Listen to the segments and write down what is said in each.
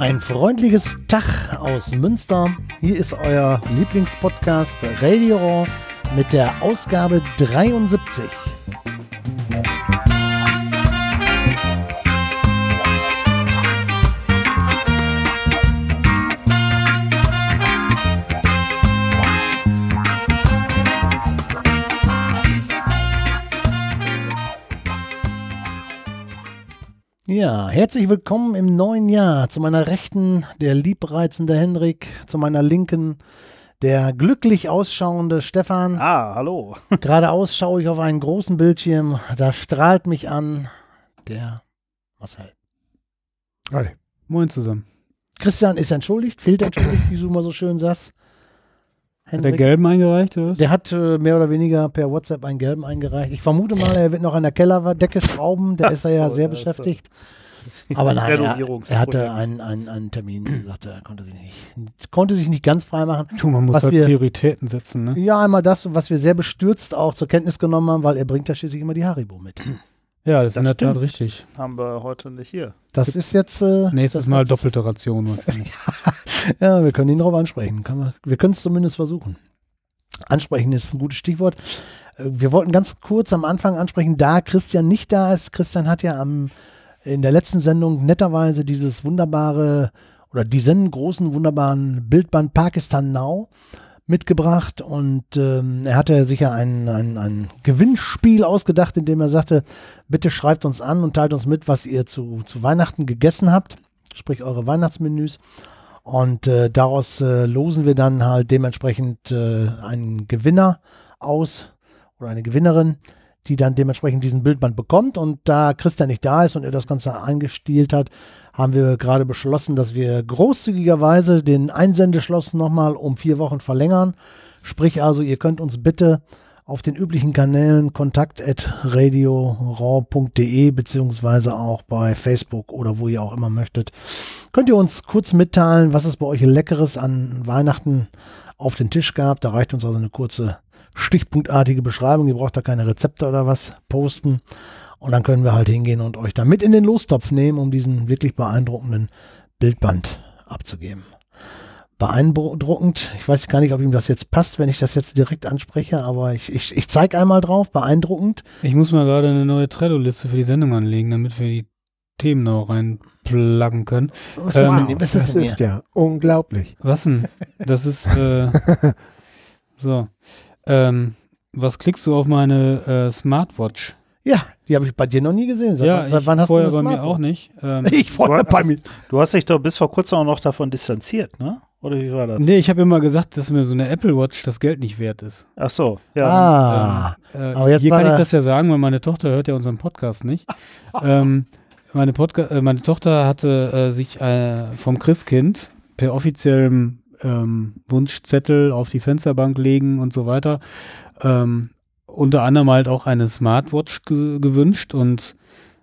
Ein freundliches Tag aus Münster. Hier ist euer Lieblingspodcast Radio Raw mit der Ausgabe 73. Ja, herzlich willkommen im neuen Jahr. Zu meiner Rechten der liebreizende Henrik, zu meiner Linken der glücklich ausschauende Stefan. Ah, hallo. Geradeaus schaue ich auf einen großen Bildschirm, da strahlt mich an der Marcel. Hi. Moin zusammen. Christian ist entschuldigt, fehlt entschuldigt, wie du mal so schön sagst. Henrik, hat der gelben eingereicht, oder? Der hat mehr oder weniger per WhatsApp einen gelben eingereicht. Ich vermute mal, er wird noch an der Kellerdecke schrauben, der ist ja sehr beschäftigt. Aber nein, er hatte einen Termin, sagte, er konnte sich nicht ganz frei machen. Man muss halt Prioritäten setzen, ne? Ja, einmal das, was wir sehr bestürzt auch zur Kenntnis genommen haben, weil er bringt ja schließlich immer die Haribo mit. Ja, das ist in der Tat richtig. Haben wir heute nicht hier. Das ist jetzt... nächstes Mal doppelte Ration wahrscheinlich. Ja, wir können ihn darauf ansprechen. Wir können es zumindest versuchen. Ansprechen ist ein gutes Stichwort. Wir wollten ganz kurz am Anfang ansprechen, da Christian nicht da ist. Christian hat ja in der letzten Sendung netterweise dieses wunderbare oder diesen großen, wunderbaren Bildband Pakistan Now mitgebracht und er hatte sich ja ein Gewinnspiel ausgedacht, in dem er sagte, bitte schreibt uns an und teilt uns mit, was ihr zu Weihnachten gegessen habt, sprich eure Weihnachtsmenüs, und daraus losen wir dann halt dementsprechend einen Gewinner aus oder eine Gewinnerin, die dann dementsprechend diesen Bildband bekommt. Und da Christian nicht da ist und er das Ganze eingestielt hat, haben wir gerade beschlossen, dass wir großzügigerweise den Einsendeschluss nochmal um 4 Wochen verlängern. Sprich also, ihr könnt uns bitte auf den üblichen Kanälen kontakt@radioraw.de beziehungsweise auch bei Facebook oder wo ihr auch immer möchtet, könnt ihr uns kurz mitteilen, was es bei euch Leckeres an Weihnachten auf den Tisch gab. Da reicht uns also eine kurze stichpunktartige Beschreibung, ihr braucht da keine Rezepte oder was posten und dann können wir halt hingehen und euch da mit in den Lostopf nehmen, um diesen wirklich beeindruckenden Bildband abzugeben. Beeindruckend, ich weiß gar nicht, ob ihm das jetzt passt, wenn ich das jetzt direkt anspreche, aber ich zeige einmal drauf, beeindruckend. Ich muss mal gerade eine neue Trello-Liste für die Sendung anlegen, damit wir die Themen noch reinpluggen können. Was ist ja unglaublich. Was denn? Das ist so. Was klickst du auf meine Smartwatch? Ja, die habe ich bei dir noch nie gesehen. Seit wann hast du eine Smartwatch? Bei mir auch nicht. Ich vorher bei mir. Du hast dich doch bis vor kurzem auch noch davon distanziert, ne? Oder wie war das? Nee, ich habe immer gesagt, dass mir so eine Apple Watch das Geld nicht wert ist. Ach so, ja. Aber jetzt hier kann ich das ja sagen, weil meine Tochter hört ja unseren Podcast nicht. Meine Tochter hatte sich vom Christkind per offiziellem Wunschzettel auf die Fensterbank legen und so weiter. Unter anderem halt auch eine Smartwatch gewünscht und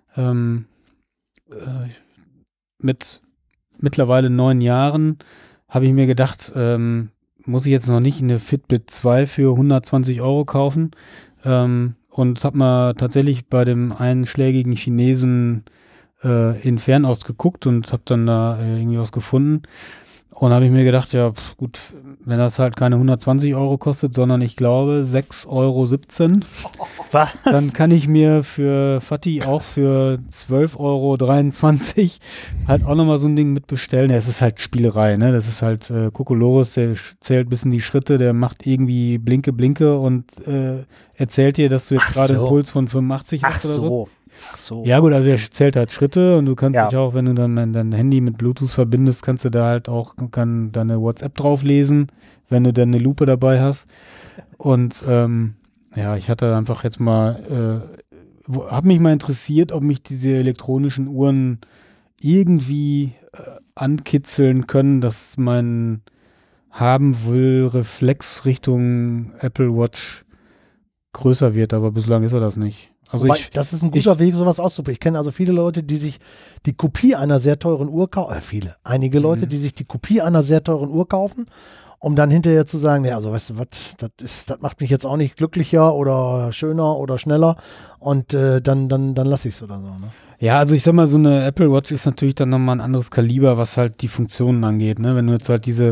mit mittlerweile 9 Jahren habe ich mir gedacht, muss ich jetzt noch nicht eine Fitbit 2 für 120 € kaufen, und habe mal tatsächlich bei dem einschlägigen Chinesen in Fernost geguckt und habe dann da irgendwie was gefunden. Und habe ich mir gedacht, ja gut, wenn das halt keine 120 € kostet, sondern ich glaube 6,17 €, Was? Dann kann ich mir für Fatih auch für 12,23 € halt auch nochmal so ein Ding mitbestellen. Ja, es ist halt Spielerei, ne? Das ist halt Kokolores, der zählt ein bisschen die Schritte, der macht irgendwie Blinke und erzählt dir, dass du jetzt gerade einen Puls von 85 hast oder so. Ach so. Ja gut, also der zählt halt Schritte und du kannst dich auch, wenn du dann dein Handy mit Bluetooth verbindest, kannst du da halt auch deine WhatsApp drauf lesen, wenn du dann eine Lupe dabei hast. Und ich hatte einfach jetzt mal, habe mich mal interessiert, ob mich diese elektronischen Uhren irgendwie ankitzeln können, dass mein Haben-will-Reflex Richtung Apple Watch größer wird, aber bislang ist er das nicht. Also das ist ein guter Weg, sowas auszuprobieren. Ich kenne also viele Leute, die sich die Kopie einer sehr teuren Uhr kaufen. Einige Leute, die sich die Kopie einer sehr teuren Uhr kaufen, um dann hinterher zu sagen, ja, also weißt du was, das macht mich jetzt auch nicht glücklicher oder schöner oder schneller und dann lasse ich es oder so. Ne? Ja, also ich sag mal, so eine Apple Watch ist natürlich dann nochmal ein anderes Kaliber, was halt die Funktionen angeht, ne? Wenn du jetzt halt diese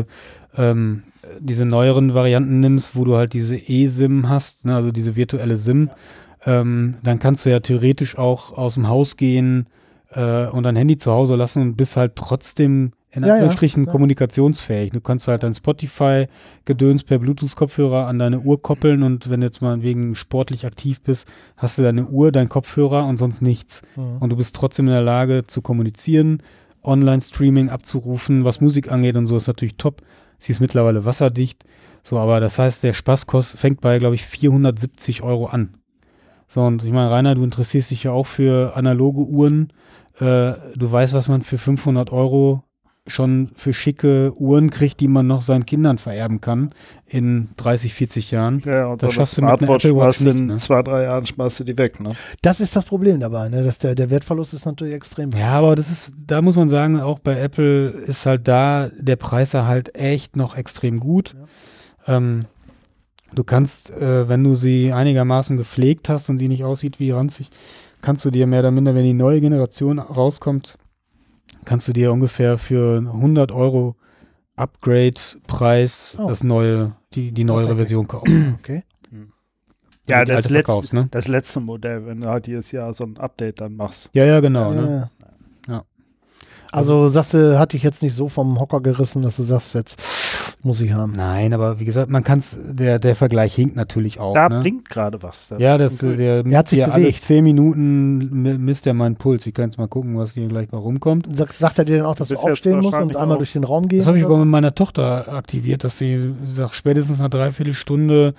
neueren Varianten nimmst, wo du halt diese eSIM hast, ne? Also diese virtuelle SIM, dann kannst du ja theoretisch auch aus dem Haus gehen und dein Handy zu Hause lassen und bist halt trotzdem in Anführungsstrichen kommunikationsfähig. Du kannst halt dein Spotify-Gedöns per Bluetooth-Kopfhörer an deine Uhr koppeln und wenn du jetzt mal wegen sportlich aktiv bist, hast du deine Uhr, deinen Kopfhörer und sonst nichts. Mhm. Und du bist trotzdem in der Lage zu kommunizieren, Online-Streaming abzurufen, was Musik angeht und so ist natürlich top. Sie ist mittlerweile wasserdicht. So, aber das heißt, der Spaß fängt bei, glaube ich, 470 € an. So, und ich meine, Rainer, du interessierst dich ja auch für analoge Uhren. Du weißt, was man für 500 € schon für schicke Uhren kriegt, die man noch seinen Kindern vererben kann in 30, 40 Jahren. Ja, und das so schaffst du mit einer Apple Watch nicht, in ne? 2, 3 Jahren schmeißt du die weg, ne? Das ist das Problem dabei, ne? Dass der Wertverlust ist natürlich extrem. Ja, aber da muss man sagen, auch bei Apple ist halt da der Preis halt echt noch extrem gut. Ja. Du kannst, wenn du sie einigermaßen gepflegt hast und die nicht aussieht wie ranzig, kannst du dir mehr oder minder, wenn die neue Generation rauskommt, kannst du dir ungefähr für 100 € Upgrade-Preis die neuere Version kaufen. Okay. Ja, ne? das letzte Modell, wenn du halt jedes Jahr so ein Update dann machst. Ja, genau. Ne? Ja. Also sagst du, hat dich jetzt nicht so vom Hocker gerissen, dass du sagst, jetzt muss ich haben. Nein, aber wie gesagt, man kann es, der Vergleich hinkt natürlich auch. Da ne? blinkt gerade was. Ja, der hat sich alle bewegt. 10 Minuten misst er meinen Puls. Ich kann jetzt mal gucken, was hier gleich mal rumkommt. Sagt er dir dann auch, dass du bist jetzt aufstehen musst und wahrscheinlich einmal auch- durch den Raum gehen? Das habe ich oder? aber mit meiner Tochter aktiviert, dass sie sagt, spätestens nach 3/4 Stunde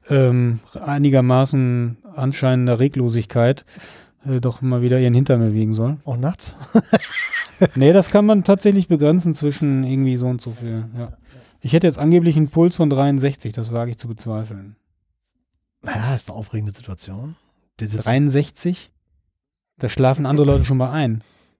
einigermaßen anscheinender Reglosigkeit doch mal wieder ihren Hintern bewegen soll. Auch nachts? Nee, das kann man tatsächlich begrenzen zwischen irgendwie so und so viel. Ja. Ich hätte jetzt angeblich einen Puls von 63, das wage ich zu bezweifeln. Ja, ist eine aufregende Situation. Der sitzt 63? Da schlafen andere Leute schon mal ein.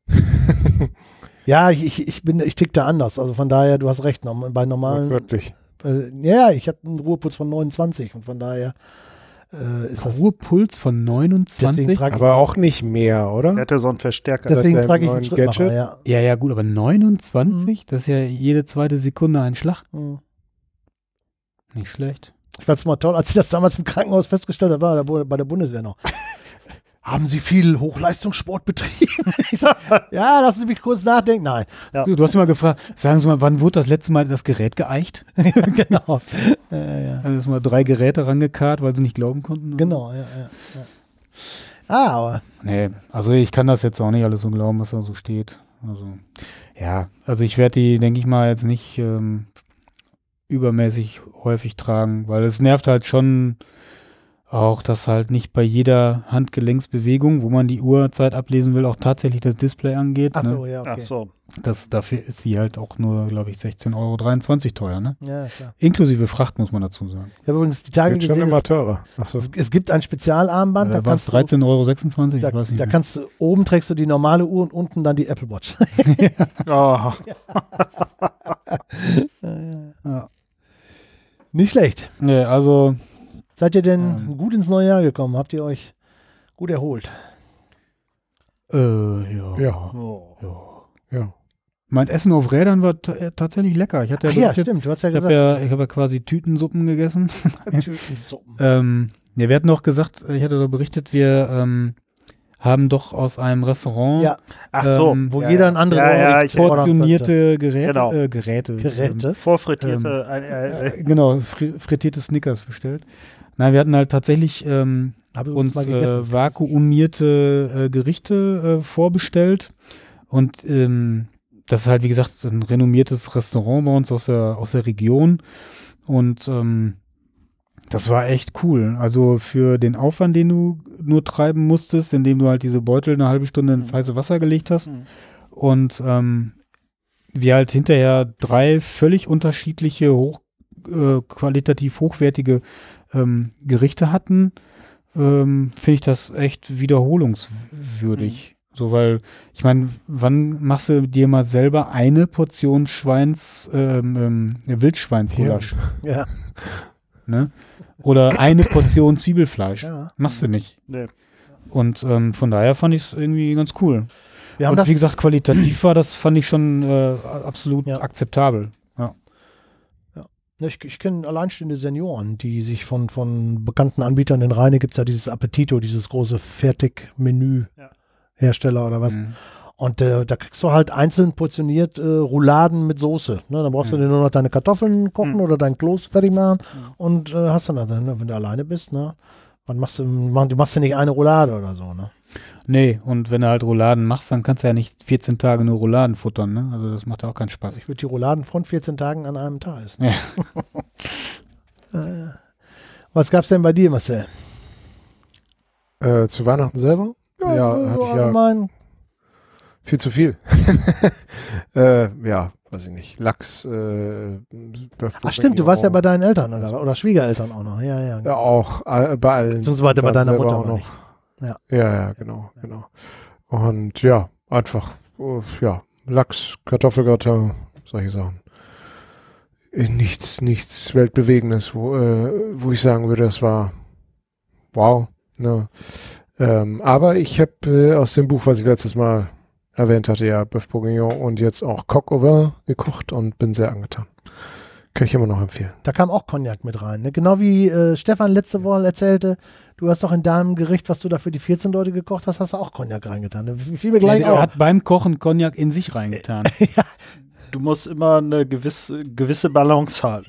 Ja, ich tick da anders. Also von daher, du hast recht. Bei normalen. Wirklich. Ja, ich habe einen Ruhepuls von 29 und von daher ist das. Ruhepuls von 29? Deswegen trage Aber auch nicht mehr, oder? Der hätte so einen Verstärker. deswegen seit trage ich deinem einen neuen Schrittmacher, Gadget? ja. Ja, gut, aber 29? Das ist ja jede zweite Sekunde ein Schlag. Hm. Nicht schlecht. Ich fand es mal toll, als ich das damals im Krankenhaus festgestellt habe, war bei der Bundeswehr noch. Haben Sie viel Hochleistungssport betrieben? Ich sag, ja, lassen Sie mich kurz nachdenken. Nein. Ja. Du hast immer gefragt, sagen Sie mal, wann wurde das letzte Mal das Gerät geeicht? Genau. Ja. Also ist mal 3 Geräte rangekarrt, weil sie nicht glauben konnten. Genau, ja. Aber Nee, also ich kann das jetzt auch nicht alles so glauben, was da so steht. Also, ja, also ich werde die, denke ich mal, jetzt nicht übermäßig häufig tragen, weil es nervt halt schon auch, dass halt nicht bei jeder Handgelenksbewegung, wo man die Uhrzeit ablesen will, auch tatsächlich das Display angeht. ach so, Ne? ja, okay. Ach so. Dafür ist sie halt auch nur, glaube ich, 16,23 € teuer, ne? Ja, klar. Inklusive Fracht, muss man dazu sagen. Ich habe übrigens die Tage Wird schon gesehen, immer teurer. Achso. es gibt ein Spezialarmband, Da war es 13,26 €, ich weiß nicht da mehr. kannst du, oben trägst du die normale Uhr und unten dann die Apple Watch. Oh, Ja. Nicht schlecht. Nee, also Seid ihr denn gut ins neue Jahr gekommen? Habt ihr euch gut erholt? ja. Ja. oh. Ja. Mein Essen auf Rädern war tatsächlich lecker. Ich hatte Ach ja, ja, berichtet, stimmt, du hast ja ich gesagt. habe ja quasi Tütensuppen gegessen. Tütensuppen. Ja, wir hatten noch gesagt, ich hatte da berichtet, wir haben doch aus einem Restaurant Ja, Ach so. wo ja, jeder ein anderes Ja, ich erinnere portionierte Geräte, Genau. Geräte. Vorfrittierte. Genau, frittierte Snickers bestellt. Nein, wir hatten halt tatsächlich Habe ich uns mal gegessen. vakuumierte Gerichte vorbestellt und das ist halt, wie gesagt, ein renommiertes Restaurant bei uns aus der Region und das war echt cool. Also für den Aufwand, den du nur treiben musstest, indem du halt diese Beutel eine halbe Stunde ins heiße Wasser gelegt hast und wir halt hinterher 3 völlig unterschiedliche, qualitativ hochwertige Gerichte hatten, finde ich das echt wiederholungswürdig. So, weil, ich meine, wann machst du dir mal selber eine Portion Wildschweinsgulasch? Ja. Ne? Oder eine Portion Zwiebelfleisch? Ja. Machst du nicht. Nee. Und von daher fand ich es irgendwie ganz cool. Wir haben Und das, wie gesagt, qualitativ war das, fand ich schon absolut Ja. akzeptabel. Ja. ich kenne alleinstehende Senioren, die sich von bekannten Anbietern in Rheine gibt es ja dieses Appetito, dieses große Fertigmenü-Hersteller oder was. Mhm. Und da kriegst du halt einzeln portioniert Rouladen mit Soße. Ne? Dann brauchst du dir nur noch deine Kartoffeln kochen oder dein Kloß fertig machen und hast dann, ne, wenn du alleine bist, ne? Du machst ja nicht eine Roulade oder so, ne? Nee, und wenn du halt Rouladen machst, dann kannst du ja nicht 14 Tage nur Rouladen futtern, ne? Also das macht ja auch keinen Spaß. Ich würde die Rouladen von 14 Tagen an einem Tag essen. Ja. Was gab's denn bei dir, Marcel? Zu Weihnachten selber? Ja, hatte ich ja allgemein. viel zu viel. Ja, weiß ich nicht. Lachs, Ach stimmt, du warst ja bei deinen Eltern oder Schwiegereltern auch noch. Ja. Ja, auch bei allen. Beziehungsweise bei dann deiner selber Mutter auch noch. noch. Ja. Ja, genau. Und ja, einfach, Lachs, Kartoffelgratin, solche Sachen. Nichts Weltbewegendes, wo ich sagen würde, das war wow. Ne? Aber ich habe aus dem Buch, was ich letztes Mal erwähnt hatte, ja, Bœuf Bourguignon und jetzt auch Coq au vin gekocht und bin sehr angetan. Kann ich immer noch empfehlen. Da kam auch Cognac mit rein. Ne? Genau wie Stefan letzte Woche erzählte, du hast doch in deinem Gericht, was du da für die 14 Leute gekocht hast, hast du auch Cognac reingetan. Ne? Fiel mir gleich Er auf. hat beim Kochen Cognac in sich reingetan. Du musst immer eine gewisse Balance halten.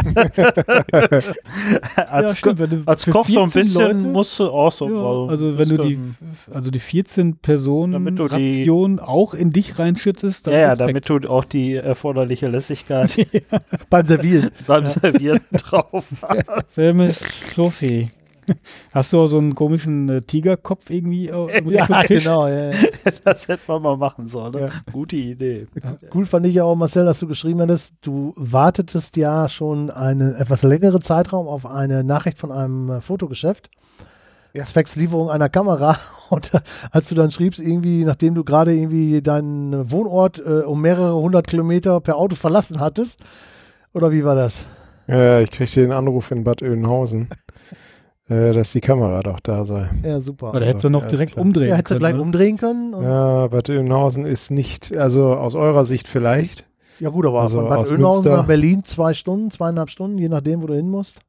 als stimmt, wenn du als für Koch so ein 14 bisschen Leute- musst du auch so. Ja, also wenn du die 14 Personen Damit du die- Ration auch in dich reinschüttest, dann Ja, Respekt. damit du auch die erforderliche Lässigkeit Beim Servieren. beim Servieren drauf hast. Selmes Trophy. Hast du auch so einen komischen Tigerkopf irgendwie Ja, auf dem Tisch? genau. Ja. Das hätte man mal machen sollen. Ne? Ja. Gute Idee. Cool fand ich ja auch, Marcel, dass du geschrieben hattest, du wartetest ja schon einen etwas längeren Zeitraum auf eine Nachricht von einem Fotogeschäft. Ja. Zwecks Lieferung einer Kamera. Und als du dann schriebst, irgendwie, nachdem du gerade irgendwie deinen Wohnort um mehrere 100 Kilometer per Auto verlassen hattest, oder wie war das? Ich kriegte den Anruf in Bad Oeynhausen, dass die Kamera doch da sei. Ja, super. Oder hättest du noch Ja, direkt ist klar. umdrehen Ja, hättest du können. gleich ne? umdrehen können. Und Ja, Bad Oeynhausen ist nicht, also aus eurer Sicht vielleicht. ja gut, aber Also von Bad aus Oeynhausen Münster- nach Berlin 2 Stunden, 2,5 Stunden, je nachdem, wo du hin musst.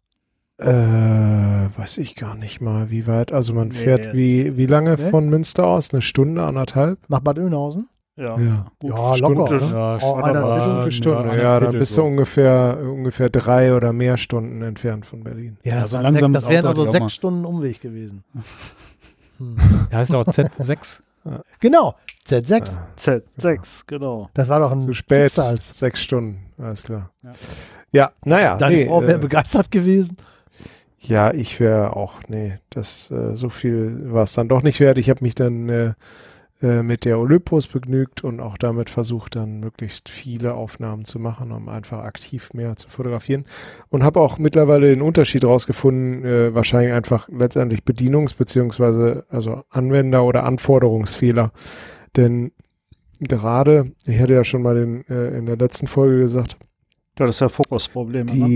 Weiß ich gar nicht mal, wie weit. Also man fährt wie lange Nee. von Münster aus? Eine Stunde, anderthalb? Nach Bad Oeynhausen. Ja. Ja, Stunde, locker. Ne? Ja, Oh, Stunde, eine Stunde. eine Ja, dann Viertel bist so. du ungefähr 3 oder mehr Stunden entfernt von Berlin. Ja, so das, langsam das ist wären Auto also hat die auch 6 mal. Stunden Umweg gewesen. Ja, ist auch Z6. Genau, Z6. Z6, genau. Das war doch ein Zu spät, Salz. 6 Stunden, alles klar. Ja. Ja, naja. Deine Frau wäre begeistert gewesen. Ja, ich wäre auch, das so viel war es dann doch nicht wert. Ich habe mich dann mit der Olympus begnügt und auch damit versucht, dann möglichst viele Aufnahmen zu machen, um einfach aktiv mehr zu fotografieren. Und habe auch mittlerweile den Unterschied rausgefunden, wahrscheinlich einfach letztendlich beziehungsweise also Anwender- oder Anforderungsfehler. Denn gerade, ich hatte ja schon mal in der letzten Folge gesagt, Das ist ja Fokusprobleme. Ne?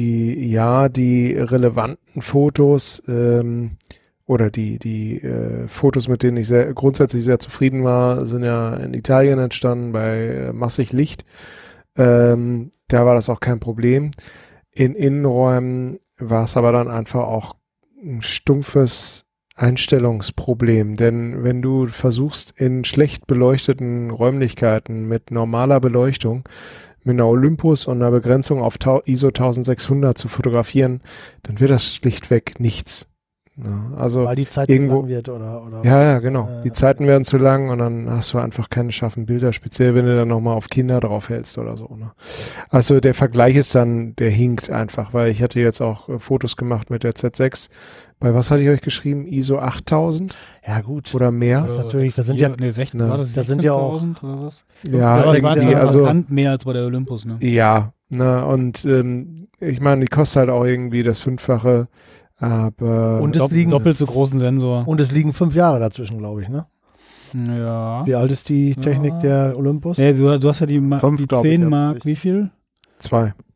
die relevanten Fotos oder die Fotos, mit denen ich grundsätzlich sehr zufrieden war, sind ja in Italien entstanden bei massig Licht. Da war das auch kein Problem. In Innenräumen war es aber dann einfach auch ein stumpfes Einstellungsproblem, denn wenn du versuchst, in schlecht beleuchteten Räumlichkeiten mit normaler Beleuchtung mit einer Olympus und einer Begrenzung auf ISO 1600 zu fotografieren, dann wird das schlichtweg nichts. Ja, also Weil die Zeit irgendwo- lang wird oder ja, genau. Die Zeiten werden zu lang und dann hast du einfach keine scharfen Bilder, speziell wenn du dann nochmal auf Kinder drauf hältst oder so. Ne? Also der Vergleich ist dann, der hinkt einfach, weil ich hatte jetzt auch Fotos gemacht mit der Z6. Bei was hatte ich euch geschrieben? ISO 8000 Ja, gut. oder mehr? Das ist natürlich, das sind ja, 16, ne, war das da sind ja auch- 16.000 oder was? Ja, aber die waren irgendwie, ja also markant mehr als bei der Olympus, ne? ja, ne, und ich meine, die kostet halt auch irgendwie das Fünffache, aber Und es liegen- doppelt so großen Sensor. und es liegen 5 Jahre dazwischen, glaube ich, ne? Ja. Wie alt ist die Technik Ja. der Olympus? Nee, du hast ja die 5, glaub ich, 10 jetzt Mark, nicht. wie viel? 2.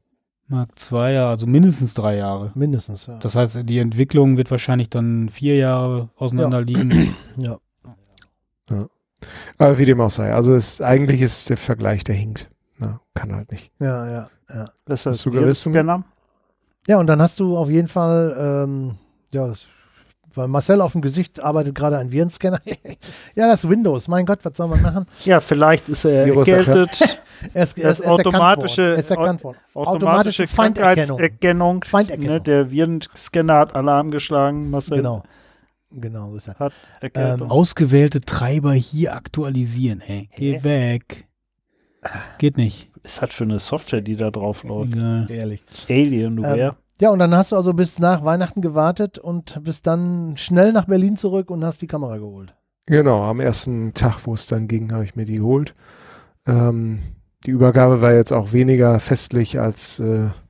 Mark II, ja, also mindestens 3 Jahre. Mindestens, ja. Das heißt, die Entwicklung wird wahrscheinlich dann 4 Jahre auseinander liegen. Ja. Aber wie dem auch sei. Also eigentlich ist der Vergleich, der hinkt. Na, kann halt nicht. Ja. Das Hast du gerissen? Scanner. Ja, und dann hast du auf jeden Fall, weil Marcel auf dem Gesicht arbeitet gerade ein Virenscanner. Ja, das ist Windows. Mein Gott, was soll man machen? Ja, vielleicht ist er Virus erkältet. Er ist Das automatische erkannt worden. Automatische Feinderkennung. Krankheitserkennung. Ne, der Virenscanner hat Alarm geschlagen. Marcel Genau, so ist er. hat Erkältung. Ausgewählte Treiber hier aktualisieren, ey. Geh weg. Geht nicht. Was ist das für eine Software, die da drauf läuft? Egal. Ehrlich. Alienware. Ja, und dann hast du also bis nach Weihnachten gewartet und bist dann schnell nach Berlin zurück und hast die Kamera geholt. Genau, am ersten Tag, wo es dann ging, habe ich mir die geholt. Die Übergabe war jetzt auch weniger festlich, als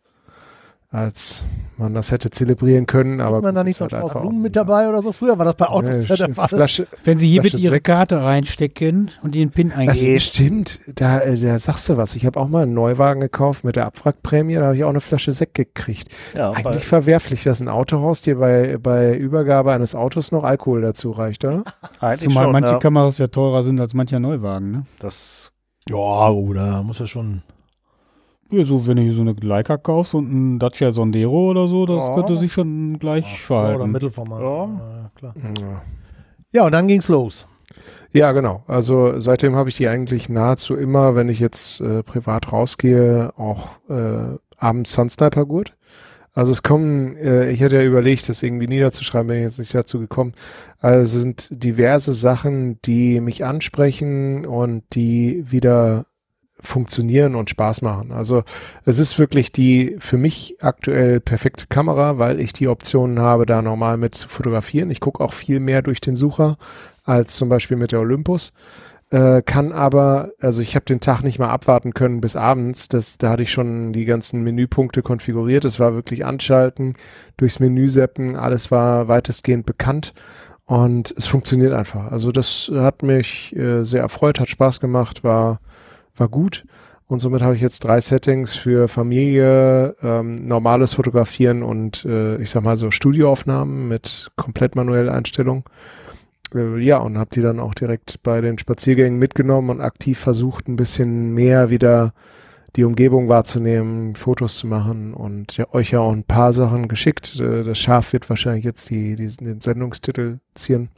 man das hätte zelebrieren können. Aber Hat man da nicht so ein Strauß Blumen mit dabei oder so? Früher war das bei Autos ja der Fall. Wenn Sie hier Flasche bitte Ihre Sekt. Karte reinstecken und den PIN Das eingeben. stimmt, da sagst du was. Ich habe auch mal einen Neuwagen gekauft mit der Abwrackprämie, da habe ich auch eine Flasche Sekt gekriegt. Ja, Eigentlich verwerflich, dass ein Autohaus dir bei Übergabe eines Autos noch Alkohol dazu reicht, oder? eigentlich Zumal schon, manche ja. Kameras ja teurer sind als mancher Neuwagen, ne? Das Ja, oder muss ja schon. Ja, so, wenn du hier so eine Leica kaufst und ein Dacia Sandero oder so, das Ja. könnte sich schon gleich Oder verhalten. Mittelformat. Ja. Klar. Ja. Ja, und dann ging's los. Ja, genau. Also seitdem habe ich die eigentlich nahezu immer, wenn ich jetzt privat rausgehe, auch abends Sunsniper-Gurt. Also es kommen, ich hätte ja überlegt, das irgendwie niederzuschreiben, bin ich jetzt nicht dazu gekommen. Also es sind diverse Sachen, die mich ansprechen und die wieder funktionieren und Spaß machen. Also es ist wirklich die für mich aktuell perfekte Kamera, weil ich die Optionen habe, da normal mit zu fotografieren. Ich gucke auch viel mehr durch den Sucher als zum Beispiel mit der Olympus. Kann aber, also ich habe den Tag nicht mal abwarten können bis abends. Da hatte ich schon die ganzen Menüpunkte konfiguriert. Es war wirklich anschalten, durchs Menü zappen, alles war weitestgehend bekannt und es funktioniert einfach. Also das hat mich sehr erfreut, hat Spaß gemacht, war gut. Und somit habe ich jetzt 3 Settings für Familie, normales Fotografieren und ich sag mal so Studioaufnahmen mit komplett manueller Einstellung. Ja, und habe die dann auch direkt bei den Spaziergängen mitgenommen und aktiv versucht, ein bisschen mehr wieder die Umgebung wahrzunehmen, Fotos zu machen und ja, euch ja auch ein paar Sachen geschickt. Das Schaf wird wahrscheinlich jetzt den Sendungstitel zieren.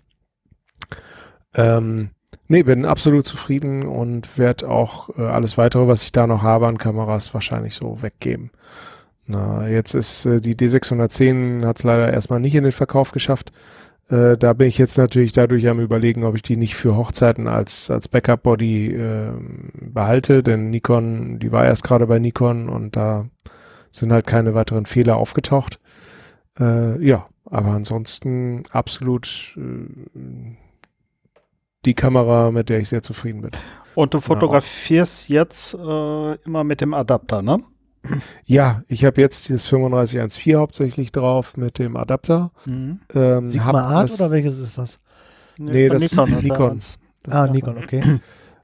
Nee, bin absolut zufrieden und werde auch alles weitere, was ich da noch habe an Kameras, wahrscheinlich so weggeben. Na, jetzt ist die D610 hat es leider erstmal nicht in den Verkauf geschafft. Da bin ich jetzt natürlich dadurch am Überlegen, ob ich die nicht für Hochzeiten als Backup-Body behalte, denn Nikon, die war erst gerade bei Nikon und da sind halt keine weiteren Fehler aufgetaucht. Ja, aber ansonsten absolut die Kamera, mit der ich sehr zufrieden bin. Und du fotografierst jetzt immer mit dem Adapter, ne? Ja, ich habe jetzt das 3514 hauptsächlich drauf mit dem Adapter. Mhm. Sigma Art oder welches ist das? Nee, das ist Nikon. Nikon. Nikon, okay.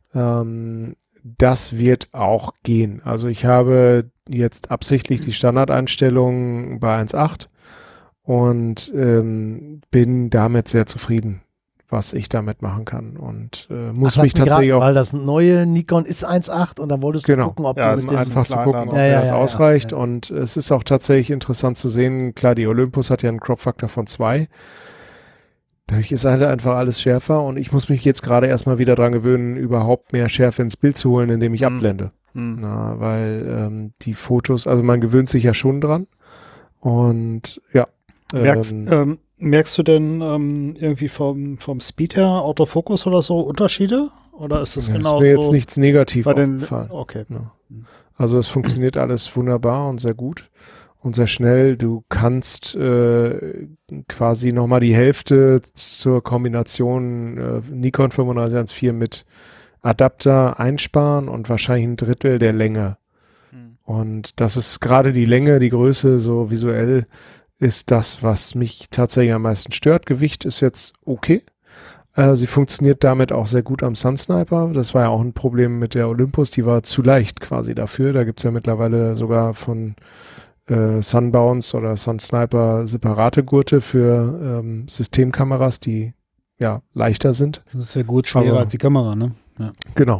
Das wird auch gehen. Also ich habe jetzt absichtlich die Standardeinstellung bei 1.8 und bin damit sehr zufrieden, was ich damit machen kann und muss mich tatsächlich auch... Weil das neue Nikon ist 1.8 und dann wolltest du gucken, ob ja, du mit mit diesem einfach zu gucken, ob das ausreicht und es ist auch tatsächlich interessant zu sehen, klar, die Olympus hat ja einen Crop-Faktor von 2. Dadurch ist halt einfach alles schärfer und ich muss mich jetzt gerade erstmal wieder dran gewöhnen, überhaupt mehr Schärfe ins Bild zu holen, indem ich abblende. Na, weil die Fotos, also man gewöhnt sich ja schon dran und ja. Merkst du denn irgendwie vom Speed her, Autofokus oder so, Unterschiede? Oder ist das genau so? Ist mir jetzt nichts negativ aufgefallen. Okay. Ja. Also es funktioniert alles wunderbar und sehr gut und sehr schnell. Du kannst quasi nochmal die Hälfte zur Kombination Nikon 3514 mit Adapter einsparen und wahrscheinlich ein Drittel der Länge. Und das ist gerade die Länge, die Größe so visuell ist das, was mich tatsächlich am meisten stört. Gewicht ist jetzt okay. Sie funktioniert damit auch sehr gut am Sun Sniper. Das war ja auch ein Problem mit der Olympus. Die war zu leicht quasi dafür. Da gibt es ja mittlerweile sogar von Sunbounce oder Sun Sniper separate Gurte für Systemkameras, die ja leichter sind. Das ist ja gut schwerer als die Kamera, ne? Ja. Genau.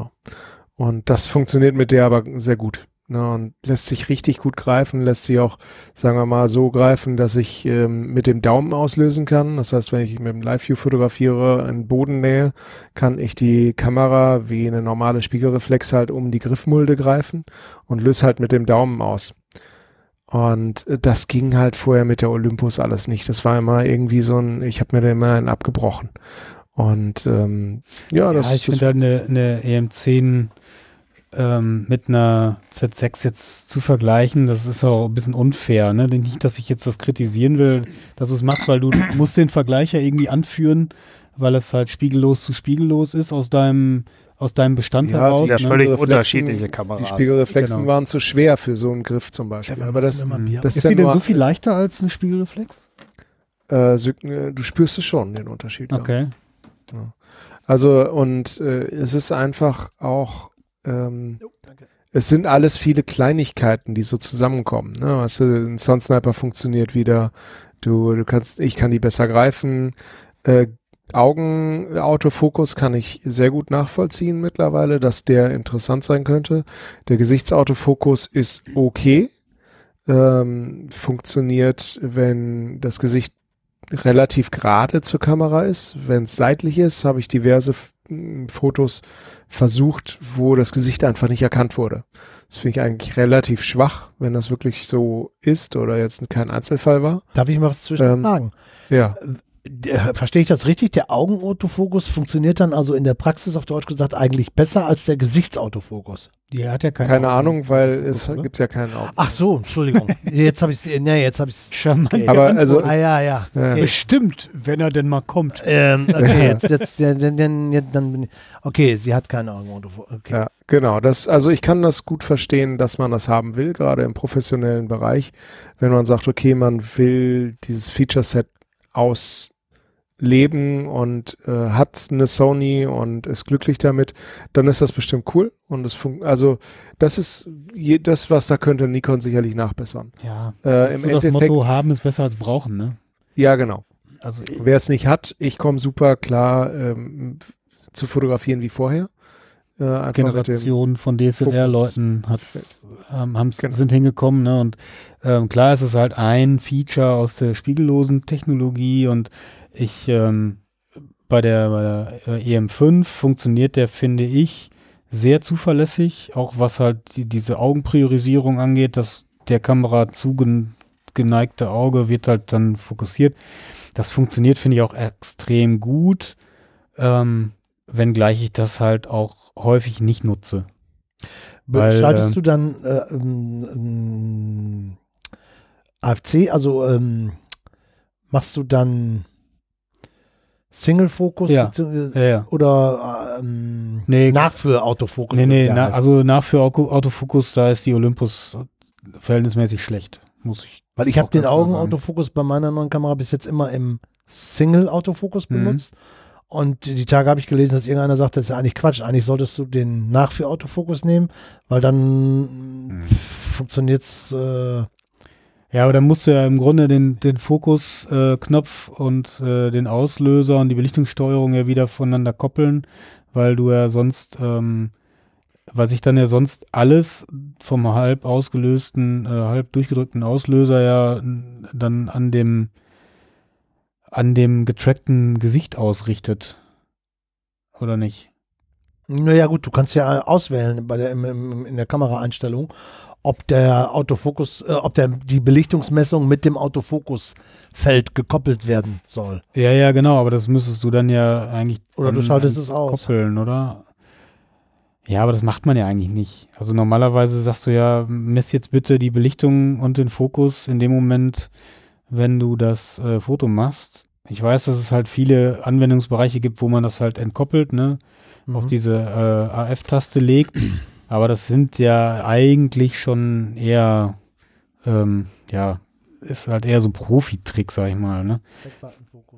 Und das funktioniert mit der aber sehr gut. Ne, und lässt sich richtig gut greifen, lässt sich auch, sagen wir mal, so greifen, dass ich mit dem Daumen auslösen kann. Das heißt, wenn ich mit dem Live-View fotografiere in Bodennähe, kann ich die Kamera wie eine normale Spiegelreflex halt um die Griffmulde greifen und löse halt mit dem Daumen aus. Und das ging halt vorher mit der Olympus alles nicht. Das war immer irgendwie so ich habe mir da immer einen abgebrochen. Und ich finde halt eine EM10 mit einer Z6 jetzt zu vergleichen, das ist auch ein bisschen unfair, ne? Nicht, dass ich jetzt das kritisieren will, dass du es machst, weil du musst den Vergleich ja irgendwie anführen, weil es halt spiegellos zu spiegellos ist aus deinem Bestand heraus. Ja, völlig unterschiedliche Kameras. Die Spiegelreflexen waren zu schwer für so einen Griff zum Beispiel. Aber das ist die denn so viel leichter als eine Spiegelreflex? Du spürst es schon, den Unterschied. Okay. Ja. Also, und es ist einfach auch es sind alles viele Kleinigkeiten, die so zusammenkommen. Ne? Weißt du, ein Sun Sniper funktioniert wieder. Ich kann die besser greifen. Augenautofokus kann ich sehr gut nachvollziehen mittlerweile, dass der interessant sein könnte. Der Gesichtsautofokus ist okay. Funktioniert, wenn das Gesicht relativ gerade zur Kamera ist. Wenn es seitlich ist, habe ich diverse Fotos versucht, wo das Gesicht einfach nicht erkannt wurde. Das finde ich eigentlich relativ schwach, wenn das wirklich so ist oder jetzt kein Einzelfall war. Darf ich mal was zwischen fragen? Ja. Verstehe ich das richtig? Der Augenautofokus funktioniert dann also in der Praxis auf Deutsch gesagt eigentlich besser als der Gesichtsautofokus. Die hat ja keine Ahnung, weil es gibt ja keinen Augen. Ach so, Entschuldigung. Jetzt habe ich es. Charmant. Okay. Aber also ja. Okay. Bestimmt, wenn er denn mal kommt. Okay, dann bin ich. Okay, sie hat keine Augenautofokus. Okay. Ja, genau. Also ich kann das gut verstehen, dass man das haben will, gerade im professionellen Bereich, wenn man sagt, okay, man will dieses Feature-Set ausleben und hat eine Sony und ist glücklich damit, dann ist das bestimmt cool und also das ist das, was da könnte Nikon sicherlich nachbessern. Ja, im so das Motto, haben ist besser als brauchen, ne? Ja, genau. Also wer es nicht hat, ich komme super klar zu fotografieren wie vorher. Generation von DSLR-Leuten sind hingekommen, ne? Und klar ist es halt ein Feature aus der spiegellosen Technologie und bei der EM5 funktioniert der, finde ich, sehr zuverlässig, auch was halt diese Augenpriorisierung angeht, dass der Kamera zugeneigte Auge wird halt dann fokussiert. Das funktioniert, finde ich, auch extrem gut, wenngleich ich das halt auch häufig nicht nutze. Schaltest du dann AFC, also machst du dann Single-Fokus oder Nachführ-Autofokus? Also Nachführ-Autofokus, da ist die Olympus verhältnismäßig schlecht. Weil ich habe den Augenautofokus bei meiner neuen Kamera bis jetzt immer im Single-Autofokus benutzt. Und die Tage habe ich gelesen, dass irgendeiner sagt, das ist ja eigentlich Quatsch. Eigentlich solltest du den Nachführ-Autofokus nehmen, weil dann funktioniert es. Ja, aber dann musst du ja im Grunde den Fokus-Knopf und den Auslöser und die Belichtungssteuerung ja wieder voneinander koppeln, weil du ja sonst, weil sich dann ja sonst alles vom halb ausgelösten, halb durchgedrückten Auslöser ja dann an dem getrackten Gesicht ausrichtet. Oder nicht? Naja gut, du kannst ja auswählen in der Kameraeinstellung, ob der Autofokus, die Belichtungsmessung mit dem Autofokusfeld gekoppelt werden soll. Ja, genau, aber das müsstest du dann ja eigentlich oder du schaltest es aus. Koppeln, oder? Ja, aber das macht man ja eigentlich nicht. Also normalerweise sagst du ja, mess jetzt bitte die Belichtung und den Fokus in dem Moment, wenn du das Foto machst. Ich weiß, dass es halt viele Anwendungsbereiche gibt, wo man das halt entkoppelt, ne? Auf diese AF-Taste legt. Aber das sind ja eigentlich schon eher, ist halt eher so ein Profi-Trick, sag ich mal, ne?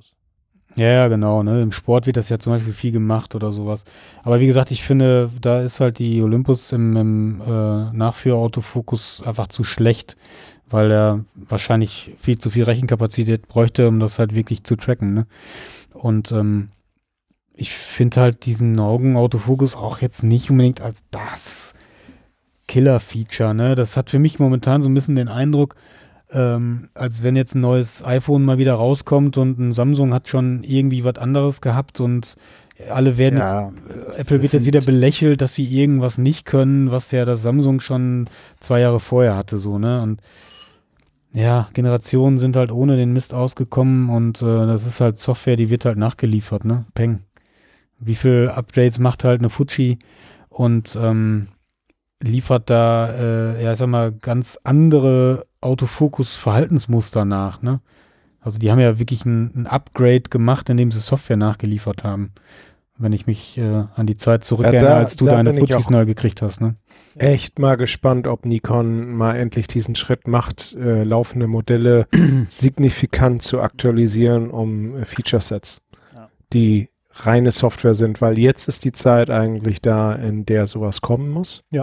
Ja, genau, ne? Im Sport wird das ja zum Beispiel viel gemacht oder sowas. Aber wie gesagt, ich finde, da ist halt die Olympus im Nachführautofokus einfach zu schlecht, weil er wahrscheinlich viel zu viel Rechenkapazität bräuchte, um das halt wirklich zu tracken, ne? Und ich finde halt diesen Augenautofokus auch jetzt nicht unbedingt als das Killer-Feature, ne? Das hat für mich momentan so ein bisschen den Eindruck, als wenn jetzt ein neues iPhone mal wieder rauskommt und ein Samsung hat schon irgendwie was anderes gehabt und alle werden Apple wird jetzt wieder belächelt, dass sie irgendwas nicht können, was ja das Samsung schon 2 Jahre vorher hatte, so, ne? Und ja, Generationen sind halt ohne den Mist ausgekommen und das ist halt Software, die wird halt nachgeliefert, ne? Peng. Wie viel Updates macht halt eine Fuji und liefert da, ja, ich sag mal, ganz andere Autofokus-Verhaltensmuster nach, ne? Also die haben ja wirklich ein Upgrade gemacht, indem sie Software nachgeliefert haben. Wenn ich mich an die Zeit zurückerinnere, als du deine Fujis neu gekriegt hast, ne? Echt mal gespannt, ob Nikon mal endlich diesen Schritt macht, laufende Modelle signifikant zu aktualisieren, um Feature-Sets, die reine Software sind, weil jetzt ist die Zeit eigentlich da, in der sowas kommen muss. Ja.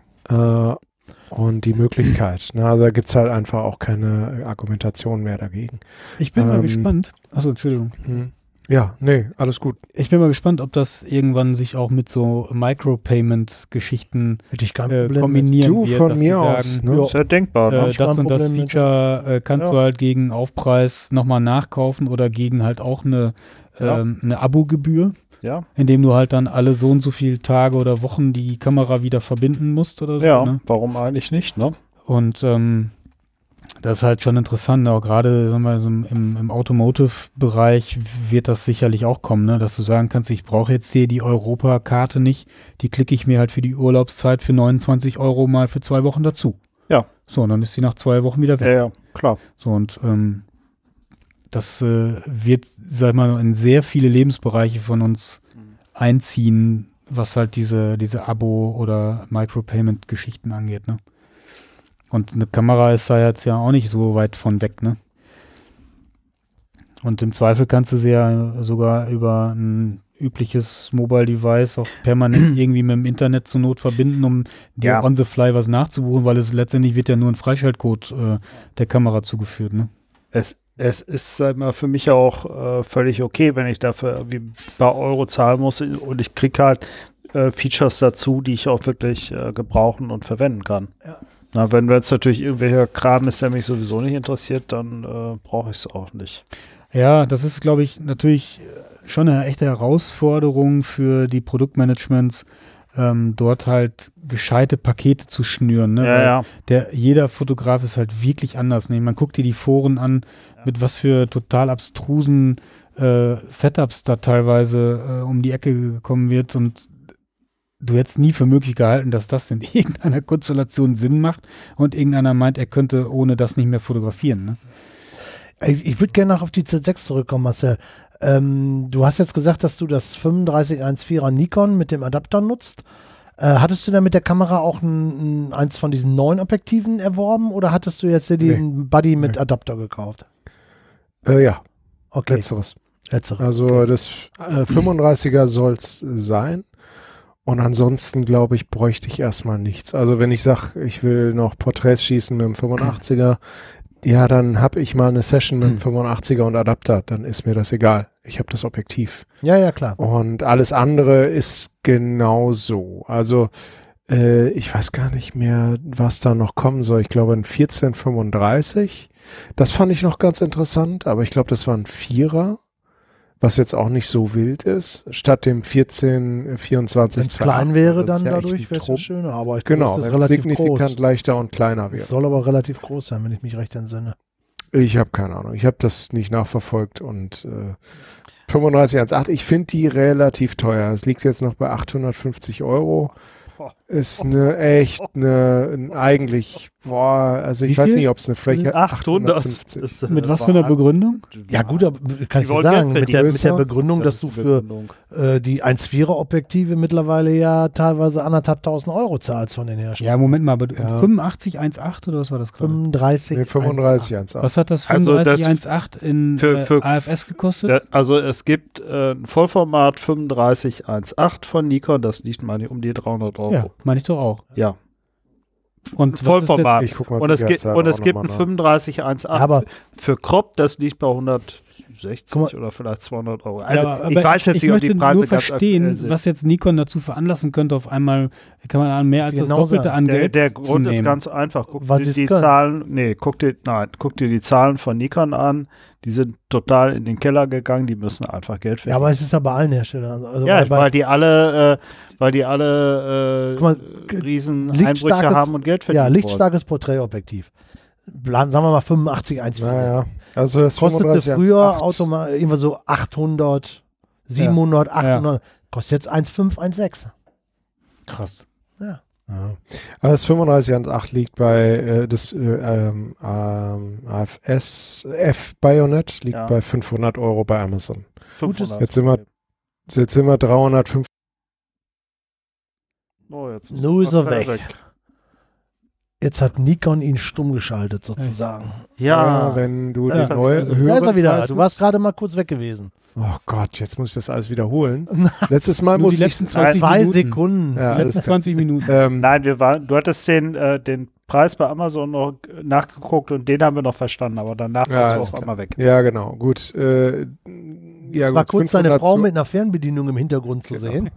Und die Möglichkeit. Also da gibt es halt einfach auch keine Argumentation mehr dagegen. Ich bin mal gespannt. Achso, Entschuldigung. Ja, nee, alles gut. Ich bin mal gespannt, ob das irgendwann sich auch mit so Micropayment-Geschichten kombinieren du, wird. Von mir aus, ne? Ist ja denkbar. Ne? Das und das Feature kannst du halt gegen Aufpreis nochmal nachkaufen oder gegen halt auch eine Abogebühr. Ja. Indem du halt dann alle so und so viele Tage oder Wochen die Kamera wieder verbinden musst oder so. Ja, ne? Warum eigentlich nicht, ne? Und das ist halt schon interessant, auch gerade sagen wir, so im Automotive-Bereich wird das sicherlich auch kommen, ne? Dass du sagen kannst, ich brauche jetzt hier die Europakarte nicht, die klicke ich mir halt für die Urlaubszeit für 29 € mal für 2 Wochen dazu. Ja. So, und dann ist sie nach 2 Wochen wieder weg. Ja, klar. So, und das wird, sag mal, in sehr viele Lebensbereiche von uns einziehen, was halt diese Abo- oder Micropayment-Geschichten angeht, ne? Und eine Kamera ist da jetzt ja auch nicht so weit von weg, ne? Und im Zweifel kannst du sie ja sogar über ein übliches Mobile Device auch permanent irgendwie mit dem Internet zur Not verbinden, um dir on the fly was nachzubuchen, weil es letztendlich wird ja nur ein Freischaltcode der Kamera zugeführt, ne? Es ist, sag mal, für mich auch völlig okay, wenn ich dafür irgendwie ein paar Euro zahlen muss und ich kriege halt Features dazu, die ich auch wirklich gebrauchen und verwenden kann. Ja. Na, wenn jetzt natürlich irgendwelcher Kram ist, der mich sowieso nicht interessiert, dann brauche ich es auch nicht. Ja, das ist, glaube ich, natürlich schon eine echte Herausforderung für die Produktmanagements, dort halt gescheite Pakete zu schnüren. Ne? Ja, weil jeder Fotograf ist halt wirklich anders. Ne? Man guckt dir die Foren an, mit was für total abstrusen Setups da teilweise um die Ecke gekommen wird, und du hättest nie für möglich gehalten, dass das in irgendeiner Konstellation Sinn macht und irgendeiner meint, er könnte ohne das nicht mehr fotografieren. Ne? Ich würde gerne noch auf die Z6 zurückkommen, Marcel. Du hast jetzt gesagt, dass du das 3514er Nikon mit dem Adapter nutzt. Hattest du denn mit der Kamera auch eins von diesen neuen Objektiven erworben oder hattest du jetzt den Buddy mit Adapter gekauft? Ja, okay. Letzteres. Also okay. Das 35er soll es sein. Und ansonsten, glaube ich, bräuchte ich erstmal nichts. Also wenn ich sage, ich will noch Porträts schießen mit dem 85er, ja, dann habe ich mal eine Session mit dem 85er und Adapter, dann ist mir das egal. Ich habe das Objektiv. Ja, klar. Und alles andere ist genauso. Also ich weiß gar nicht mehr, was da noch kommen soll. Ich glaube ein 1435. Das fand ich noch ganz interessant, aber ich glaube, das war ein 4er. Was jetzt auch nicht so wild ist, statt dem 1424. Wenn es klein wäre, dann dadurch wäre es schöner. Aber ich glaube, wenn es signifikant groß. Leichter und kleiner wäre. Es soll aber relativ groß sein, wenn ich mich recht entsinne. Ich habe keine Ahnung. Ich habe das nicht nachverfolgt und 3518, ich finde die relativ teuer. Es liegt jetzt noch bei 850 €. Ist eigentlich Boah, also ich Wie weiß viel? nicht, ob es eine Frechheit 850. 850. ist, Mit was für einer Begründung? Ja gut, aber kann ich Die dir wollen sagen, Geld mit der verdienen. Begründung, dass du für die 1,4er Objektive mittlerweile ja teilweise 1.500 Euro zahlst von den Herstellern. Ja, Moment mal, aber Ja. 85 1.8 oder was war das gerade? 35. Nee, 35 1,8. Was hat das Also das 35 1.8 in für- AFS gekostet? Also es gibt ein Vollformat 3518 von Nikon, das liegt mal um die 300 Euro. Ja, meine ich doch auch. Ja. Und was ist Vollformat. Ich guck mal Und es gibt, sicherheitshalber und es auch gibt noch ein mal nach. 3518 Ja, aber für Crop, das liegt bei 160 Guck oder vielleicht 200 Euro. Ja, Also aber ich weiß jetzt ich nicht, ob die möchte Preise nur ganz verstehen, aktuell sind. was jetzt Nikon dazu veranlassen könnte, auf einmal kann man an mehr als Genau das Doppelte sagen. an Der, Geld der zu Grund ist nehmen. ganz einfach. Guck Was dir sie die können. Zahlen, guck dir die Zahlen von Nikon an. Die sind total in den Keller gegangen. Die müssen einfach Geld ja, verdienen. aber es ist ja bei allen Herstellern. Also Ja, bei, weil die alle Guck mal, riesen lichtstarkes- Einbrüche haben und Geld verdienen ja, wollen. lichtstarkes Porträtobjektiv. Sagen wir mal 85 1,4. Naja, also das Kostete 35 früher 1,8. automatisch irgendwas so 800, 700, Ja. 800. Kostet jetzt 1,5, 1,6. Krass. Ja. Ja. Aber das 35 1,8 liegt bei das AFS F-Bayonet liegt Ja. bei 500 Euro bei Amazon. 500. Jetzt sind wir 350. Oh, jetzt Nun ist er was weg. Jetzt hat Nikon ihn stumm geschaltet sozusagen. Ja, Wenn du Ja, die neue da Da ist er wieder. Preis Du warst nutzt. gerade mal kurz weg gewesen. Oh Gott, jetzt muss ich das alles wiederholen. Letztes Mal Nur muss die ich letzten 20 2 Minuten. Sekunden. Ja, Die letzten alles klar. 20 Minuten. Nein, du hattest den Preis bei Amazon noch nachgeguckt und den haben wir noch verstanden, aber danach Ja, warst alles du auf klar. einmal weg. Ja, genau. Gut. Es war kurz deine Frau mit einer Fernbedienung im Hintergrund zu Genau. sehen.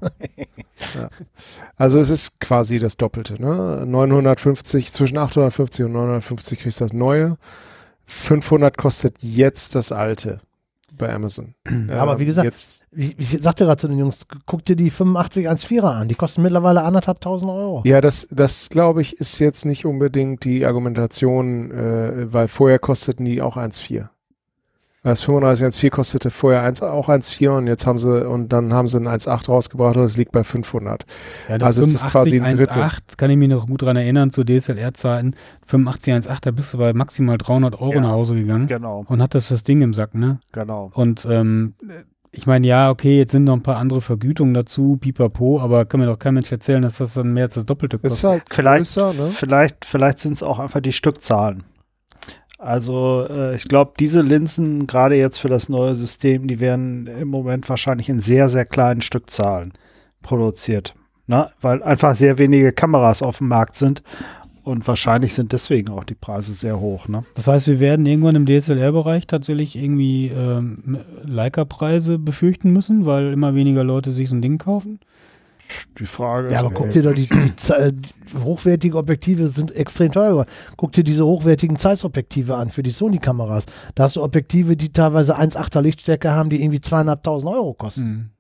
Also es ist quasi das Doppelte, ne? 950, zwischen 850 und 950 kriegst du das Neue. 500 kostet jetzt das Alte bei Amazon. Ja, aber wie gesagt, jetzt, Ich sagte gerade zu den Jungs, guck dir die 85 1,4er an. Die kosten mittlerweile 1.500 Euro. ja, das glaube ich, ist jetzt nicht unbedingt die Argumentation, weil vorher kosteten die auch 1,4. Das 35 1,4 kostete vorher auch 1,4 und jetzt haben sie ein 1,8 rausgebracht und es liegt bei 500. Ja, das Also es ist quasi ein Drittel. 1.8 kann ich mich noch gut dran erinnern, zu DSLR-Zeiten. 85 1.8, da bist du bei maximal 300 Euro Ja. nach Hause gegangen Genau, und hattest das Ding im Sack, ne? genau. Und ich meine, ja, okay, jetzt sind noch ein paar andere Vergütungen dazu, pipapo, aber kann mir doch kein Mensch erzählen, dass das dann mehr als das Doppelte Ist kostet. halt Vielleicht, größer, ne? vielleicht sind es auch einfach die Stückzahlen. Also ich glaube, diese Linsen, gerade jetzt für das neue System, die werden im Moment wahrscheinlich in sehr, sehr kleinen Stückzahlen produziert. Ne? Weil einfach sehr wenige Kameras auf dem Markt sind und wahrscheinlich sind deswegen auch die Preise sehr hoch. Ne? Das heißt, wir werden irgendwann im DSLR-Bereich tatsächlich irgendwie Leica-Preise befürchten müssen, weil immer weniger Leute sich so ein Ding kaufen. Die Frage ist, Ja, aber guck dir doch die hochwertigen Objektive sind extrem teuer geworden. Guck dir diese hochwertigen Zeiss-Objektive an für die Sony-Kameras. Da hast du Objektive, die teilweise 1,8er Lichtstärke haben, die irgendwie 2.500 Euro kosten. Mhm.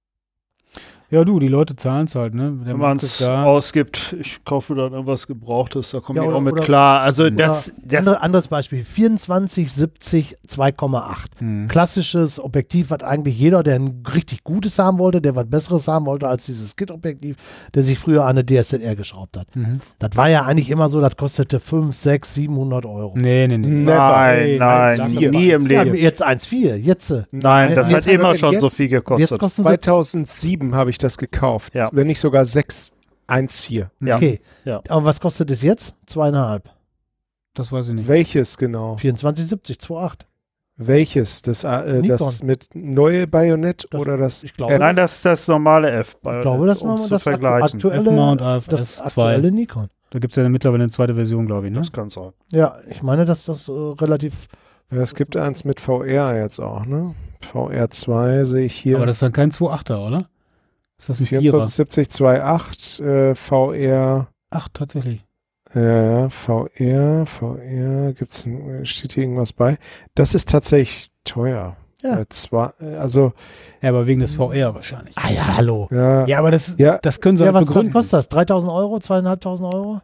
Ja, du, die Leute zahlen es halt, ne? Der wenn man Markt ist es da. ausgibt, ich kaufe dann irgendwas Gebrauchtes, da komme Ja, ich auch mit oder- klar. Also Oder das anderes Beispiel, 24, 70, 2,8. Mhm. Klassisches Objektiv, was eigentlich jeder, der ein richtig gutes haben wollte, der was Besseres haben wollte als dieses Kit-Objektiv, der sich früher an eine DSLR geschraubt hat. Mhm. Das war ja eigentlich immer so, das kostete 5, 6, 700 Euro. Nee. Nein, nein, sag nie, doch nie im Ja, Leben. jetzt 1,4, jetzt. Nein, das Jetzt hat immer hast du schon so jetzt- viel Jetzt gekostet. kosten sie 2007 habe ich das gekauft. Ja. Wenn nicht sogar 6,14. Ja. Okay. Ja. Aber was kostet es jetzt? 2,5. Das weiß ich nicht. Welches genau? 24,70, 2,8. Welches? Das Nikon. mit neue Bajonett Das- oder das? ich glaube, Nein, das ist das normale F. Ich glaube, das ist um's noch zu das vergleichen. F-Mount aktuelle, AFS das 2. aktuelle Nikon. Da gibt es ja mittlerweile eine zweite Version, glaube ich, ne? Das kann sein. Ja, ich meine, dass das relativ. Ja, es gibt eins mit VR jetzt auch, ne? VR2 sehe ich hier. Aber das ist dann kein 2.8er, oder? Ist das ein 4er? 2470 2.8 VR. Ach, tatsächlich. Ja, VR, gibt's steht hier irgendwas bei? Das ist tatsächlich teuer. Ja. Also, Ja, aber wegen des VR wahrscheinlich. Ah ja, hallo. ja, Ja, aber das ja, können sie Ja, halt was begründen. kostet das? 3.000 Euro? 2.500 Euro?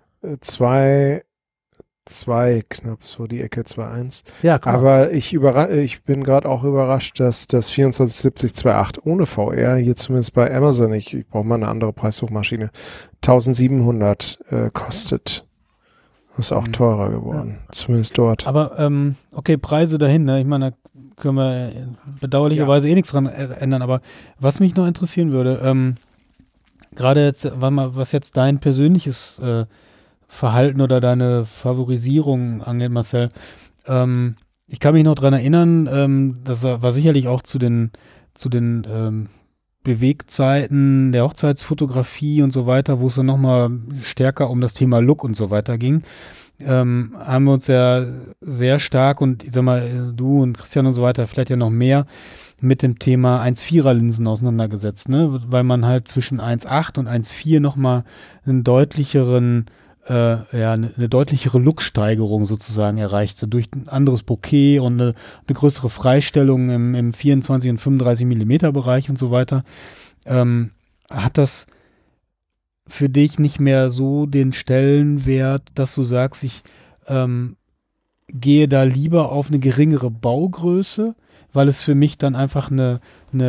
zwei knapp so die Ecke 2.1. Ja, komm. Aber ich bin gerade auch überrascht, dass das 2470 2.8 ohne VR hier zumindest bei Amazon, ich brauche mal eine andere Preissuchmaschine, 1.700 kostet. Ist auch teurer geworden, zumindest dort. Aber okay, Preise dahin, ne? Ich meine, da können wir bedauerlicherweise eh nichts dran ändern, aber was mich noch interessieren würde, gerade jetzt, was jetzt dein persönliches Verhalten oder deine Favorisierung angeht, Marcel, ich kann mich noch dran erinnern, das war sicherlich auch zu den Bewegzeiten der Hochzeitsfotografie und so weiter, wo es dann nochmal stärker um das Thema Look und so weiter ging, haben wir uns ja sehr stark und ich sag mal, du und Christian und so weiter, vielleicht ja noch mehr mit dem Thema 1,4er Linsen auseinandergesetzt, ne? Weil man halt zwischen 1,8 und 1,4 nochmal einen deutlicheren eine deutlichere Looksteigerung sozusagen erreicht, durch ein anderes Bokeh und eine größere Freistellung im 24 und 35 Millimeter Bereich und so weiter. Hat das für dich nicht mehr so den Stellenwert, dass du sagst, ich gehe da lieber auf eine geringere Baugröße, weil es für mich dann einfach eine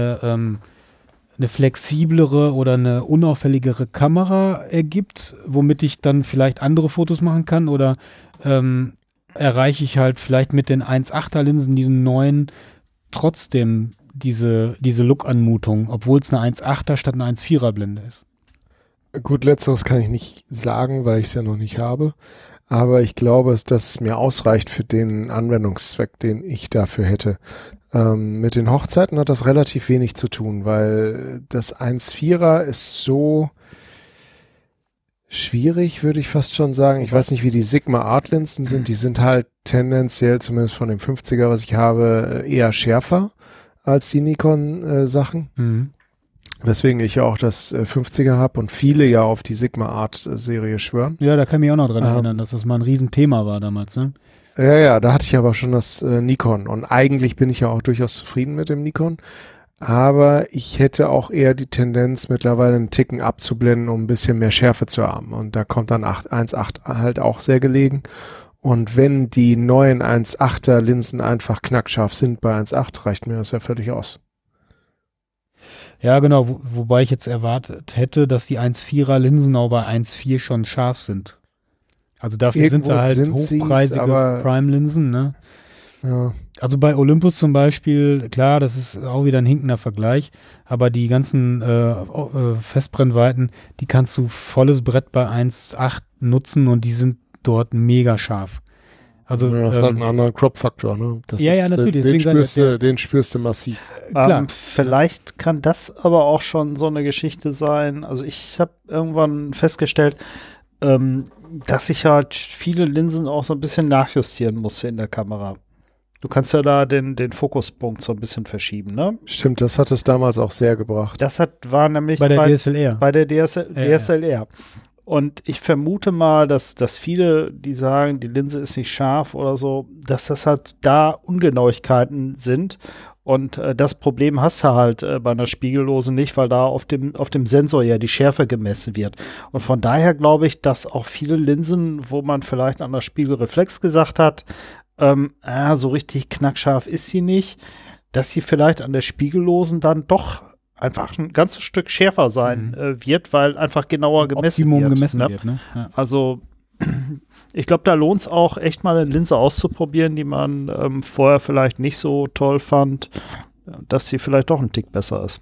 flexiblere oder eine unauffälligere Kamera ergibt, womit ich dann vielleicht andere Fotos machen kann, oder erreiche ich halt vielleicht mit den 1,8er Linsen, diesen neuen, trotzdem diese Look-Anmutung, obwohl es eine 1,8er statt eine 1,4er Blende ist. Gut, letzteres kann ich nicht sagen, weil ich es ja noch nicht habe. Aber ich glaube, dass es mir ausreicht für den Anwendungszweck, den ich dafür hätte. Mit den Hochzeiten hat das relativ wenig zu tun, weil das 1,4er ist so schwierig, würde ich fast schon sagen. Ich weiß nicht, wie die Sigma Art Linsen sind. Die sind halt tendenziell, zumindest von dem 50er, was ich habe, eher schärfer als die Nikon Sachen. Mhm. Weswegen ich ja auch das 50er habe und viele ja auf die Sigma Art Serie schwören. Ja, da kann ich mich auch noch dran erinnern, dass das mal ein Riesenthema war damals, ne? Ja, da hatte ich aber schon das Nikon und eigentlich bin ich ja auch durchaus zufrieden mit dem Nikon, aber ich hätte auch eher die Tendenz, mittlerweile einen Ticken abzublenden, um ein bisschen mehr Schärfe zu haben, und da kommt dann 1,8 halt auch sehr gelegen, und wenn die neuen 1,8er Linsen einfach knackscharf sind bei 1,8, reicht mir das ja völlig aus. Ja, genau, wobei ich jetzt erwartet hätte, dass die 1,4er Linsen auch bei 1,4 schon scharf sind. Also dafür Irgendwo sind sie halt sind hochpreisige Prime-Linsen, ne? Ja. Also bei Olympus zum Beispiel, klar, das ist auch wieder ein hinkender Vergleich, aber die ganzen Festbrennweiten, die kannst du volles Brett bei 1,8 nutzen und die sind dort mega scharf. Also, das hat einen anderen Crop-Faktor, ne? Das ja, ist, natürlich. Den spürst du massiv. Klar. Vielleicht kann das aber auch schon so eine Geschichte sein. Also ich habe irgendwann festgestellt, dass ich halt viele Linsen auch so ein bisschen nachjustieren musste in der Kamera. Du kannst ja da den Fokuspunkt so ein bisschen verschieben, ne? Stimmt, das hat es damals auch sehr gebracht. Das war nämlich bei der DSLR. Bei der DSLR. Und ich vermute mal, dass viele, die sagen, die Linse ist nicht scharf oder so, dass das halt da Ungenauigkeiten sind. Und das Problem hast du halt bei einer Spiegellosen nicht, weil da auf dem Sensor ja die Schärfe gemessen wird. Und von daher glaube ich, dass auch viele Linsen, wo man vielleicht an der Spiegelreflex gesagt hat, so richtig knackscharf ist sie nicht, dass sie vielleicht an der Spiegellosen dann doch einfach ein ganzes Stück schärfer sein wird, weil einfach genauer gemessen wird. Ne? Ja. Also ich glaube, da lohnt es auch echt mal eine Linse auszuprobieren, die man vorher vielleicht nicht so toll fand, dass sie vielleicht doch ein Tick besser ist.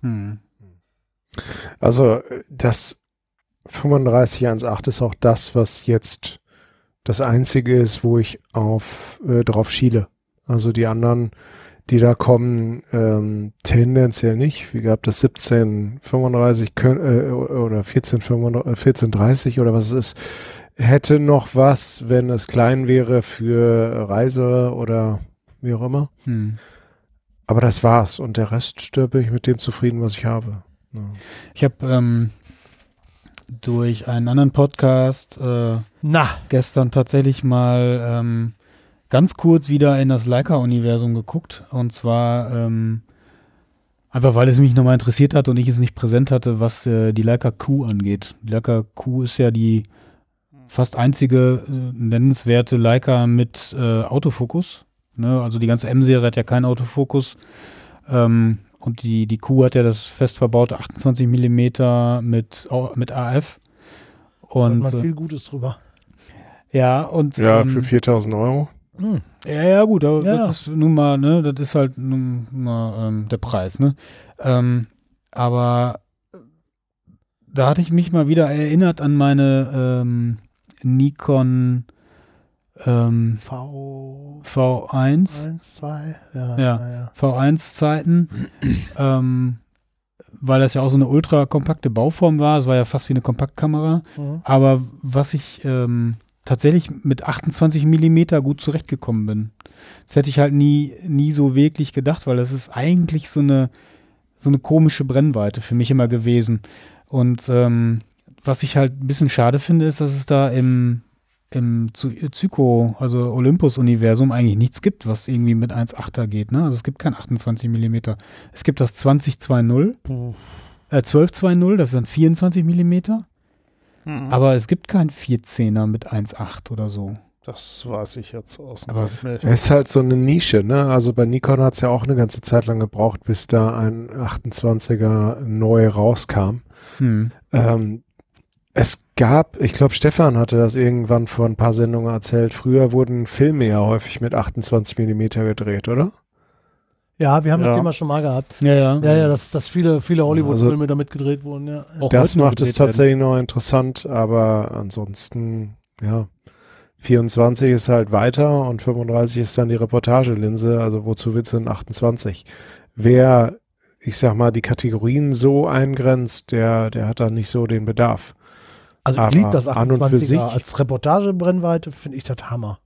Also das 35-1.8 ist auch das, was jetzt das Einzige ist, wo ich drauf schiele. Also die anderen, die da kommen, tendenziell nicht. Wie gehabt, das 1735 oder 1430 oder was es ist, hätte noch was, wenn es klein wäre für Reise oder wie auch immer. Aber das war's. Und der Rest bin ich mit dem zufrieden, was ich habe. Ja. Ich habe durch einen anderen Podcast gestern tatsächlich mal ganz kurz wieder in das Leica-Universum geguckt. Und zwar einfach, weil es mich nochmal interessiert hat und ich es nicht präsent hatte, was die Leica Q angeht. Die Leica Q ist ja die fast einzige nennenswerte Leica mit Autofokus. Ne? Also die ganze M-Serie hat ja keinen Autofokus. Und die Q hat ja das fest verbaute 28 mm mit AF. Und man viel Gutes drüber. Ja, und Ja, für 4.000 Euro. ja, gut, aber Ja. das ist nun mal, ne, das ist halt nun mal der Preis, ne? Aber da hatte ich mich mal wieder erinnert an meine Nikon V1, V1, 2, Ja. V1-Zeiten, weil das ja auch so eine ultra kompakte Bauform war. Es war ja fast wie eine Kompaktkamera. Mhm. Aber was ich tatsächlich mit 28 Millimeter gut zurechtgekommen bin. Das hätte ich halt nie so wirklich gedacht, weil das ist eigentlich so eine komische Brennweite für mich immer gewesen. Und was ich halt ein bisschen schade finde, ist, dass es da im Zyko, also Olympus-Universum, eigentlich nichts gibt, was irgendwie mit 1,8er geht. Ne? Also es gibt kein 28 Millimeter. Es gibt das 20-2.0, 12-2.0, das sind 24 Millimeter. Aber es gibt kein 410er mit 1,8 oder so. Das weiß ich jetzt aus dem Aber Kopf nicht. Es ist halt so eine Nische, ne? Also bei Nikon hat es ja auch eine ganze Zeit lang gebraucht, bis da ein 28er neu rauskam. Es gab, ich glaube, Stefan hatte das irgendwann vor ein paar Sendungen erzählt, früher wurden Filme ja häufig mit 28 Millimeter gedreht, oder? Ja, wir haben Ja. das Thema schon mal gehabt. Ja. Ja, dass viele Hollywood-Filme Also- damit gedreht wurden, ja. Auch Das heute noch macht es gedreht werden. tatsächlich noch interessant, aber ansonsten, ja, 24 ist halt weiter und 35 ist dann die Reportagelinse, also wozu willst du denn 28? Wer, ich sag mal, die Kategorien so eingrenzt, der hat dann nicht so den Bedarf. Also ich Aber liebe das an und für 28er. sich- Als Reportagebrennweite finde ich das Hammer.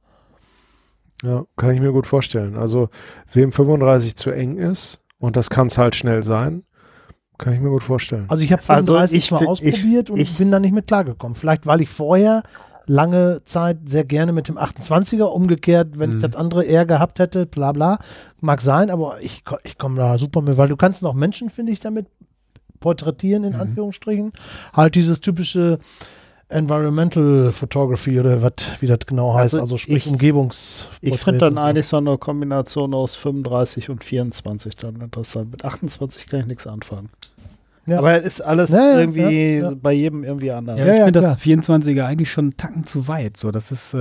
Ja, kann ich mir gut vorstellen. Also wem 35 zu eng ist, und das kann es halt schnell sein, kann ich mir gut vorstellen. Also ich habe Also 35 ich mal find- ausprobiert und ich- bin da nicht mit klargekommen. Vielleicht, weil ich vorher lange Zeit sehr gerne mit dem 28er umgekehrt, wenn ich das andere eher gehabt hätte, bla bla, mag sein, aber ich komme da super mit, weil du kannst noch Menschen, finde ich, damit porträtieren, in Anführungsstrichen. Halt dieses typische Environmental Photography oder wie das genau heißt, also sprich ich Umgebungsporträts. finde dann und so. eigentlich so eine Kombination aus 35 und 24 dann interessant. Mit 28 kann ich nichts anfangen. Ja. Aber es ist alles Ja, irgendwie ja. bei jedem irgendwie anders. Ja, Ja, ich ja, finde klar. das 24er eigentlich schon einen Tacken zu weit. So, das ist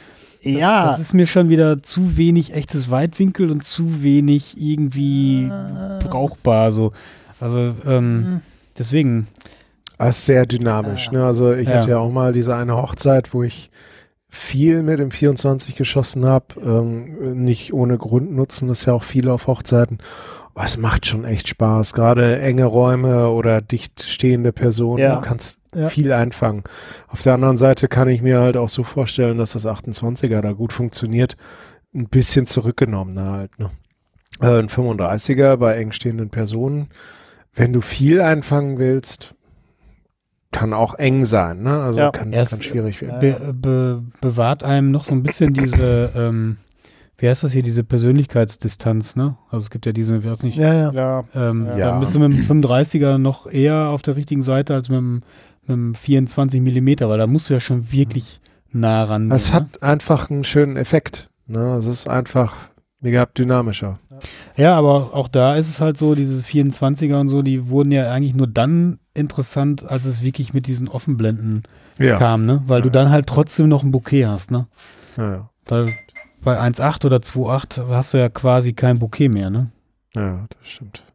Ja, das ist mir schon wieder zu wenig echtes Weitwinkel und zu wenig irgendwie brauchbar. So. Also deswegen. Das ist sehr dynamisch. Ne? Also ich Ja. hatte ja auch mal diese eine Hochzeit, wo ich viel mit dem 24 geschossen habe. Nicht ohne Grund nutzen das ja auch viele auf Hochzeiten. Aber es macht schon echt Spaß. Gerade enge Räume oder dicht stehende Personen. Ja. Du kannst Ja. viel einfangen. Auf der anderen Seite kann ich mir halt auch so vorstellen, dass das 28er da gut funktioniert. Ein bisschen zurückgenommener halt. Ne? Ein 35er bei eng stehenden Personen. Wenn du viel einfangen willst, kann auch eng sein, ne? Also Ja. kann Erst- schwierig werden. Bewahrt einem noch so ein bisschen diese, wie heißt das hier, diese Persönlichkeitsdistanz, ne? Also es gibt ja diese, ich weiß nicht, Ja. ja. Ja. da bist du mit dem 35er noch eher auf der richtigen Seite als mit dem 24 Millimeter, weil da musst du ja schon wirklich nah ran. Es gehen, hat einfach einen schönen Effekt, ne? Es ist einfach mega dynamischer. ne? Ja, aber auch da ist es halt so, diese 24er und so, die wurden ja eigentlich nur dann interessant, als es wirklich mit diesen Offenblenden Ja. kam, ne? Weil du dann halt trotzdem noch ein Bouquet hast, ne? Ja, Weil bei 1,8 oder 2,8 hast du ja quasi kein Bouquet mehr, ne? ja, das stimmt.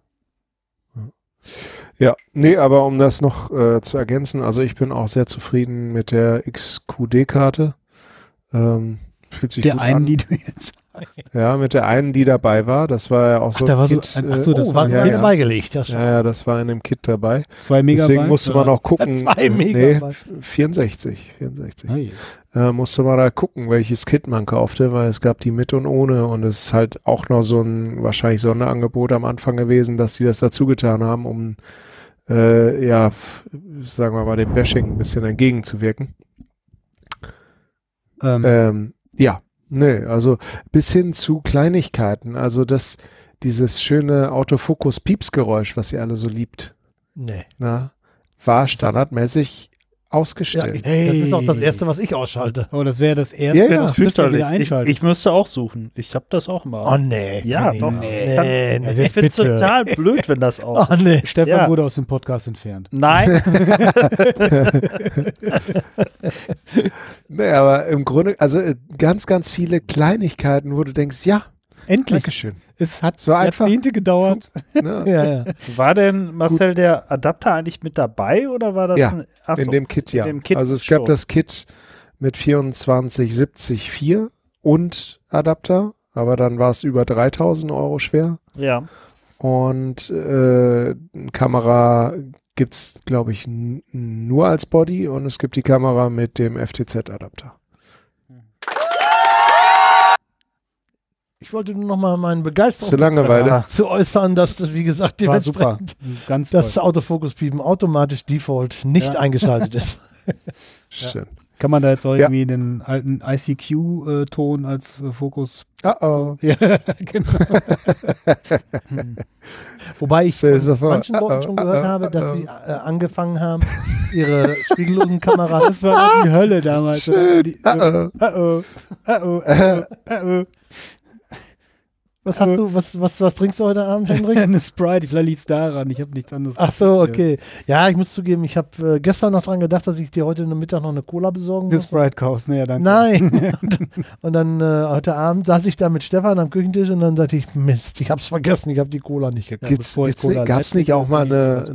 Ja, nee, aber um das noch zu ergänzen, also ich bin auch sehr zufrieden mit der XQD-Karte. Fühlt sich Der gut einen, an. die du jetzt. Ja, mit der einen, die dabei war. Das war ja auch so da war Kit, so ach so, das Oh, war ja, mir ja. dabei gelegt. Das ja, das war in dem Kit dabei. 2 Megabyte. Deswegen musste man auch gucken. 2 Megabyte. 64. Hey. Musste man da gucken, welches Kit man kaufte, weil es gab die mit und ohne und es ist halt auch noch so ein wahrscheinlich Sonderangebot am Anfang gewesen, dass sie das dazu getan haben, um ja, sagen wir mal, dem Bashing ein bisschen entgegenzuwirken. Ja, nee, also bis hin zu Kleinigkeiten, also dieses schöne Autofokus-Piepsgeräusch, was ihr alle so liebt, Nee. na, war standardmäßig ausgestellt. Das ist auch das Erste, was ich ausschalte. Oh, das wäre das Erste, Ja, ja. das Das müsst ihr wieder fürchterlich. einschalten. Ich müsste auch suchen. Ich habe das auch mal. Oh nee. Ja, doch. Nee. Ich finde es total blöd, wenn das auch. Oh nee. Stefan Ja. wurde aus dem Podcast entfernt. Nein. Nee, aber im Grunde, also ganz, ganz viele Kleinigkeiten, wo du denkst, ja, Endlich. Dankeschön. Es hat So einfach. Jahrzehnte gedauert. Ne? Ja. War denn, Marcel, der Adapter eigentlich mit dabei oder war das Ja, Achso, In dem Kit, ja. in dem Kit also es gab schon. das Kit mit 2470-4 und Adapter, aber dann war es über 3000 Euro schwer. Ja. Und Kamera gibt es, glaube ich, nur als Body und es gibt die Kamera mit dem FTZ-Adapter. Ich wollte nur noch mal meine Begeisterung Zur Langeweile. zu äußern, dass das, wie gesagt, War super. dementsprechend Ganz das toll. Autofokus-Piepen automatisch Default nicht Ja. eingeschaltet ist. Schön. Kann man da jetzt auch Ja. irgendwie den alten ICQ-Ton als Fokus. Oh. Ja, genau. Wobei ich Stell dir so von vor. manchen Leuten schon gehört habe, dass sie angefangen haben, ihre spiegellosen Das Kameras. war die Hölle damals. Schön. Die, Oh. Was hast du, was trinkst du heute Abend, Hendrik? Eine Sprite, vielleicht liegt es daran. Ich habe nichts anderes. Ach so, okay. Ja, ich muss zugeben, ich habe gestern noch dran gedacht, dass ich dir heute Mittag noch eine Cola besorgen Eine muss. Sprite kaufst, ne, ja, danke. Nein. und dann heute Abend saß ich da mit Stefan am Küchentisch und dann sagte ich, Mist, ich hab's vergessen, ich habe die Cola nicht gekauft. Gab's nicht auch mal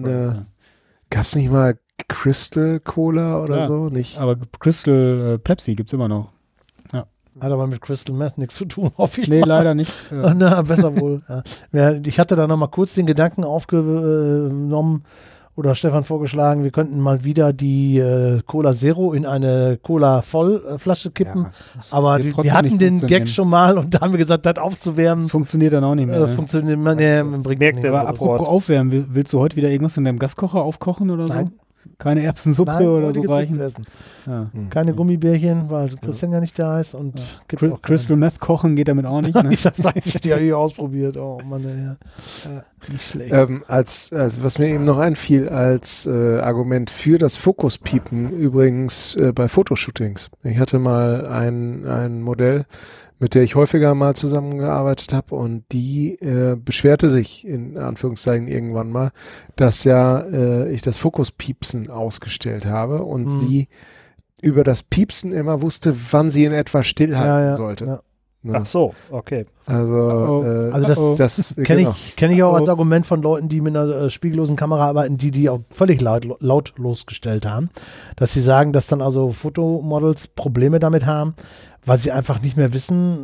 gab's nicht mal Crystal Cola oder Ja. so? Nicht? Aber Crystal Pepsi gibt's immer noch. Hat aber mit Crystal Meth nichts zu tun, hoffe ich. Nee, mal. leider nicht. Ja. Na, besser wohl. Ja. Ja, ich hatte da noch mal kurz den Gedanken aufgenommen oder Stefan vorgeschlagen, wir könnten mal wieder die Cola Zero in eine Cola Vollflasche kippen. das Aber wird die trotzdem hatten nicht den Gag funktionieren. schon mal und da haben wir gesagt, das aufzuwärmen, Das funktioniert dann auch nicht mehr. Ne? funktioniert bringt Merkt nicht. der Aber sofort. apropos aufwärmen, willst du heute wieder irgendwas in deinem Gaskocher aufkochen oder so? Nein. Keine Erbsensuppe Nein, oder heute so gibt's nichts reichen? zu essen. Ja. Keine Gummibärchen, weil Christian ja nicht da ist und gibt auch Crystal Meth kochen geht damit auch nicht. Ne? das weiß ich, die habe ich ausprobiert. Oh Mann, ja. Nicht schlecht. Also was mir eben noch einfiel als Argument für das Fokuspiepen übrigens bei Fotoshootings. Ich hatte mal ein Modell, mit der ich häufiger mal zusammengearbeitet habe und die beschwerte sich in Anführungszeichen irgendwann mal, dass ja ich das Fokuspiepsen ausgestellt habe und sie über das Piepsen immer wusste, wann sie in etwa stillhalten sollte. Ja. Ne? Ach so, okay. Also, Also das Kenne ich auch als Oh. Argument von Leuten, die mit einer spiegellosen Kamera arbeiten, die auch völlig lautlos gestellt haben, dass sie sagen, dass dann also Fotomodels Probleme damit haben, weil sie einfach nicht mehr wissen,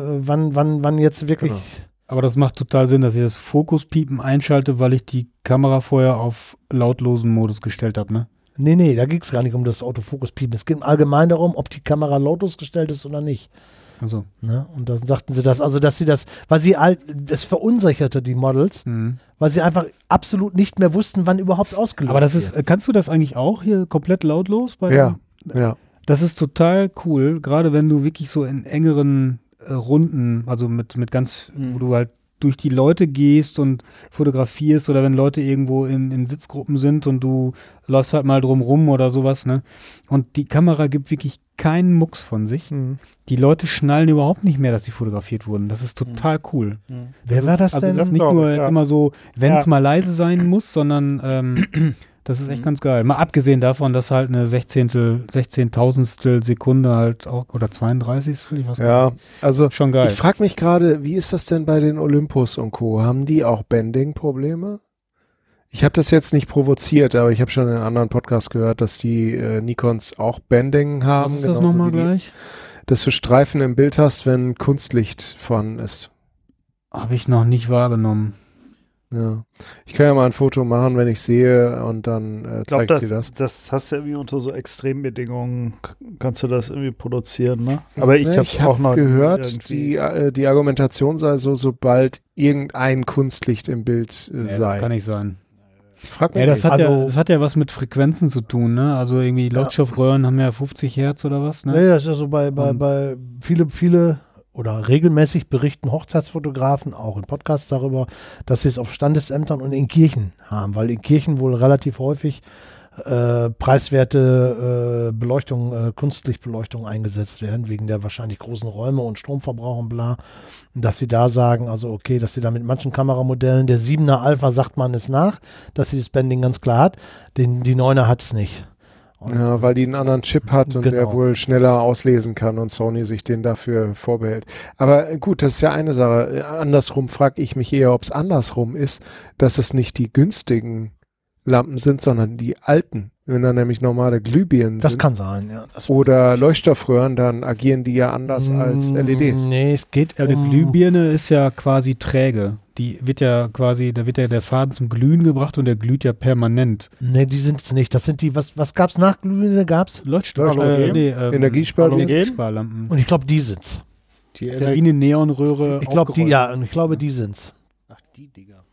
wann jetzt wirklich. Genau. Aber das macht total Sinn, dass ich das Fokuspiepen einschalte, weil ich die Kamera vorher auf lautlosen Modus gestellt habe, ne? Nee, da ging es gar nicht um das Autofokus-Piepen. Es ging allgemein darum, ob die Kamera lautlos gestellt ist oder nicht. Also. Ne? Und dann sagten sie das, also dass sie das, weil sie das verunsicherte die Models, weil sie einfach absolut nicht mehr wussten, wann überhaupt ausgelöst Aber das wird. ist, kannst du das eigentlich auch hier komplett lautlos? Ja. Das ist total cool, gerade wenn du wirklich so in engeren Runden, also mit ganz, wo du halt durch die Leute gehst und fotografierst oder wenn Leute irgendwo in Sitzgruppen sind und du läufst halt mal drum rum oder sowas, ne? Und die Kamera gibt wirklich keinen Mucks von sich. Die Leute schnallen überhaupt nicht mehr, dass sie fotografiert wurden. Das ist total cool. Wer war das Also denn? das ist nicht Doch, nur ja. jetzt immer so, wenn es Ja. mal leise sein muss, sondern das ist echt ganz geil. Mal abgesehen davon, dass halt eine 16.000stel Sekunde halt auch, oder 32, ich weiß gar Ja, nicht. also Schon geil. ich frage mich gerade, wie ist das denn bei den Olympus und Co.? Haben die auch Bending-Probleme? Ich habe das jetzt nicht provoziert, aber ich habe schon in einem anderen Podcast gehört, dass die Nikons auch Bending haben. Was ist das genauso nochmal wie die- gleich? Dass du Streifen im Bild hast, wenn Kunstlicht vorhanden ist. Habe ich noch nicht wahrgenommen. Ja. Ich kann ja mal ein Foto machen, wenn ich sehe und dann Ich glaube, zeige ich dir das. das hast du irgendwie unter so Extrembedingungen, kannst du das irgendwie produzieren, ne? Aber ich Ne, habe auch noch gehört, irgendwie- die Argumentation sei so, sobald irgendein Kunstlicht im Bild Das sei. kann nicht sein. Frag mich Ja, das nicht. hat ja was mit Frequenzen zu tun, ne? Also irgendwie Lautstoffröhren haben ja 50 Hertz oder was, ne? Nee, das ist ja so bei viele oder regelmäßig berichten Hochzeitsfotografen auch in Podcasts darüber, dass sie es auf Standesämtern und in Kirchen haben, weil in Kirchen wohl relativ häufig preiswerte Beleuchtung, Kunstlichtbeleuchtung eingesetzt werden, wegen der wahrscheinlich großen Räume und Stromverbrauch und bla. Und dass sie da sagen, also okay, dass sie da mit manchen Kameramodellen, der 7er Alpha sagt man es nach, dass sie das Bending ganz klar hat, die 9er hat es nicht. Und Ja, weil die einen anderen Chip hat und der Genau. wohl schneller auslesen kann und Sony sich den dafür vorbehält. Aber gut, das ist ja eine Sache. Andersrum frage ich mich eher, ob es andersrum ist, dass es nicht die günstigen Lampen sind, sondern die alten. Wenn da nämlich normale Glühbirnen das sind kann sein, ja. Das oder Leuchtstoffröhren, dann agieren die ja anders als LEDs. Nee, es geht Ja, die Glühbirne ist ja quasi träge. Die wird ja quasi, da wird ja der Faden zum Glühen gebracht und der glüht ja permanent. Nee, die sind es nicht. Das sind die, was gab's nach Glühbirne? Gab's? Halogen? Energiesparlampen. Und ich glaube, die sind's. Die Das ist ja wie eine Neonröhre. Ich glaube, die, aufgerollt. ja, und ich glaube, die sind's. Ach, die Dinger.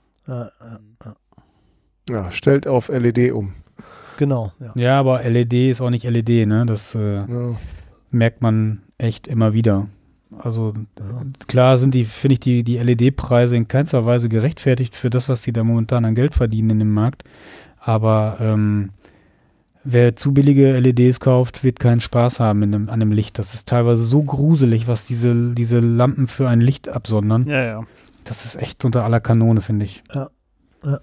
Ja, stellt auf LED um. Genau, ja. Ja, aber LED ist auch nicht LED, ne? Das Ja. merkt man echt immer wieder. Also klar sind finde ich die LED-Preise in keinster Weise gerechtfertigt für das, was sie da momentan an Geld verdienen in dem Markt. Aber wer zu billige LEDs kauft, wird keinen Spaß haben an dem Licht. Das ist teilweise so gruselig, was diese Lampen für ein Licht absondern. Ja, ja. Das ist echt unter aller Kanone, finde ich. Ja. Ja.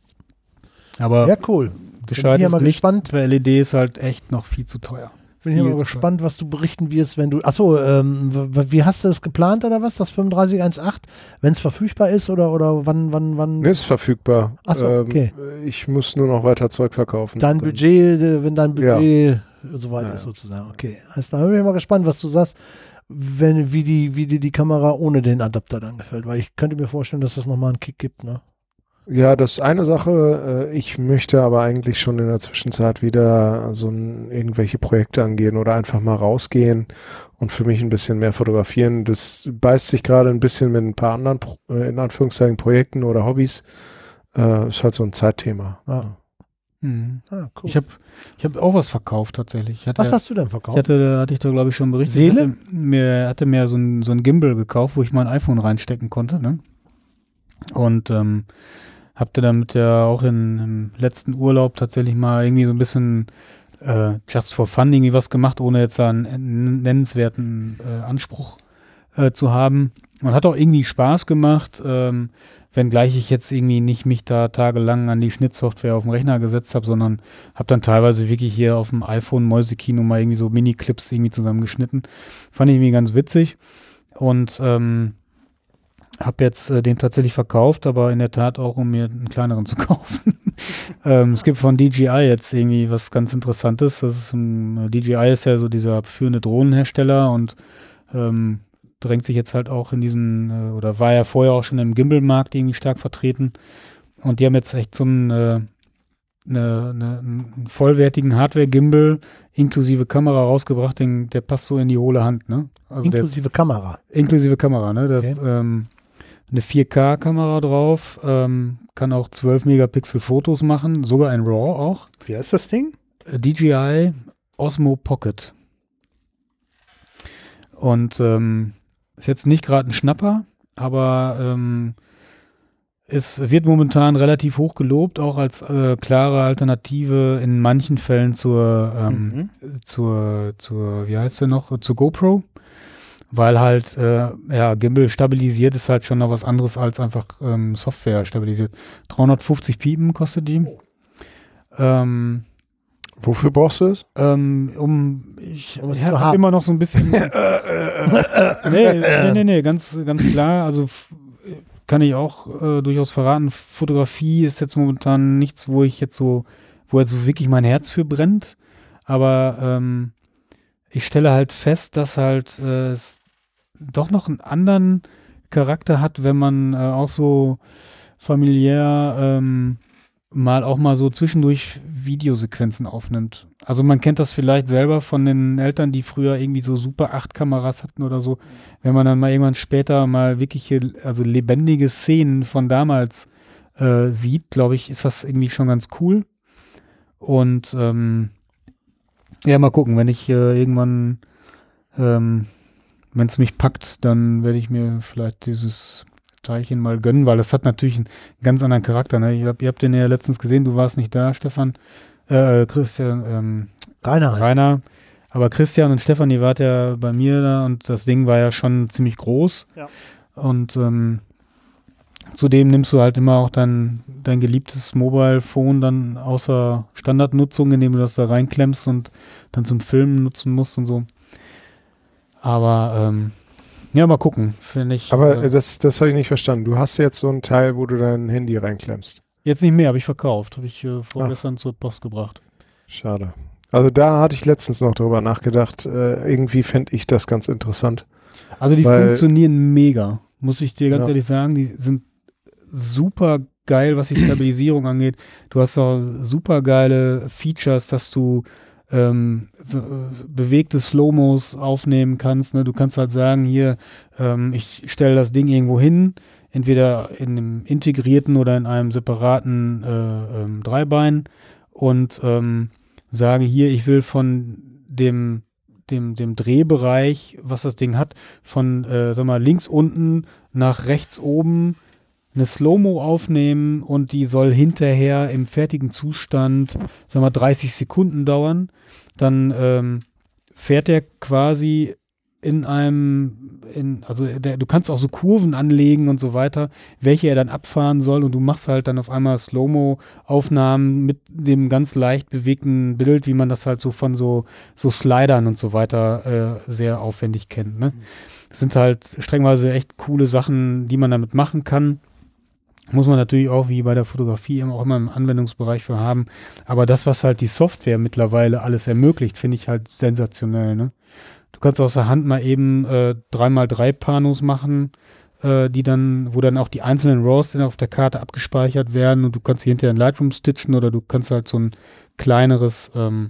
Aber Ja, cool. gescheites bin ich mal Licht gespannt. bei LED ist halt echt noch viel zu teuer. Bin ich Viel mal zu gespannt, was du berichten wirst, wenn du. Achso, wie hast du das geplant oder was? Das 3518? Wenn es verfügbar ist oder wann? Ist verfügbar. Ach so, okay. Ich muss nur noch weiter Zeug verkaufen. Dein Dann- Budget, wenn dein Budget soweit Ja, ist, ja. sozusagen. Okay. Also, da bin ich mal gespannt, was du sagst, wie dir die Kamera ohne den Adapter dann gefällt. Weil ich könnte mir vorstellen, dass das nochmal einen Kick gibt, ne? Ja, das ist eine Sache. Ich möchte aber eigentlich schon in der Zwischenzeit wieder irgendwelche Projekte angehen oder einfach mal rausgehen und für mich ein bisschen mehr fotografieren. Das beißt sich gerade ein bisschen mit ein paar anderen, in Anführungszeichen, Projekten oder Hobbys. Ist halt so ein Zeitthema. Ja. Mhm. Ah, cool. Ich hab auch was verkauft tatsächlich. Ich hatte, Was hast du denn verkauft? hatte ich da glaube ich schon berichtet. Seele? Ich hatte mir so ein Gimbal gekauft, wo ich mein iPhone reinstecken konnte. Ne? Und habe damit ja auch im letzten Urlaub tatsächlich mal irgendwie so ein bisschen just for fun irgendwie was gemacht, ohne jetzt einen nennenswerten Anspruch zu haben. Und hat auch irgendwie Spaß gemacht, wenngleich ich jetzt irgendwie nicht mich da tagelang an die Schnittsoftware auf dem Rechner gesetzt habe, sondern habe dann teilweise wirklich hier auf dem iPhone Mäusekino mal irgendwie so Mini-Clips irgendwie zusammengeschnitten. Fand ich irgendwie ganz witzig und habe jetzt den tatsächlich verkauft, aber in der Tat auch, um mir einen kleineren zu kaufen. Es gibt von DJI jetzt irgendwie was ganz Interessantes. Das ist DJI ist ja so dieser führende Drohnenhersteller und drängt sich jetzt halt auch in diesen, oder war ja vorher auch schon im Gimbal-Markt irgendwie stark vertreten. Und die haben jetzt echt so einen vollwertigen Hardware-Gimbal inklusive Kamera rausgebracht, der passt so in die hohle Hand, ne? Also Inklusive Kamera. inklusive Kamera, ne? Da ist eine 4K-Kamera drauf, kann auch 12 Megapixel Fotos machen, sogar ein RAW auch. Wie heißt das Ding? DJI Osmo Pocket. Und ist jetzt nicht gerade ein Schnapper, aber es wird momentan relativ hoch gelobt, auch als klare Alternative in manchen Fällen zur wie heißt sie noch, zur GoPro, weil halt Gimbal stabilisiert ist halt schon noch was anderes als einfach Software stabilisiert. 350 Piepen kostet die. Wofür brauchst du es? Ich Um es zu habe haben. immer noch so ein bisschen nee, ganz klar, also kann ich auch durchaus verraten, Fotografie ist jetzt momentan nichts, wo jetzt so wirklich mein Herz für brennt, aber ich stelle halt fest, dass halt es doch noch einen anderen Charakter hat, wenn man auch so familiär mal so zwischendurch Videosequenzen aufnimmt. Also man kennt das vielleicht selber von den Eltern, die früher irgendwie so Super 8 Kameras hatten oder so. Wenn man dann mal irgendwann später mal wirkliche, also lebendige Szenen von damals sieht, glaube ich, ist das irgendwie schon ganz cool. Und mal gucken, wenn ich irgendwann, wenn es mich packt, dann werde ich mir vielleicht dieses Teilchen mal gönnen, weil das hat natürlich einen ganz anderen Charakter. Ne? Ihr habt den ja letztens gesehen, du warst nicht da, Stefan. Christian, Rainer heißt Rainer. Aber Christian und Stefanie wart ja bei mir da und das Ding war ja schon ziemlich groß. Ja. Und zudem nimmst du halt immer auch dein geliebtes Mobile Phone dann außer Standardnutzung, indem du das da reinklemmst und dann zum Filmen nutzen musst und so. Aber ja, mal gucken, finde ich. Aber das habe ich nicht verstanden. Du hast jetzt so ein Teil, wo du dein Handy reinklemmst. Jetzt nicht mehr, habe ich verkauft. Habe ich vorgestern zur Post gebracht. Schade. Also da hatte ich letztens noch drüber nachgedacht. Irgendwie fände ich das ganz interessant. Also die Weil- funktionieren mega, muss ich dir ganz Ja. ehrlich sagen. Die sind super geil, was die Stabilisierung angeht. Du hast auch super geile Features, dass du bewegte Slow-Mos aufnehmen kannst. Ne? Du kannst halt sagen, hier, ich stelle das Ding irgendwo hin, entweder in einem integrierten oder in einem separaten Dreibein und sage hier, ich will von dem Drehbereich, was das Ding hat, von sag mal, links unten nach rechts oben eine Slow-Mo aufnehmen und die soll hinterher im fertigen Zustand, sag mal, 30 Sekunden dauern. Dann fährt der quasi du kannst auch so Kurven anlegen und so weiter, welche er dann abfahren soll und du machst halt dann auf einmal Slow-Mo-Aufnahmen mit dem ganz leicht bewegten Bild, wie man das halt so von so Slidern und so weiter sehr aufwendig kennt. Ne? Das sind halt strengweise echt coole Sachen, die man damit machen kann. Muss man natürlich auch, wie bei der Fotografie, auch immer im Anwendungsbereich für haben. Aber das, was halt die Software mittlerweile alles ermöglicht, finde ich halt sensationell. Ne? Du kannst aus der Hand mal eben 3x3 Panos machen, wo dann auch die einzelnen RAWs dann auf der Karte abgespeichert werden und du kannst sie hinterher in Lightroom stitchen oder du kannst halt so ein kleineres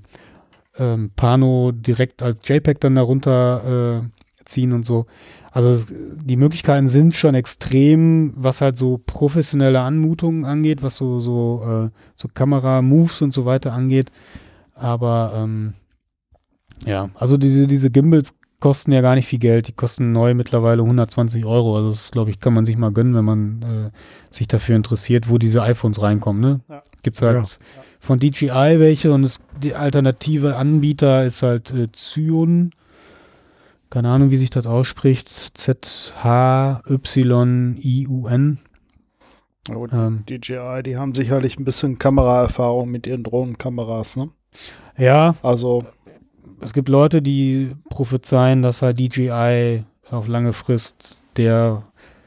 Pano direkt als JPEG dann darunter ziehen und so. Also die Möglichkeiten sind schon extrem, was halt so professionelle Anmutungen angeht, was so Kamera-Moves und so weiter angeht. Aber ja, also diese Gimbals kosten ja gar nicht viel Geld. Die kosten neu mittlerweile 120 €. Also das, glaube ich, kann man sich mal gönnen, wenn man sich dafür interessiert, wo diese iPhones reinkommen. Ne? Ja. Gibt es halt von DJI welche und die alternative Anbieter ist halt Zhyon. Keine Ahnung, wie sich das ausspricht. ZHYIUN. Und DJI, die haben sicherlich ein bisschen Kameraerfahrung mit ihren Drohnenkameras, ne? Ja, Also es gibt Leute, die prophezeien, dass halt DJI auf lange Frist der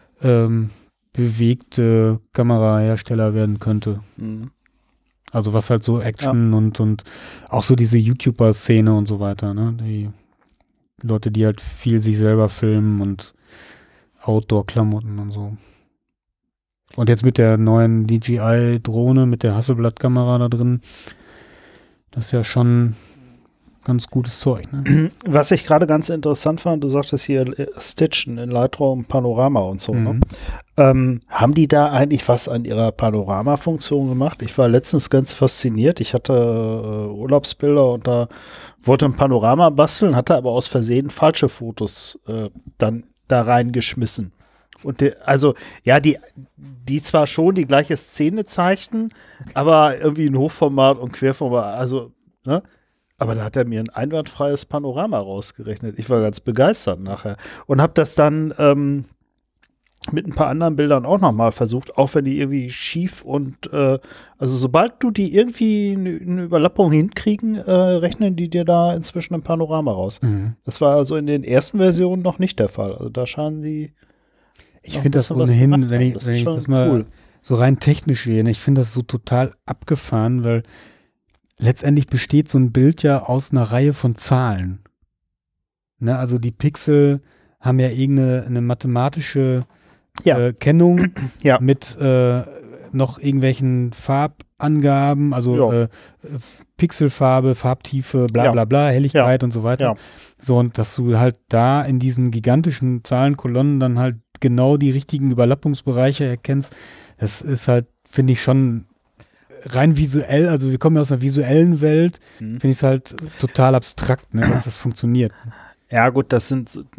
bewegte Kamerahersteller werden könnte. Also was halt so Action und auch so diese YouTuber-Szene und so weiter, ne? Die Leute, die halt viel sich selber filmen und Outdoor-Klamotten und so. Und jetzt mit der neuen DJI-Drohne, mit der Hasselblad-Kamera da drin, das ist ja schon ganz gutes Zeug. Ne? was ich gerade ganz interessant fand, du sagtest hier Stitchen in Lightroom, Panorama und so. Ne? Haben die da eigentlich was an ihrer Panorama-Funktion gemacht? Ich war letztens ganz fasziniert. Ich hatte Urlaubsbilder und da wollte ein Panorama basteln, hatte aber aus Versehen falsche Fotos dann da reingeschmissen. Und die zwar schon die gleiche Szene zeigten, aber irgendwie in Hochformat und Querformat, also, ne? Aber da hat er mir ein einwandfreies Panorama rausgerechnet. Ich war ganz begeistert nachher. Und habe das dann mit ein paar anderen Bildern auch nochmal versucht, auch wenn die irgendwie schief und also sobald du die irgendwie eine Überlappung hinkriegen, rechnen die dir da inzwischen ein Panorama raus. Das war also in den ersten Versionen noch nicht der Fall. Also da scheinen die Ich finde das ohnehin, wenn ich das mal so rein technisch sehe, ich finde das so total abgefahren, weil letztendlich besteht so ein Bild ja aus einer Reihe von Zahlen. Ne, also die Pixel haben ja irgendeine mathematische Kennung mit noch irgendwelchen Farbangaben, also Pixelfarbe, Farbtiefe, bla bla bla, Helligkeit und so weiter. Ja. So, und dass du halt da in diesen gigantischen Zahlenkolonnen dann halt genau die richtigen Überlappungsbereiche erkennst, das ist halt, finde ich, schon rein visuell, also wir kommen ja aus einer visuellen Welt, finde ich es halt total abstrakt, ne, dass das funktioniert. Ja gut, das sind so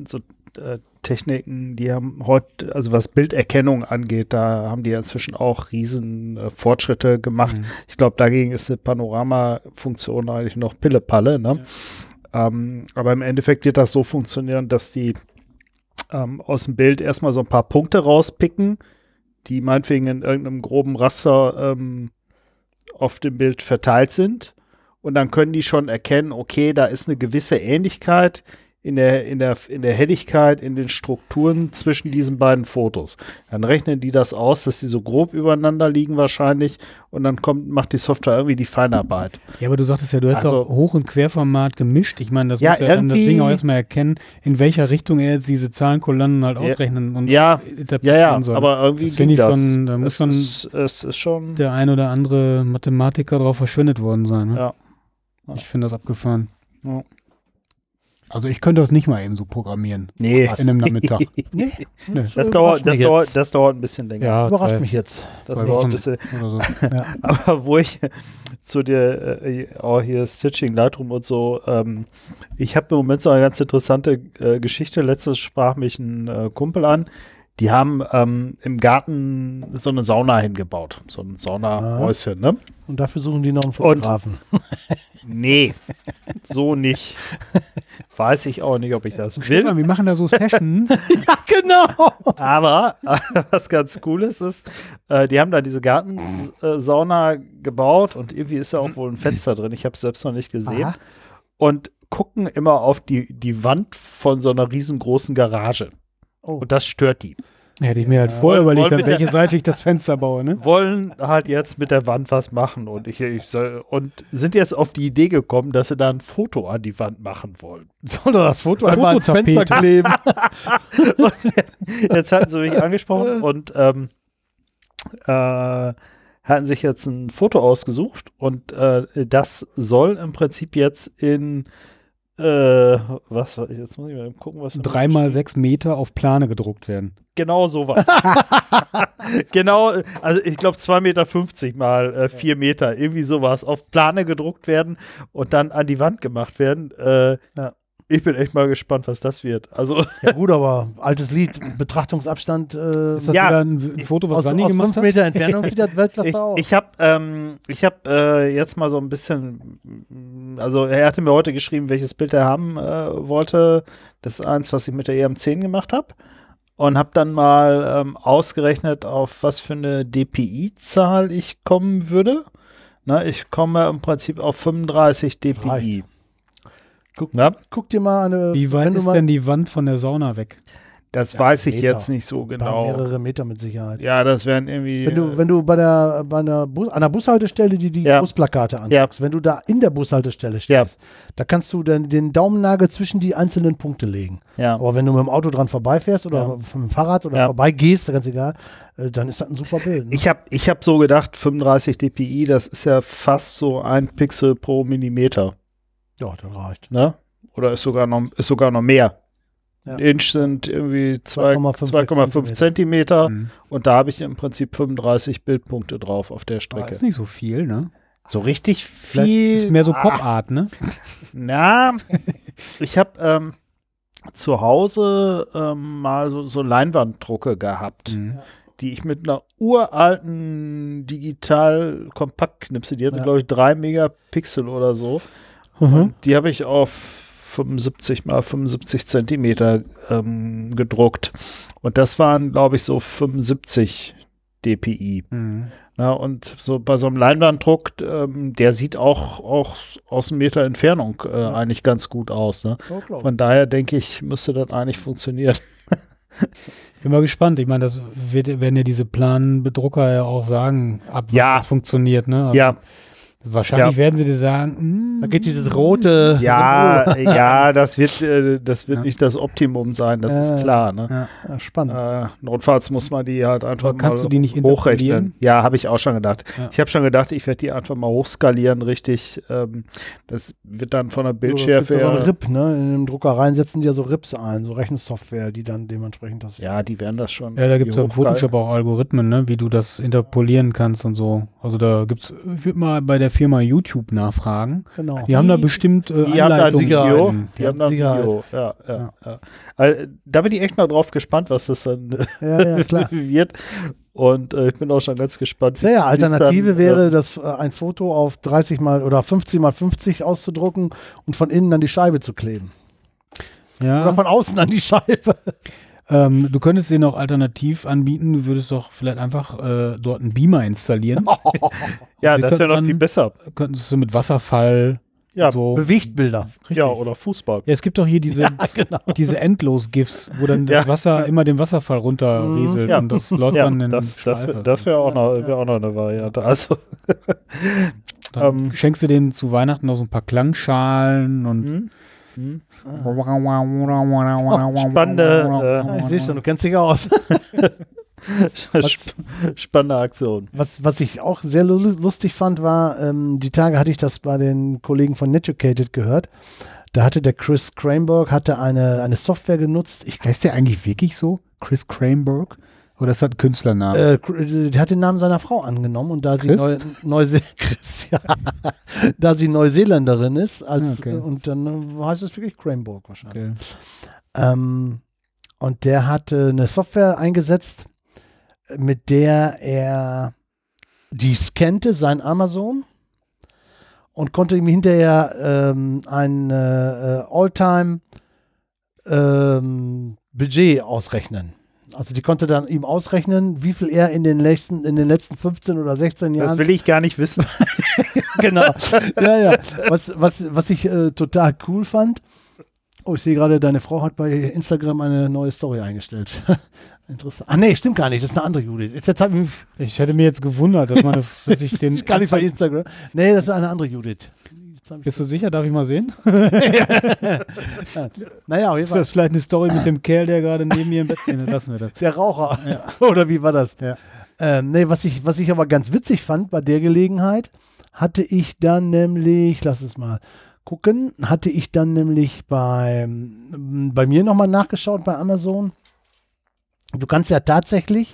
Techniken, die haben heute, also was Bilderkennung angeht, da haben die inzwischen auch riesen Fortschritte gemacht. Ich glaube, dagegen ist eine Panorama-Funktion eigentlich noch Pillepalle, ne? Ja. Aber im Endeffekt wird das so funktionieren, dass die aus dem Bild erstmal so ein paar Punkte rauspicken, die meinetwegen in irgendeinem groben Raster auf dem Bild verteilt sind. Und dann können die schon erkennen, okay, da ist eine gewisse Ähnlichkeit in der Helligkeit, in den Strukturen zwischen diesen beiden Fotos. Dann rechnen die das aus, dass die so grob übereinander liegen wahrscheinlich und dann macht die Software irgendwie die Feinarbeit. Ja, aber du sagtest ja, du hättest Also, auch Hoch- und Querformat gemischt. Ich meine, das ja, muss ja dann das irgendwie- Ding auch erstmal erkennen, in welcher Richtung er jetzt diese Zahlenkolonnen halt ausrechnen und interpretieren soll. aber irgendwie Das finde ging ich das. schon, da muss schon Es ist schon, der ein oder andere Mathematiker drauf verschwendet worden sein. Ne? ja. Ich finde das abgefahren. Ja. Also ich könnte das nicht mal eben so programmieren. Nee. In einem Nachmittag. Nee, Nee. Das überrascht mich jetzt. dauert ein bisschen länger. Ja, Überrascht mich jetzt. Das 2 dauert ein Wochen bisschen. oder so. Aber wo ich zu dir, auch hier Stitching, Lightroom und so, ich habe im Moment so eine ganz interessante Geschichte. Letztens sprach mich ein Kumpel an. Die haben im Garten so eine Sauna hingebaut. So ein Saunahäuschen, ne? Und dafür suchen die noch einen Fotografen. Nee, so nicht. Weiß ich auch nicht, ob ich das Will? will. Wir machen da so Sessions. Ja, genau. Aber was ganz cool ist, die haben da diese Gartensauna gebaut und irgendwie ist da auch wohl ein Fenster drin. Ich habe es selbst noch nicht gesehen. Aha. Und gucken immer auf die Wand von so einer riesengroßen Garage. Oh. Und das stört die. Hätte ich mir halt vorher Wollen überlegt, wir an welche Seite ich das Fenster baue, ne? Wollen halt jetzt mit der Wand was machen und und sind jetzt auf die Idee gekommen, dass sie da ein Foto an die Wand machen wollen. Soll doch das Foto Einmal einmal ins Fenster Tapete. kleben? Und jetzt hatten sie mich angesprochen und hatten sich jetzt ein Foto ausgesucht und das soll im Prinzip jetzt in jetzt muss ich mal gucken, was 3x6 Meter auf Plane gedruckt werden. Genau sowas. Genau, also ich glaube 2,50 Meter mal 4 Meter, irgendwie sowas, auf Plane gedruckt werden und dann an die Wand gemacht werden. Ja. Ich bin echt mal gespannt, was das wird. Also Ja gut, aber altes Lied, Betrachtungsabstand Ist das Ja, wieder ein Foto, was aus Sani 5 gemacht hat? Meter Entfernung sieht das Weltklasse aus. ich habe jetzt mal so ein bisschen, also er hatte mir heute geschrieben, welches Bild er haben wollte. Das ist eins, was ich mit der EM10 gemacht habe. Und habe dann mal ausgerechnet, auf was für eine DPI-Zahl ich kommen würde. Na, ich komme im Prinzip auf 35 DPI. Reicht. Guck, Na, guck dir mal eine. Wie weit wenn du ist mal, denn die Wand von der Sauna weg? das weiß ich Meter. jetzt nicht so genau. Mehrere Meter mit Sicherheit. Ja, das wären irgendwie. Wenn du an der Bushaltestelle die Ja. Busplakate anguckst, Ja. wenn du da in der Bushaltestelle stehst, da kannst du dann den Daumennagel zwischen die einzelnen Punkte legen. ja. Aber wenn du mit dem Auto dran vorbeifährst oder Ja. mit dem Fahrrad oder Ja. vorbeigehst, ganz egal, dann ist das ein super Bild. Ne? Ich hab so gedacht, 35 DPI, das ist ja fast so 1 Pixel pro Millimeter. Ja, das reicht. Ne? Oder ist sogar noch mehr. Ja. Ein Inch sind irgendwie 2,5 2,5 Zentimeter Mhm. und da habe ich im Prinzip 35 Bildpunkte drauf auf der Das Strecke. ist nicht so viel, ne? So richtig Vielleicht viel. ist mehr so Pop-Art, ne? Na, ich habe zu Hause mal so Leinwanddrucke gehabt, Mhm. die ich mit einer uralten Digital-Kompaktknipse, die hatte, Ja. glaube ich, 3 Megapixel oder so. Und die habe ich auf 75 mal 75 Zentimeter gedruckt. Und das waren, glaube ich, so 75 DPI. Mhm. Na, und so bei so einem Leinwanddruck, der sieht auch aus einem Meter Entfernung eigentlich ganz gut aus. Ne? Oh, klar. Von daher denke ich, müsste das eigentlich funktionieren. Bin mal gespannt. Ich meine, das werden ja diese Planbedrucker ja auch sagen, ab wann Ja. das funktioniert, ne? Also Ja, wahrscheinlich Ja. werden sie dir sagen, Da geht dieses rote ja, Symbol. ja, das wird Ja. nicht das Optimum sein, das ist klar. Ne? ja. Ja, spannend. Notfalls muss man die halt einfach Aber kannst mal du die nicht hochrechnen. interpolieren? Ja, habe ich auch schon gedacht. Ja. Ich habe schon gedacht, ich werde die einfach mal hochskalieren, richtig. Das wird dann von der Bildschärfe So ein her. RIP, ne? In dem Drucker rein setzen die ja so RIPs ein, so Rechensoftware, die dann dementsprechend das. Ja, die werden das schon. Ja, da gibt es ja im hochskalieren. Photoshop auch Algorithmen, ne, wie du das interpolieren kannst und so. Also da gibt es, ich würde mal bei der der Firma YouTube nachfragen. Genau. Die haben da bestimmt Die haben da ein Video. Anleitungen. Die haben da ein Sicherheit. Video. Ja. Also, da bin ich echt mal drauf gespannt, was das dann Ja, klar. wird. Und ich bin auch schon ganz gespannt. Ja, Alternative dann, wäre, das ein Foto auf 30 mal oder 50 mal 50 auszudrucken und von innen an die Scheibe zu kleben. Ja. Oder von außen an die Scheibe. Du könntest den auch alternativ anbieten. Du würdest doch vielleicht einfach dort einen Beamer installieren. Ja, Die das wäre könnte noch man- viel besser. Könntest du mit Wasserfall Ja, so. Bewegtbilder. Richtig. Ja, oder Fußball. Ja, es gibt doch hier diese, Genau. diese Endlos-GIFs, wo dann Ja. das Wasser immer den Wasserfall runterrieselt Ja. und das läuft Ja, dann in das Schleife. wäre auch, wär auch noch eine Variante. Also, Dann schenkst du denen zu Weihnachten noch so ein paar Klangschalen und spannende, Ich sehe schon, du kennst dich aus. spannende Aktion. Was ich auch sehr lustig fand, war, die Tage hatte ich das bei den Kollegen von Netucated gehört. Da hatte der Chris Cranberg eine Software genutzt. Heißt der eigentlich wirklich so? Chris Cranberg? Oder ist das ein Künstlernamen? Der hat den Namen seiner Frau angenommen und da sie Chris? Chris, ja, da sie Neuseeländerin ist, Okay. und dann heißt es wirklich Cranberg wahrscheinlich. Okay. Und der hatte eine Software eingesetzt, mit der er die scannte, sein Amazon, und konnte ihm hinterher ein All-Time Budget ausrechnen. Also die konnte dann ihm ausrechnen, wie viel er in den letzten 15 oder 16 Das Jahren. will ich gar nicht wissen. Genau. Ja. Was ich total cool fand. Oh, ich sehe gerade, deine Frau hat bei Instagram eine neue Story eingestellt. Interessant. Ah, nee, stimmt gar nicht. Das ist eine andere Judith. Jetzt hat mich, Ich hätte mir jetzt gewundert, dass ich den. ist gar nicht bei Instagram. Nee, das ist eine andere Judith. Jetzt hab ich- Bist du sicher? Darf ich mal sehen? Naja, auf jeden Ist Fall. das vielleicht eine Story mit dem Kerl, der gerade neben mir im Bett ist? Nee, lassen wir das. Der Raucher. Oder wie war das? Ja. Nee, was ich aber ganz witzig fand bei der Gelegenheit, hatte ich dann nämlich, lass es mal gucken, hatte ich dann nämlich bei mir nochmal nachgeschaut bei Amazon. Du kannst ja tatsächlich,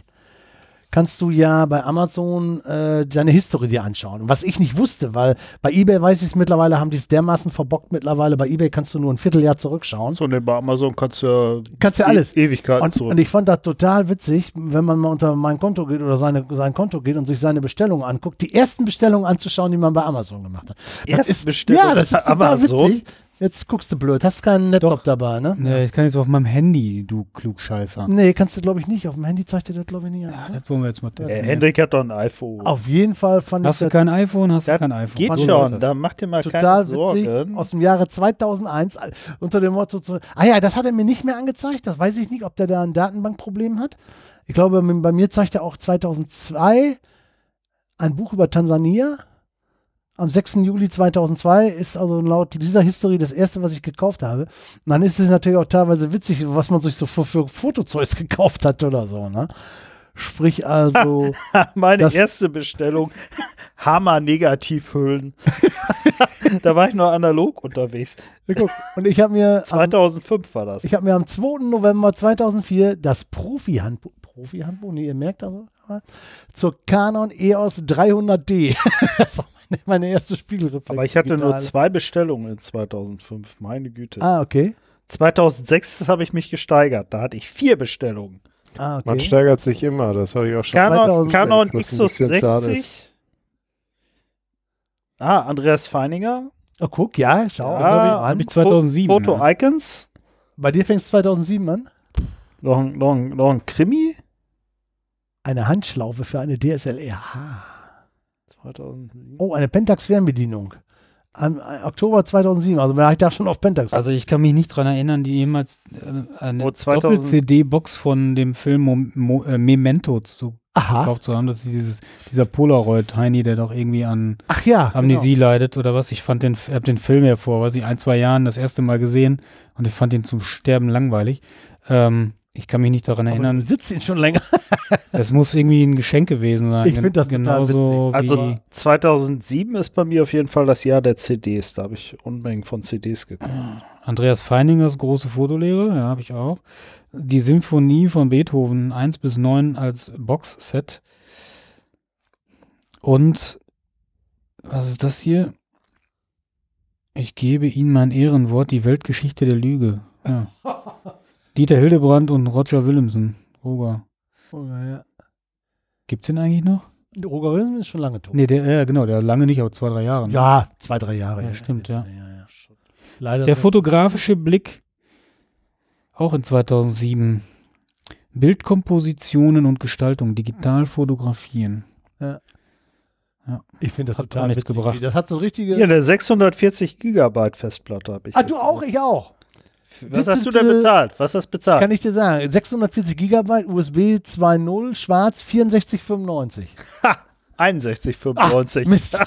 bei Amazon deine History dir anschauen. Und was ich nicht wusste, weil bei eBay weiß ich es mittlerweile, haben die es dermaßen verbockt mittlerweile. Bei eBay kannst du nur ein Vierteljahr zurückschauen. So, ne, bei Amazon kannst du Kannst ja alles. Ewigkeiten Und zurück. ich fand das total witzig, wenn man mal unter mein Konto geht oder sein Konto geht und sich seine Bestellungen anguckt, die ersten Bestellungen anzuschauen, die man bei Amazon gemacht hat. Erstbestellung Ja, das ist bei total Amazon? witzig. Jetzt guckst du blöd, hast keinen Laptop dabei, ne? Nee, ich kann jetzt auf meinem Handy, du Klugscheißer. Nee, kannst du glaube ich nicht. Auf dem Handy zeigt dir das glaube ich nicht an. Ja, Ne? das wollen wir jetzt mal testen. Hendrik hat doch ein iPhone. Auf jeden Fall fand Hast du ich kein iPhone? Hast du Das kein iPhone? geht Wann So schon, läuft das. da macht dir mal das total keine witzig Sorgen. aus dem Jahre 2001 unter dem Motto, das hat er mir nicht mehr angezeigt. Das weiß ich nicht, ob der da ein Datenbankproblem hat. Ich glaube, bei mir zeigt er auch 2002 ein Buch über Tansania. Am 6. Juli 2002 ist also laut dieser History das erste, was ich gekauft habe. Und dann ist es natürlich auch teilweise witzig, was man sich so für Fotozeugs gekauft hat oder so, ne? Sprich also, Meine das- erste Bestellung, Hammer-Negativhüllen. Da war ich noch analog unterwegs. guck, und ich habe mir 2005 war das. Ich habe mir am 2. November 2004 das Profi-Handbuch, nee, ihr merkt also, zur Canon EOS 300D. Das war meine erste Spiegelreflex. Aber ich hatte nur Digitale. 2 Bestellungen in 2005, meine Güte. Ah, okay. 2006 habe ich mich gesteigert, da hatte ich 4 Bestellungen. Ah, Man okay. steigert sich immer, das habe ich auch schon. Canon 2006, was ein bisschen schade X60. ist. Andreas Feininger. Oh, guck, ja, schau. Ja, schau dir Hab an. ich 2007. Foto ja. Icons. Bei dir fängt es 2007 an. Noch ein Krimi. Eine Handschlaufe für eine DSLR. 2007. Oh, eine Pentax-Fernbedienung. Am Oktober 2007, also war ich da schon auf Pentax. Also ich kann mich nicht dran erinnern, die jemals eine Oh, 2000 Doppel-CD-Box von dem Film Memento gekauft zu haben. Das ist dieser Polaroid-Heini, der doch irgendwie an Ach ja, Amnesie leidet oder was. Ich habe den Film ja vor, weiß ich, 1-2 Jahren das erste Mal gesehen und ich fand ihn zum Sterben langweilig. Ich kann mich nicht daran genau. erinnern. Aber du sitzt ihn schon länger. Es muss irgendwie ein Geschenk gewesen sein. Ich find das total genauso witzig. wie Also 2007 ist bei mir auf jeden Fall das Jahr der CDs. Da habe ich Unmengen von CDs gekauft. Andreas Feiningers große Fotolehre, ja, habe ich auch. Die Symphonie von Beethoven 1 bis 9 als Boxset. Und Was ist das hier? Ich gebe Ihnen mein Ehrenwort, die Weltgeschichte der Lüge. Ja. Dieter Hildebrand und Roger Willemsen. Roger. Oh, ja. Gibt's den eigentlich noch? Roger Willemsen ist schon lange tot. Nee, genau, der lange nicht, aber 2-3 Jahre. Ne? Ja, 2-3 Jahre. Ja, stimmt, ja. Leider. Der fotografische Blick, auch in 2007. Bildkompositionen und Gestaltung, digital fotografieren. Ich finde das Hat total auch nichts witzig. gebracht. Das hat so richtige... Ja, eine 640 Gigabyte Festplatte habe ich. Ah, du auch? Ich auch. Was hast du denn bezahlt? Was hast du bezahlt? Kann ich dir sagen. 640 Gigabyte, USB 2.0, schwarz, 64,95. 61,95. Mist.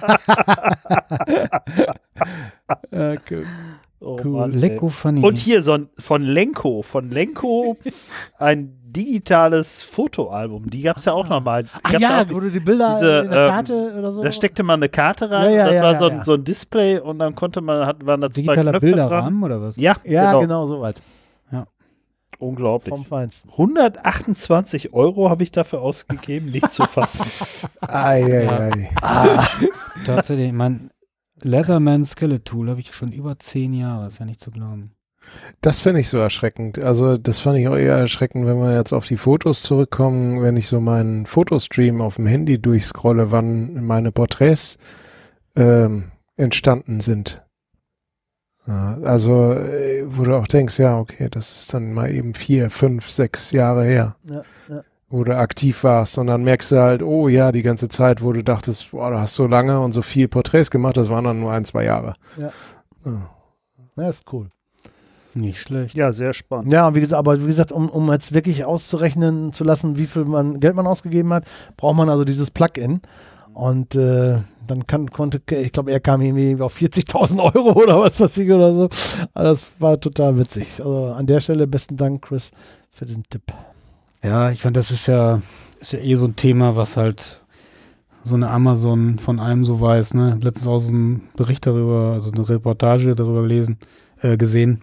Okay. Oh, Cool. Mann, ey. Lecko Funny. Und hier so ein von Lenko ein digitales Fotoalbum. Die gab es ja auch nochmal. Ach ja, wo du die Bilder diese, in der Karte oder so. Da steckte man eine Karte rein, Ja, das ja, war ja, so, ja. so ein Display und dann konnte man, waren da zwei digitaler Knöpfe Bilderrahmen dran. oder was? Ja, Ja, genau so weit. Unglaublich. Vom Feinsten. 128 Euro habe ich dafür ausgegeben, nicht zu fassen. Ei. Tatsächlich, mein Leatherman Skeleton habe ich schon über 10 Jahre, ist ja nicht zu glauben. Das finde ich so erschreckend. Also das fand ich auch eher erschreckend, wenn wir jetzt auf die Fotos zurückkommen, wenn ich so meinen Fotostream auf dem Handy durchscrolle, wann meine Porträts entstanden sind. Ja, also wo du auch denkst, ja, okay, das ist dann mal eben 4, 5, 6 Jahre her, Ja. wo du aktiv warst und dann merkst du halt, oh ja, die ganze Zeit, wo du dachtest, boah, du hast so lange und so viel Porträts gemacht, das waren dann nur 1, 2 Jahre. Ja. Ja. Das ist cool. Nicht schlecht. Ja, sehr spannend. Ja, wie gesagt, um jetzt wirklich auszurechnen zu lassen, wie viel Geld man ausgegeben hat, braucht man also dieses Plugin. Und dann ich glaube, er kam irgendwie auf 40.000 Euro oder was weiß ich oder so. Also das war total witzig. Also an der Stelle besten Dank, Chris, für den Tipp. Ja, ich fand, das ist ja eh so ein Thema, was halt so eine Amazon von einem so weiß, ne? Letztens auch so einen Bericht darüber, also eine Reportage darüber gesehen,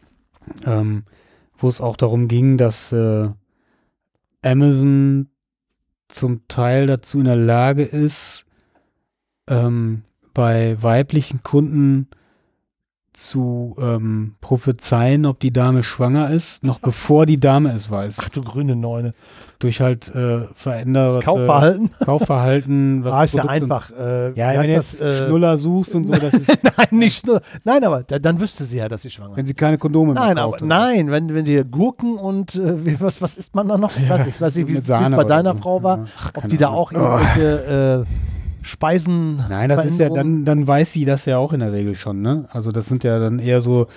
wo es auch darum ging, dass Amazon zum Teil dazu in der Lage ist, bei weiblichen Kunden zu prophezeien, ob die Dame schwanger ist, noch bevor die Dame es weiß. Ach du grüne Neune. Durch halt veränderte Kaufverhalten. was Ist ja Produkte- einfach. Ja, wenn du jetzt Schnuller suchst und so, das ist, Nein, nicht nur. Nein, aber dann wüsste sie ja, dass sie schwanger ist. wenn sie keine Kondome mehr Nein, kauft. aber nein, wenn die Gurken und was isst man da noch? Ich weiß nicht, wie mit es Sahne bei oder deiner so. Frau war, Ja, ach, ob keine die da Ahnung. auch irgendwelche Speisen. Nein, das ist ja, Veränderungen- dann weiß sie das ja auch in der Regel schon, ne? Also das sind ja dann eher so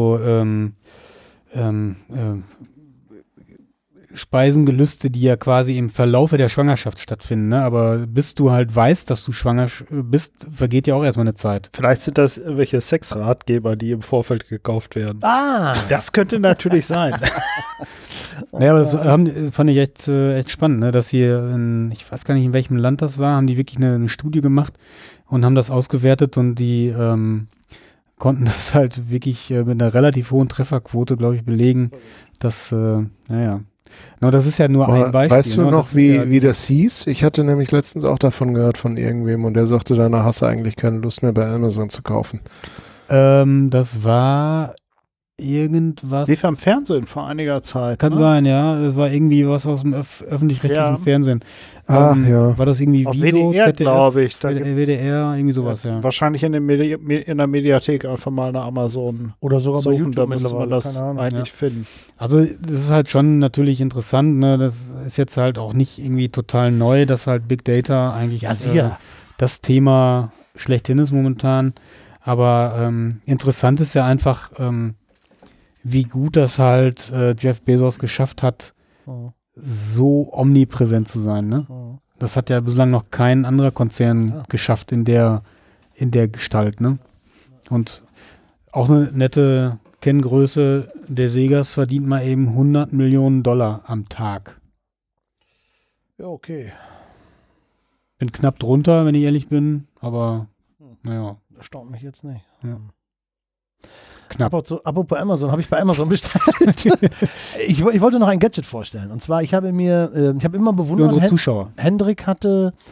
Speisengelüste, die ja quasi im Verlaufe der Schwangerschaft stattfinden, ne? Aber bis du halt weißt, dass du schwanger bist, vergeht ja auch erstmal eine Zeit. Vielleicht sind das irgendwelche Sexratgeber, die im Vorfeld gekauft werden. Ah! Das könnte natürlich sein. Naja, aber das fand ich echt spannend, ne? Dass hier, ich weiß gar nicht, in welchem Land das war, haben die wirklich eine Studie gemacht und haben das ausgewertet und die konnten das halt wirklich mit einer relativ hohen Trefferquote, glaube ich, belegen, dass, naja. No, das ist ja nur ein Beispiel. Weißt du ne? noch, Das ist ja wie das hieß? Ich hatte nämlich letztens auch davon gehört von irgendwem und der sagte, danach hast du eigentlich keine Lust mehr bei Amazon zu kaufen. das war irgendwas. Lief am Fernsehen vor einiger Zeit. Kann ne? sein, ja. Das war irgendwie was aus dem öffentlich-rechtlichen Ja. Fernsehen. Ach, ja. War das irgendwie Auf Viso, WDR, ZDF, glaube ich. Da gibt's, WDR, irgendwie sowas, ja. Wahrscheinlich in der Mediathek einfach mal eine Amazon Oder sogar bei suchen, YouTube da müsste man mittlerweile, das keine Ahnung. eigentlich finden. Also das ist halt schon natürlich interessant, ne? Das ist jetzt halt auch nicht irgendwie total neu, dass halt Big Data eigentlich Ja, sicher. das Thema schlechthin ist momentan. Aber interessant ist ja einfach, wie gut das halt Jeff Bezos geschafft hat, Oh, so omnipräsent zu sein, ne? oh. Das hat ja bislang noch kein anderer Konzern Ja. geschafft in der Gestalt, ne? Und auch eine nette Kenngröße, der Segas verdient mal eben $100 Millionen am Tag. Ja, okay. Bin knapp drunter, wenn ich ehrlich bin, aber naja, Das staunt mich jetzt nicht. Ja. knapp. Apropos Amazon, habe ich bei Amazon bestellt. ich wollte noch ein Gadget vorstellen. Und zwar, ich habe immer Für bewundert, unsere Zuschauer. Hendrik hatte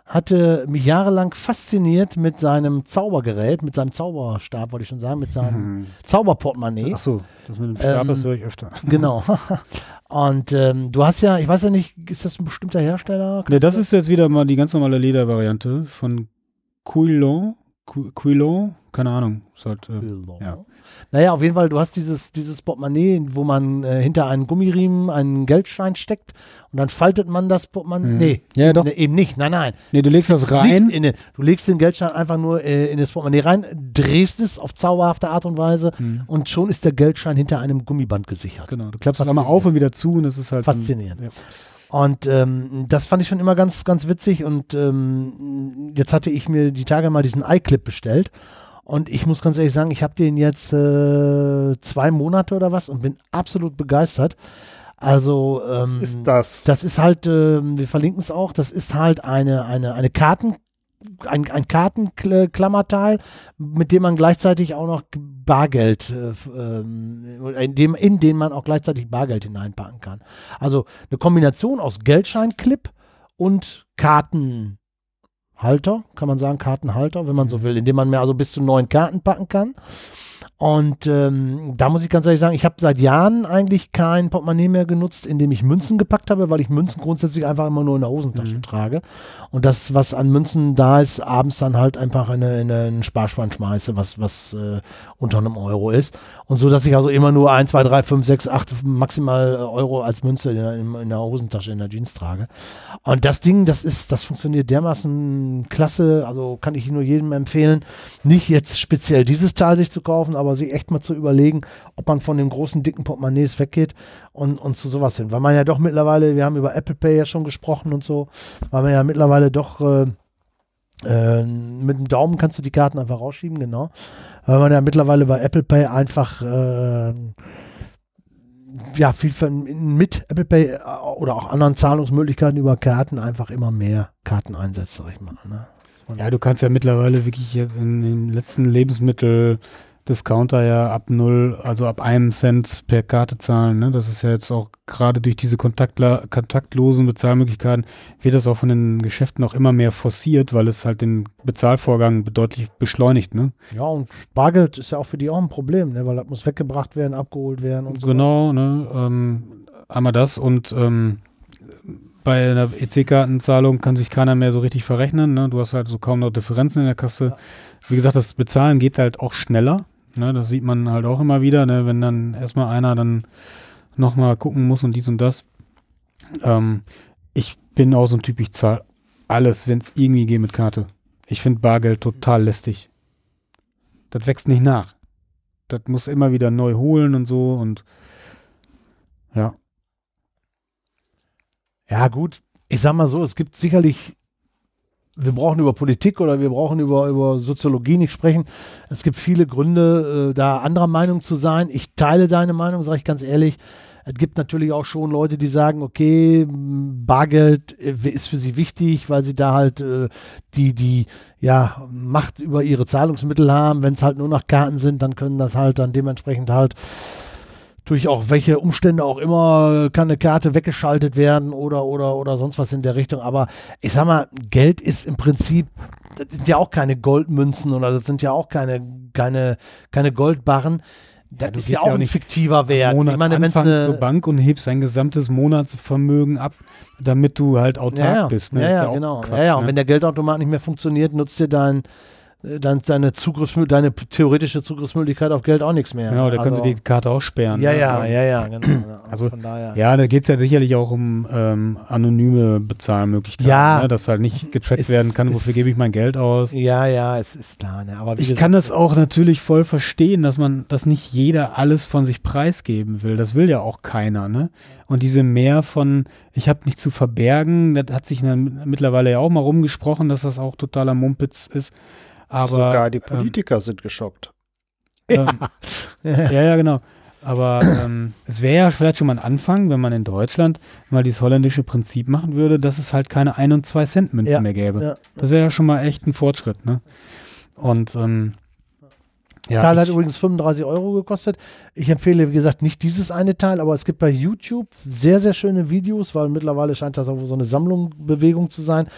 hatte mich jahrelang fasziniert mit seinem Zaubergerät, mit seinem Zauberstab, wollte ich schon sagen, mit seinem Zauberportemonnaie. Ach so, das mit dem Stab, das höre ich öfter. Genau. Und du hast ja, ich weiß ja nicht, ist das ein bestimmter Hersteller? Ne, das ist jetzt wieder mal die ganz normale Ledervariante von Quilon, keine Ahnung. Ist halt, ja. Naja, auf jeden Fall, du hast dieses Portemonnaie, wo man hinter einen Gummiriemen einen Geldschein steckt und dann faltet man das Portemonnaie. Nee, ja, doch. Eben nicht. Nein. Nee, du legst das rein. Du legst den Geldschein einfach nur in das Portemonnaie rein, drehst es auf zauberhafte Art und Weise und schon ist der Geldschein hinter einem Gummiband gesichert. Genau, du klappst es einmal auf und wieder zu und das ist halt faszinierend. Und das fand ich schon immer ganz, ganz witzig und jetzt hatte ich mir die Tage mal diesen iClip bestellt. Und ich muss ganz ehrlich sagen, ich habe den jetzt 2 Monate oder was und bin absolut begeistert. Also was ist das? Das ist halt, wir verlinken es auch, das ist halt ein Kartenklammerteil, mit dem man gleichzeitig auch noch Bargeld, in den man auch gleichzeitig Bargeld hineinpacken kann. Also eine Kombination aus Geldscheinclip und Kartenhalter, kann man sagen, Kartenhalter, wenn man so will, indem man mehr also bis zu 9 Karten packen kann. Und da muss ich ganz ehrlich sagen, ich habe seit Jahren eigentlich kein Portemonnaie mehr genutzt, in dem ich Münzen gepackt habe, weil ich Münzen grundsätzlich einfach immer nur in der Hosentasche trage. Und das, was an Münzen da ist, abends dann halt einfach in einen Sparschwein schmeiße, was unter einem Euro ist. Und so, dass ich also immer nur 1, 2, 3, 5, 6, 8 maximal Euro als Münze in der Hosentasche, in der Jeans trage. Und das Ding, das funktioniert dermaßen klasse, also kann ich nur jedem empfehlen, nicht jetzt speziell dieses Teil sich zu kaufen, aber sich echt mal zu überlegen, ob man von den großen, dicken Portemonnaies weggeht und zu sowas hin. Weil man ja doch mittlerweile, wir haben über Apple Pay ja schon gesprochen und so, weil man ja mittlerweile doch mit dem Daumen kannst du die Karten einfach rausschieben, genau. Weil man ja mittlerweile bei Apple Pay einfach viel mit Apple Pay oder auch anderen Zahlungsmöglichkeiten über Karten einfach immer mehr Karten einsetzt, sag ich mal. Ne? Ja, du kannst ja mittlerweile wirklich jetzt in den letzten Lebensmittel-Discounter ja ab 0, also ab 1 Cent per Karte zahlen. Ne? Das ist ja jetzt auch gerade durch diese kontaktlosen Bezahlmöglichkeiten wird das auch von den Geschäften auch immer mehr forciert, weil es halt den Bezahlvorgang deutlich beschleunigt. Ne? Ja, und Bargeld ist ja auch für die auch ein Problem, ne? Weil das muss weggebracht werden, abgeholt werden und so. Genau, ne? Einmal das und bei einer EC-Kartenzahlung kann sich keiner mehr so richtig verrechnen. Ne? Du hast halt so kaum noch Differenzen in der Kasse. Ja. Wie gesagt, das Bezahlen geht halt auch schneller. Ne? Das sieht man halt auch immer wieder, ne? Wenn dann erstmal einer dann nochmal gucken muss und dies und das. Ich bin auch so ein Typ, ich zahle alles, wenn es irgendwie geht mit Karte. Ich finde Bargeld total lästig. Das wächst nicht nach. Das muss immer wieder neu holen und so und ja. Ja, gut. Ich sag mal so, es gibt sicherlich, wir brauchen über Politik oder wir brauchen über Soziologie nicht sprechen. Es gibt viele Gründe, da anderer Meinung zu sein. Ich teile deine Meinung, sage ich ganz ehrlich. Es gibt natürlich auch schon Leute, die sagen, okay, Bargeld ist für sie wichtig, weil sie da halt die Macht über ihre Zahlungsmittel haben. Wenn es halt nur noch Karten sind, dann können das halt dann dementsprechend halt durch auch welche Umstände auch immer kann eine Karte weggeschaltet werden oder sonst was in der Richtung. Aber ich sag mal, Geld ist im Prinzip, das sind ja auch keine Goldmünzen oder das sind ja auch keine Goldbarren. Das ist ja auch ein fiktiver Wert. Ich meine, wenn du zur Bank und hebst dein gesamtes Monatsvermögen ab, damit du halt autark bist. Ne? Ja, genau. Quatsch, und wenn der Geldautomat nicht mehr funktioniert, nutzt dir deine theoretische Zugriffsmöglichkeit auf Geld auch nichts mehr. Genau, da können sie die Karte auch sperren. Ja, genau. Also von daher. Ja, da geht es ja sicherlich auch um anonyme Bezahlmöglichkeiten, ne? Dass halt nicht getrackt werden kann, wofür gebe ich mein Geld aus. Ja, es ist klar. Ne? Aber ich kann das auch natürlich voll verstehen, dass nicht jeder alles von sich preisgeben will. Das will ja auch keiner. Ne? Und diese mehr von, ich habe nichts zu verbergen, das hat sich mittlerweile ja auch mal rumgesprochen, dass das auch totaler Mumpitz ist. Aber, sogar die Politiker sind geschockt. Ja, genau. Aber es wäre ja vielleicht schon mal ein Anfang, wenn man in Deutschland mal dieses holländische Prinzip machen würde, dass es halt keine 1- und 2-Cent-Münzen mehr gäbe. Ja. Das wäre ja schon mal echt ein Fortschritt. Ne? Und Teil hat übrigens 35 € gekostet. Ich empfehle, wie gesagt, nicht dieses eine Teil, aber es gibt bei YouTube sehr, sehr schöne Videos, weil mittlerweile scheint das auch so eine Sammlungsbewegung zu sein.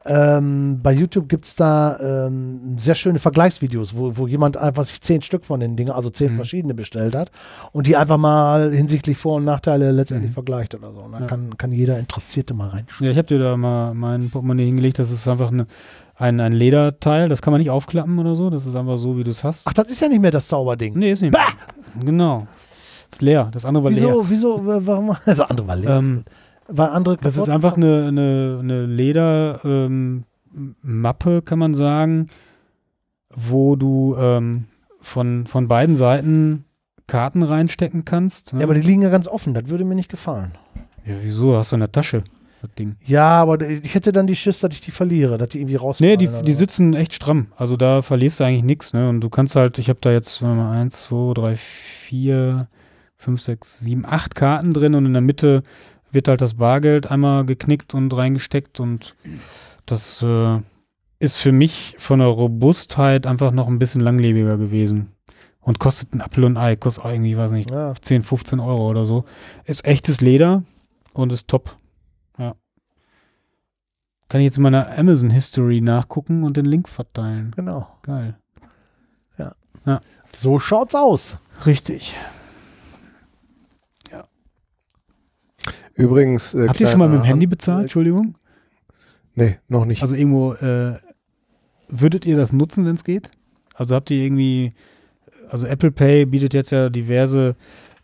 Bei YouTube gibt es da sehr schöne Vergleichsvideos, wo jemand einfach sich 10 Stück von den Dingen, also 10 verschiedene bestellt hat und die einfach mal hinsichtlich Vor- und Nachteile letztendlich vergleicht oder so. Und da kann jeder Interessierte mal reinschauen. Ja, ich habe dir da mal mein Portemonnaie hingelegt. Das ist einfach ein Lederteil. Das kann man nicht aufklappen oder so. Das ist einfach so, wie du es hast. Ach, das ist ja nicht mehr das Zauberding. Nee, ist nicht mehr. Genau. Ist leer. Das andere war leer. Wieso, warum? Das andere war leer. War andere Das ist einfach eine Ledermappe, kann man sagen, wo du von beiden Seiten Karten reinstecken kannst. Ne? Ja, aber die liegen ja ganz offen. Das würde mir nicht gefallen. Ja, wieso? Hast du in der Tasche das Ding? Ja, aber ich hätte dann die Schiss, dass ich die verliere, dass die irgendwie rausfallen. Nee, die sitzen echt stramm. Also da verlierst du eigentlich nichts. Ne? Und du kannst halt, ich habe da jetzt 1, 2, 3, 4, 5, 6, 7, 8 Karten drin und in der Mitte wird halt das Bargeld einmal geknickt und reingesteckt und das ist für mich von der Robustheit einfach noch ein bisschen langlebiger gewesen und kostet ein Apfel und ein Ei, kostet auch irgendwie, weiß nicht, 10, 15 Euro oder so. Ist echtes Leder und ist top. Ja. Kann ich jetzt in meiner Amazon History nachgucken und den Link verteilen. Genau. Geil. Ja. So schaut's aus. Richtig. Übrigens. Habt ihr schon mal mit dem Handy bezahlt? Entschuldigung. Nee, noch nicht. Also irgendwo, würdet ihr das nutzen, wenn es geht? Also habt ihr irgendwie, also Apple Pay bietet jetzt ja diverse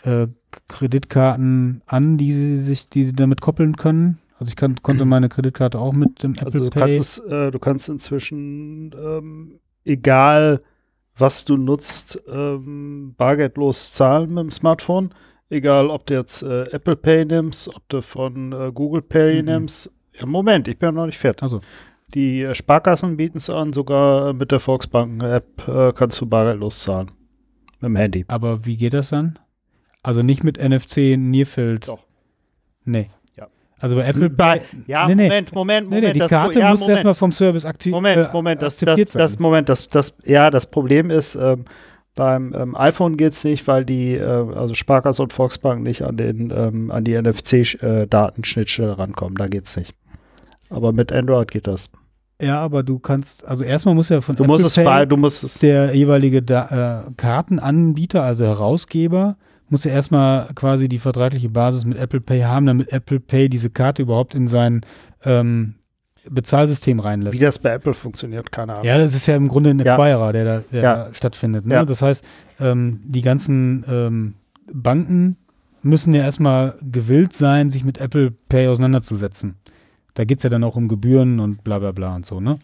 Kreditkarten an, die sie damit koppeln können. Also ich konnte meine Kreditkarte auch mit dem Apple Pay. Du kannst inzwischen, egal was du nutzt, bargeldlos zahlen mit dem Smartphone. Egal, ob du jetzt Apple Pay nimmst, ob du von Google Pay nimmst. Ja, Moment, ich bin ja noch nicht fertig. Also. Die Sparkassen bieten es an, sogar mit der Volksbanken-App kannst du bargeldlos zahlen. Mit dem Handy. Aber wie geht das dann? Also nicht mit NFC Nearfield? Doch. Nee. Ja. Also bei Apple Pay. Ja, nee, Moment. Nee, die Karte muss erstmal vom Service akzeptiert sein. Das Problem ist, beim iPhone geht es nicht, weil die also Sparkasse und Volksbank nicht an die NFC-Datenschnittstelle rankommen. Da geht es nicht. Aber mit Android geht das. Ja, aber du kannst, also erstmal muss ja von du Apple musst Pay der jeweilige Kartenanbieter, also Herausgeber, muss ja erstmal quasi die vertragliche Basis mit Apple Pay haben, damit Apple Pay diese Karte überhaupt in sein Bezahlsystem reinlässt. Wie das bei Apple funktioniert, keine Ahnung. Ja, das ist ja im Grunde ein Acquirer, der da stattfindet. Ne? Ja. Das heißt, die ganzen Banken müssen ja erstmal gewillt sein, sich mit Apple Pay auseinanderzusetzen. Da geht es ja dann auch um Gebühren und bla bla bla und so, ne?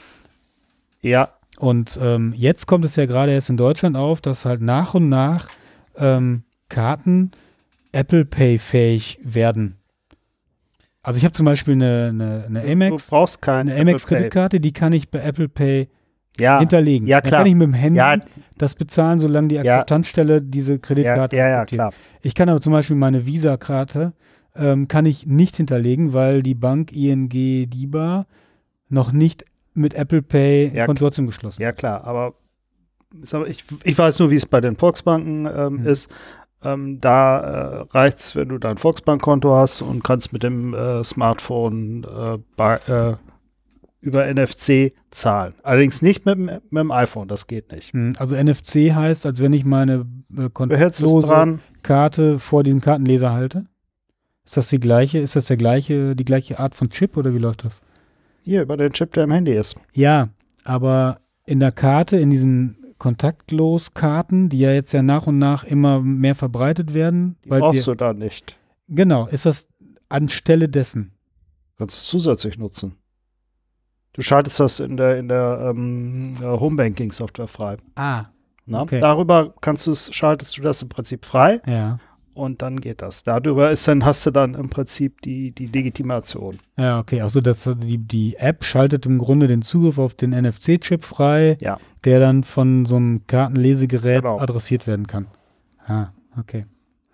Ja. Und jetzt kommt es ja gerade erst in Deutschland auf, dass halt nach und nach Karten Apple Pay fähig werden. Also ich habe zum Beispiel eine Amex. Du brauchst keine eine Amex-Kreditkarte, die kann ich bei Apple Pay hinterlegen. Ja, klar. Dann kann ich mit dem Handy das bezahlen, solange die Akzeptanzstelle diese Kreditkarte akzeptiert. Ja, klar. Ich kann aber zum Beispiel meine Visa-Karte kann ich nicht hinterlegen, weil die Bank ING DiBa noch nicht mit Apple Pay Konsortium geschlossen hat. Ja, klar, aber ich weiß nur, wie es bei den Volksbanken ist. Da reicht es, wenn du dein Volksbankkonto hast und kannst mit dem Smartphone über NFC zahlen. Allerdings nicht mit dem iPhone, das geht nicht. Also NFC heißt, als wenn ich meine kontaktlose Karte vor diesem Kartenleser halte? Ist das die gleiche Art von Chip oder wie läuft das? Hier, über den Chip, der im Handy ist. Ja, aber in der Karte, in diesen Kontaktlos-Karten, die ja jetzt nach und nach immer mehr verbreitet werden. Die brauchst du da nicht. Genau, ist das anstelle dessen? Kannst du zusätzlich nutzen. Du schaltest das in der Homebanking-Software frei. Okay. Darüber schaltest du das im Prinzip frei. Ja. Und dann geht das. Darüber hast du dann im Prinzip die Legitimation. Ja, okay. Also die App schaltet im Grunde den Zugriff auf den NFC-Chip frei, der dann von so einem Kartenlesegerät adressiert werden kann. Okay.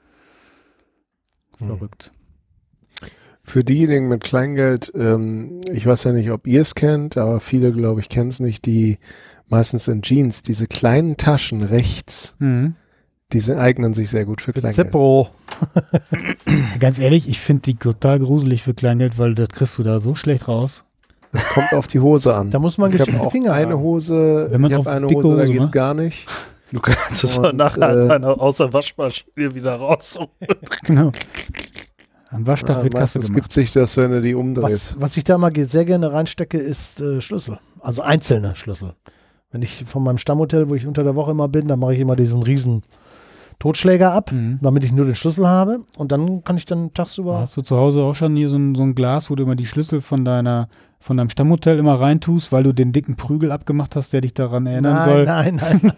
Verrückt. Für diejenigen mit Kleingeld, ich weiß ja nicht, ob ihr es kennt, aber viele, glaube ich, kennen es nicht, die meistens in Jeans, diese kleinen Taschen rechts, die eignen sich sehr gut für Kleingeld. Zippo. Ganz ehrlich, ich finde die total gruselig für Kleingeld, weil das kriegst du da so schlecht raus. Es kommt auf die Hose an. Da muss man Ich habe geschickte auch Finger eine haben. Hose, Wenn man ich auf habe eine dicke Hose, da Hose geht's macht. gar nicht. Du kannst es Und, nachher aus der Waschmaschine wieder raus. Genau. Am Waschtag wird Kasse Meistens gemacht. gibt sich das, wenn du die umdrehst. Was ich da mal sehr gerne reinstecke, ist Schlüssel. Also einzelne Schlüssel. Wenn ich von meinem Stammhotel, wo ich unter der Woche immer bin, dann mache ich immer diesen riesen Totschläger ab, damit ich nur den Schlüssel habe. Und dann kann ich dann tagsüber... Hast du zu Hause auch schon hier so ein Glas, wo du immer die Schlüssel von deinem Stammhotel immer reintust, weil du den dicken Prügel abgemacht hast, der dich daran erinnern soll? Nein,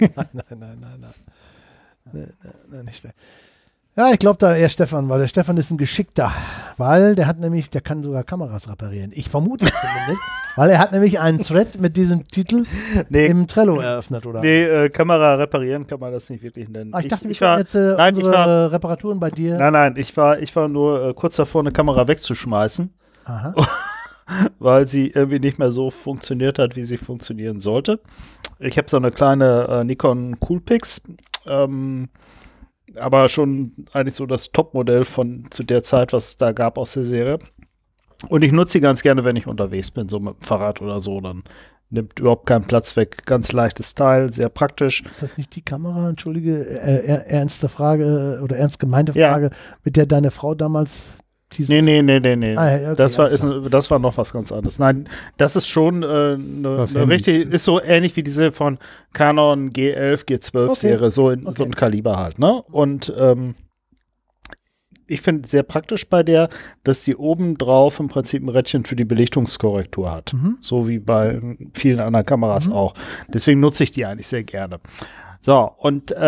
nicht schlecht. Ja, ich glaube da eher Stefan, weil der Stefan ist ein Geschickter, weil der kann sogar Kameras reparieren. Ich vermute es zumindest, weil er hat nämlich einen Thread mit diesem Titel im Trello eröffnet, oder? Nee, Kamera reparieren kann man das nicht wirklich nennen. Ich dachte, wir waren jetzt unsere Reparaturen bei dir. Nein, ich war nur kurz davor, eine Kamera wegzuschmeißen, Aha. weil sie irgendwie nicht mehr so funktioniert hat, wie sie funktionieren sollte. Ich habe so eine kleine Nikon Coolpix, aber schon eigentlich so das Topmodell zu der Zeit, was es da gab aus der Serie. Und ich nutze sie ganz gerne, wenn ich unterwegs bin, so mit dem Fahrrad oder so. Dann nimmt überhaupt keinen Platz weg. Ganz leichtes Teil, sehr praktisch. Ist das nicht die Kamera, entschuldige, ernste Frage oder ernst gemeinte Frage, mit der deine Frau damals... Nee. Ah, ja, okay, das war noch was ganz anderes. Nein, das ist schon ist so ähnlich wie diese von Canon G11, G12 Serie, so ein Kaliber halt, ne? Und ich finde sehr praktisch bei der, dass die oben drauf im Prinzip ein Rädchen für die Belichtungskorrektur hat. So wie bei vielen anderen Kameras auch. Deswegen nutze ich die eigentlich sehr gerne. So, und ich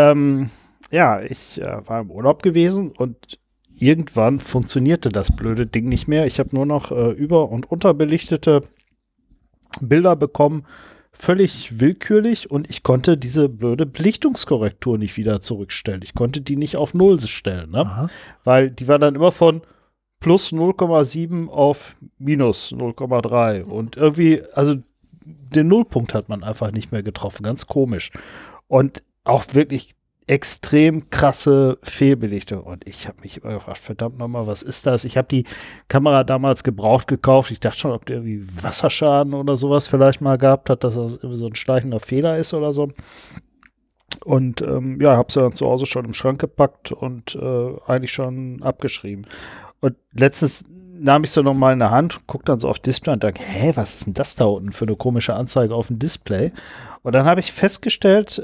war im Urlaub gewesen und irgendwann funktionierte das blöde Ding nicht mehr. Ich habe nur noch über- und unterbelichtete Bilder bekommen, völlig willkürlich, und ich konnte diese blöde Belichtungskorrektur nicht wieder zurückstellen. Ich konnte die nicht auf 0 stellen, ne? Weil die war dann immer von plus 0,7 auf minus 0,3 und irgendwie, also den Nullpunkt hat man einfach nicht mehr getroffen, ganz komisch. Und auch wirklich extrem krasse Fehlbelichtung. Und ich habe mich immer gefragt, verdammt nochmal, was ist das? Ich habe die Kamera damals gebraucht gekauft. Ich dachte schon, ob der irgendwie Wasserschaden oder sowas vielleicht mal gehabt hat, dass das irgendwie so ein schleichender Fehler ist oder so. Und habe sie dann zu Hause schon im Schrank gepackt und eigentlich schon abgeschrieben. Und letztens nahm ich so nochmal in der Hand, guck dann so auf Display und dachte, was ist denn das da unten für eine komische Anzeige auf dem Display? Und dann habe ich festgestellt,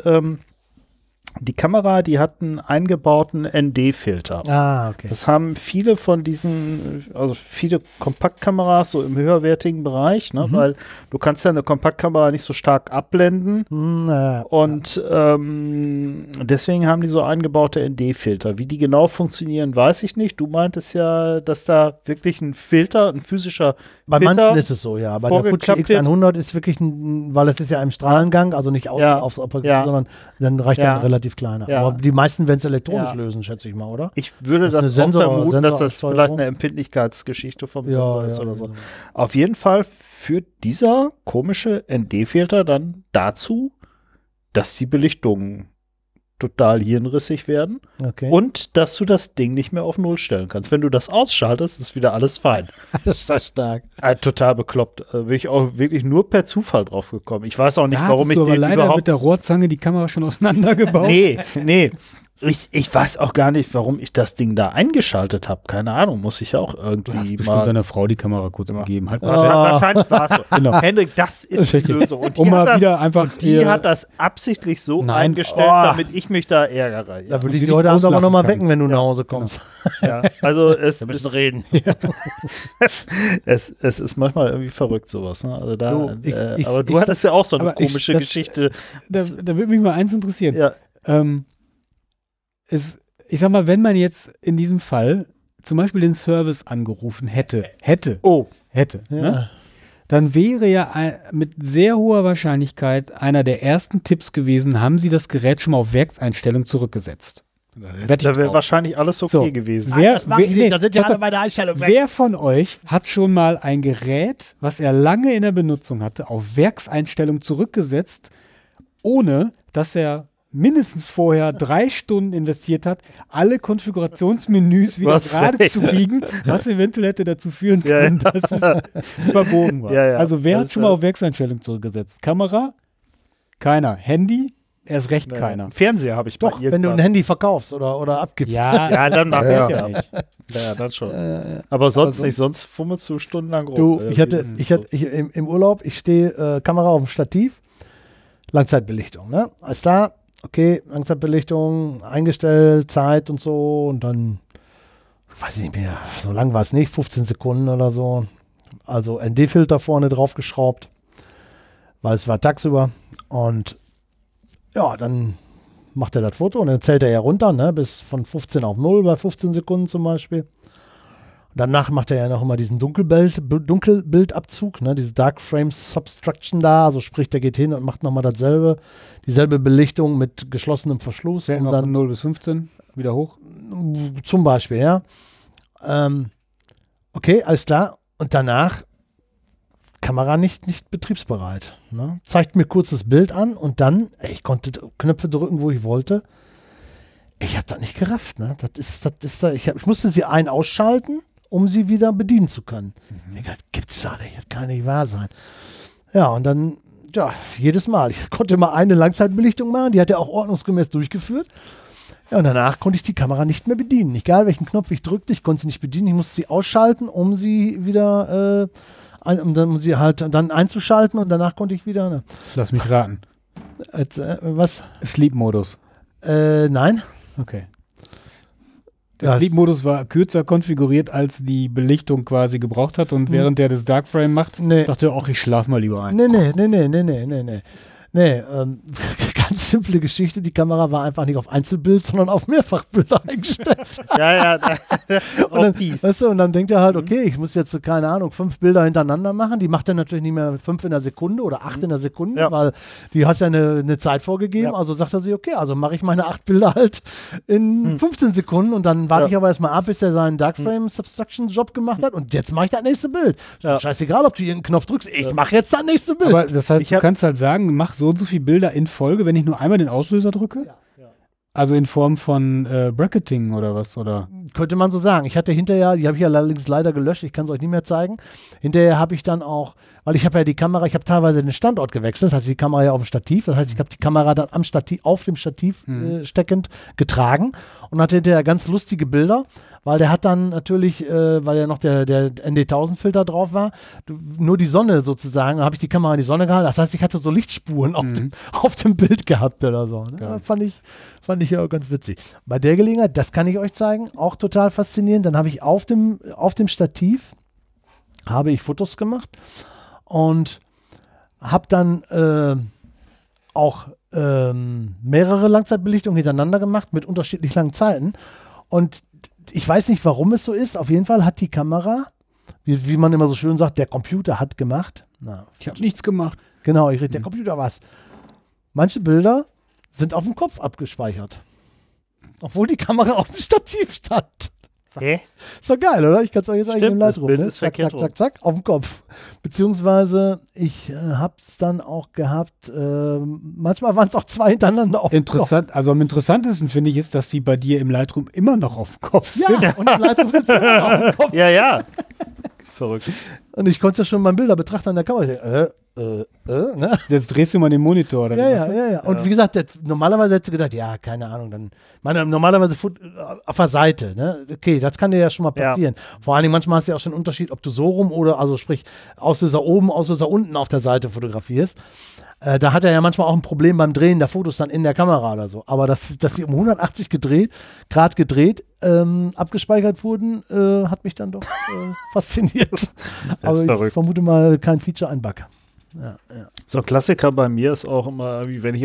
die Kamera, die hat einen eingebauten ND-Filter. Okay. Das haben viele von diesen, also viele Kompaktkameras so im höherwertigen Bereich, ne? Weil du kannst ja eine Kompaktkamera nicht so stark abblenden. Und deswegen haben die so eingebaute ND-Filter. Wie die genau funktionieren, weiß ich nicht. Du meintest ja, dass da wirklich ein Filter, ein physischer Bei Filter manchen ist es so, ja. Bei der Fuji X100 ist wirklich weil es ist ja im Strahlengang, also nicht außen aufs Objektiv, sondern dann reicht ja ein relativ kleiner. Ja. Aber die meisten werden es elektronisch lösen, schätze ich mal, oder? Ich würde das auch vermuten, dass das vielleicht eine Empfindlichkeitsgeschichte vom Sensor ist oder so. Auf jeden Fall führt dieser komische ND-Filter dann dazu, dass die Belichtungen total hirnrissig werden und dass du das Ding nicht mehr auf 0 stellen kannst. Wenn du das ausschaltest, ist wieder alles fein. Das ist das stark. Total bekloppt. Bin ich auch wirklich nur per Zufall drauf gekommen. Ich weiß auch nicht, warum ich aber den leider überhaupt... mit der Rohrzange die Kamera schon auseinandergebaut. Nee. Ich weiß auch gar nicht, warum ich das Ding da eingeschaltet habe. Keine Ahnung, muss ich ja auch irgendwie Du hast bestimmt mal... deiner Frau die Kamera kurz gegeben. Halt Wahrscheinlich war es so. Genau. Hendrik, das ist die Lösung. Und die, die hat das absichtlich so eingestellt, damit ich mich da ärgere. Ja. Da würde ich sie heute Abend aber nochmal wecken, wenn du nach Hause kommst. Ja, also wir müssen reden. Es ist manchmal irgendwie verrückt, sowas. Ne? Also da, aber du hattest ja auch so eine komische Geschichte. Da würde mich mal eins interessieren. Ja. Ich sag mal, wenn man jetzt in diesem Fall zum Beispiel den Service angerufen hätte, ne? Dann wäre ja mit sehr hoher Wahrscheinlichkeit einer der ersten Tipps gewesen, haben Sie das Gerät schon mal auf Werkseinstellung zurückgesetzt. Da wäre wahrscheinlich alles okay gewesen. Da sind ja alle bei der Einstellung weg. Wer von euch hat schon mal ein Gerät, was er lange in der Benutzung hatte, auf Werkseinstellung zurückgesetzt, ohne dass er mindestens vorher 3 Stunden investiert hat, alle Konfigurationsmenüs wieder gerade zu biegen, was eventuell hätte dazu führen können, dass es verbogen war. Ja. Also wer hat schon mal auf Werkseinstellung zurückgesetzt? Kamera? Keiner. Handy? Erst recht keiner. Fernseher habe ich Doch, wenn du ein Handy verkaufst oder abgibst. Ja, dann mach Ja. ich ja nicht. Ja, dann schon. Aber sonst nicht, sonst fummelst du stundenlang rum. Du, im Urlaub, ich stehe Kamera auf dem Stativ, Langzeitbelichtung, ne? Alles klar, okay, Langzeitbelichtung eingestellt, Zeit und so und dann, weiß ich nicht mehr, so lang war es nicht, 15 Sekunden oder so. Also ND-Filter vorne drauf geschraubt, weil es war tagsüber und ja, dann macht er das Foto und dann zählt er ja runter, ne, bis von 15 auf 0 bei 15 Sekunden zum Beispiel. Und danach macht er ja noch immer diesen Dunkelbildabzug, ne, diese Dark Frame Subtraction da, also sprich, der geht hin und macht nochmal dieselbe Belichtung mit geschlossenem Verschluss. Zählen wir von 0 bis 15 wieder hoch. Zum Beispiel, ja. Okay, alles klar. Und danach Kamera nicht betriebsbereit. Ne? Zeigt mir kurz das Bild an und dann, ich konnte Knöpfe drücken, wo ich wollte. Ich habe das nicht gerafft. Ne? Ich musste sie ausschalten, um sie wieder bedienen zu können. Ich dachte, gibt's da nicht, das kann nicht wahr sein. Ja, und dann, ja, jedes Mal. Ich konnte mal eine Langzeitbelichtung machen, die hat er auch ordnungsgemäß durchgeführt. Ja, und danach konnte ich die Kamera nicht mehr bedienen. Egal welchen Knopf ich drückte, ich konnte sie nicht bedienen. Ich musste sie ausschalten, um sie wieder um sie halt dann einzuschalten und danach konnte ich wieder. Ne. Lass mich raten. Was? Sleep-Modus. Nein. Okay. Der Sleep-Modus war kürzer konfiguriert, als die Belichtung quasi gebraucht hat und während der das Dark Frame macht, dachte er, ach, ich schlaf mal lieber ein. Nee, ganz simple Geschichte. Die Kamera war einfach nicht auf Einzelbild, sondern auf Mehrfachbilder eingestellt. Und dann denkt er halt, okay, ich muss jetzt, keine Ahnung, 5 Bilder hintereinander machen. Die macht er natürlich nicht mehr 5 in der Sekunde oder 8 in der Sekunde, weil die hat ja eine Zeit vorgegeben. Ja. Also sagt er sich, okay, also mache ich meine 8 Bilder halt in 15 Sekunden und dann warte ich aber erstmal ab, bis er seinen Dark Frame Subtraction Job gemacht hat und jetzt mache ich das nächste Bild. Scheißegal, ob du irgendeinen Knopf drückst, ich mache jetzt das nächste Bild. Aber das heißt, du kannst halt sagen, mach so und so viele Bilder in Folge, wenn ich nur einmal den Auslöser drücke? Ja. Also in Form von Bracketing oder was? Oder? Könnte man so sagen. Ich hatte hinterher, die habe ich ja allerdings leider gelöscht, ich kann es euch nicht mehr zeigen. Hinterher habe ich dann auch, weil ich habe ja die Kamera, ich habe teilweise den Standort gewechselt, hatte die Kamera ja auf dem Stativ, das heißt, ich habe die Kamera dann am Stativ, auf dem Stativ steckend getragen und hatte hinterher ganz lustige Bilder, weil der hat dann natürlich, weil ja noch der ND1000-Filter drauf war, nur die Sonne sozusagen, da habe ich die Kamera in die Sonne gehalten, das heißt, ich hatte so Lichtspuren auf dem Bild gehabt oder so. Ne? Fand ich ja auch ganz witzig. Bei der Gelegenheit, das kann ich euch zeigen, auch total faszinierend, dann habe ich auf dem Stativ habe ich Fotos gemacht und habe dann auch mehrere Langzeitbelichtungen hintereinander gemacht mit unterschiedlich langen Zeiten und ich weiß nicht, warum es so ist, auf jeden Fall hat die Kamera, wie man immer so schön sagt, der Computer hat gemacht. Ich habe nichts gemacht. Genau, der Computer war's. Manche Bilder sind auf dem Kopf abgespeichert. Obwohl die Kamera auf dem Stativ stand. Ist doch geil, oder? Ich kann es euch jetzt eigentlich im Lightroom. Ne? Zack, zack, zack, zack, auf dem Kopf. Beziehungsweise, ich habe es dann auch gehabt, manchmal waren es auch 2 hintereinander auf dem Kopf. Also am interessantesten finde ich ist, dass die bei dir im Lightroom immer noch auf dem Kopf sind. Ja, und im Lightroom sind sie immer noch auf dem Kopf. Ja. Verrückt. Und ich konnte es ja schon beim Bilder betrachten an der Kamera. Ich denke, ne? Jetzt drehst du mal den Monitor. Oder Ja. Und wie gesagt, normalerweise hättest du gedacht, ja, keine Ahnung, dann normalerweise auf der Seite, ne? Okay, das kann dir ja schon mal passieren. Ja. Vor allen Dingen manchmal hast du ja auch schon einen Unterschied, ob du so rum oder, also sprich, Auslöser oben, Auslöser unten auf der Seite fotografierst. Da hat er ja manchmal auch ein Problem beim Drehen der Fotos dann in der Kamera oder so. Aber dass sie um 180 Grad gedreht, abgespeichert wurden, hat mich dann doch fasioniert. Aber ich vermute mal kein Feature, ein Bug. Ja. So ein Klassiker bei mir ist auch immer, wie wenn ich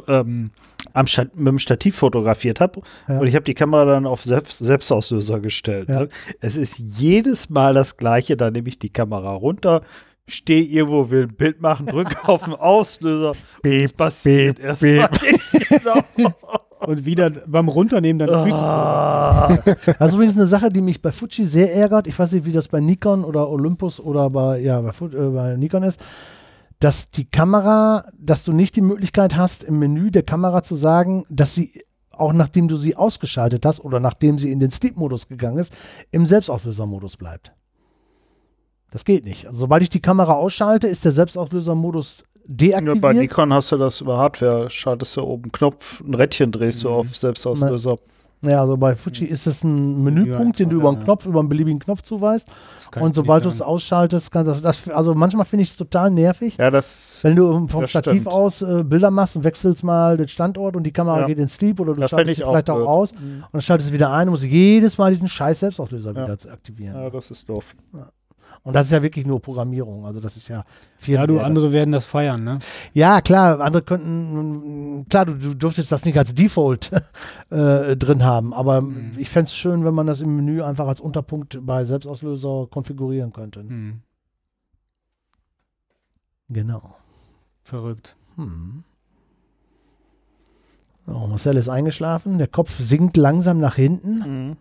mit dem Stativ fotografiert habe und ich habe die Kamera dann auf Selbstauslöser gestellt. Ja. Ne? Es ist jedes Mal das Gleiche, da nehme ich die Kamera runter, stehe irgendwo, will ein Bild machen, drücke auf den Auslöser. Es passiert erstmal nichts. Genau. Und wieder beim Runternehmen dann. Das ist übrigens eine Sache, die mich bei Fuji sehr ärgert. Ich weiß nicht, wie das bei Nikon oder Olympus oder bei Nikon ist. dass die Kamera, dass du nicht die Möglichkeit hast, im Menü der Kamera zu sagen, dass sie, auch nachdem du sie ausgeschaltet hast oder nachdem sie in den Sleep-Modus gegangen ist, im Selbstauslöser-Modus bleibt. Das geht nicht. Also, sobald ich die Kamera ausschalte, ist der Selbstauslöser-Modus deaktiviert. Bei Nikon hast du das über Hardware, schaltest du oben einen Knopf, ein Rädchen drehst du auf Selbstauslöser. Ja, also bei Fuji ist es ein Menüpunkt, den du über einen Knopf, über einen beliebigen Knopf zuweist. Und sobald du es ausschaltest, also manchmal finde ich es total nervig, Ja, wenn du vom das Stativ stimmt. aus Bilder machst und wechselst mal den Standort und die Kamera geht in Sleep oder du Das schaltest fänd sie ich auch vielleicht auch blöd. aus und dann schaltest du wieder ein und musst jedes Mal diesen scheiß Selbstauslöser Ja. wieder aktivieren. Ja, das ist doof. Und das ist ja wirklich nur Programmierung, also das ist ja viel Ja, du, mehr. andere werden das feiern, ne? Ja, klar, andere könnten, klar, du dürftest das nicht als Default drin haben, aber ich fände es schön, wenn man das im Menü einfach als Unterpunkt bei Selbstauslöser konfigurieren könnte. Hm. Genau. Verrückt. So, Marcel ist eingeschlafen, der Kopf sinkt langsam nach hinten.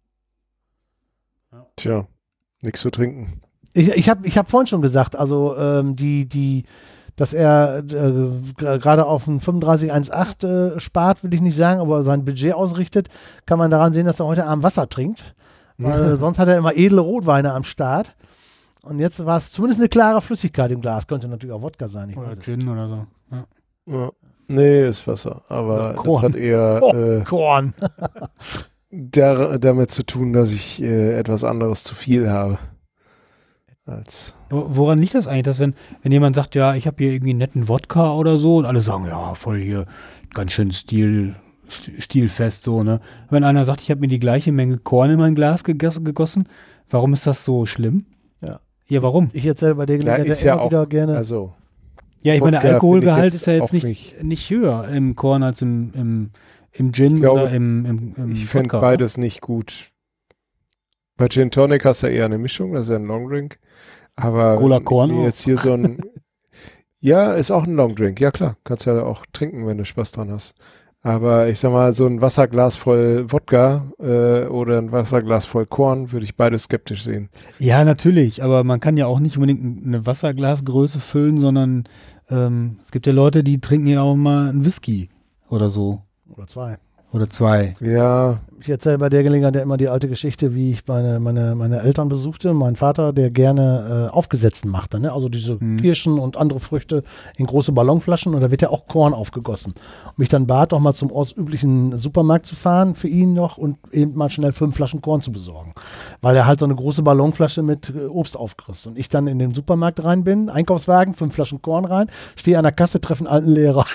Tja, nichts zu trinken. Ich hab vorhin schon gesagt, also dass er gerade auf einen 3518 spart, will ich nicht sagen, aber sein Budget ausrichtet, kann man daran sehen, dass er heute Abend Wasser trinkt. Weil sonst hat er immer edle Rotweine am Start. Und jetzt war es zumindest eine klare Flüssigkeit im Glas. Könnte natürlich auch Wodka sein. Ich Oder weiß es Gin oder so. Ja. Ja. Nee, ist Wasser. Aber Korn. das hat eher nicht. Korn. damit zu tun, dass ich etwas anderes zu viel habe. Als Woran liegt das eigentlich, dass wenn jemand sagt, ja, ich habe hier irgendwie einen netten Wodka oder so und alle sagen, ja, voll hier ganz schön stilfest so, ne? Wenn einer sagt, ich habe mir die gleiche Menge Korn in mein Glas gegossen, warum ist das so schlimm? Ja. Ja, warum? Ich erzähle bei der Gelegenheit ist ja auch, wieder gerne. also Ja, ich meine, der Wodka Alkoholgehalt finde ich ist ja jetzt jetzt auch nicht höher im Korn als im Gin Ich glaube, oder im ich fände Wodka. beides nicht gut. Bei Gin Tonic hast du ja eher eine Mischung, das ist ja ein Longdrink. Aber Cola Korn wenn auch. jetzt hier so ein ja, ist auch ein Longdrink. Ja klar, kannst ja auch trinken, wenn du Spaß dran hast. Aber ich sag mal, so ein Wasserglas voll Wodka oder ein Wasserglas voll Korn würde ich beides skeptisch sehen. Ja, natürlich, aber man kann ja auch nicht unbedingt eine Wasserglasgröße füllen, sondern es gibt ja Leute, die trinken ja auch mal einen Whisky oder so. Oder zwei. Oder zwei. Ja, Ich erzähle bei der Gelegenheit ja immer die alte Geschichte, wie ich meine Eltern besuchte. Mein Vater, der gerne Aufgesetzten machte, ne? Also diese Kirschen und andere Früchte in große Ballonflaschen und da wird ja auch Korn aufgegossen. Und mich dann bat, doch mal zum ortsüblichen Supermarkt zu fahren für ihn noch und eben mal schnell 5 Flaschen Korn zu besorgen. Weil er halt so eine große Ballonflasche mit Obst aufkriegt. Und ich dann in den Supermarkt rein bin, Einkaufswagen, 5 Flaschen Korn rein, stehe an der Kasse, treffe einen alten Lehrer.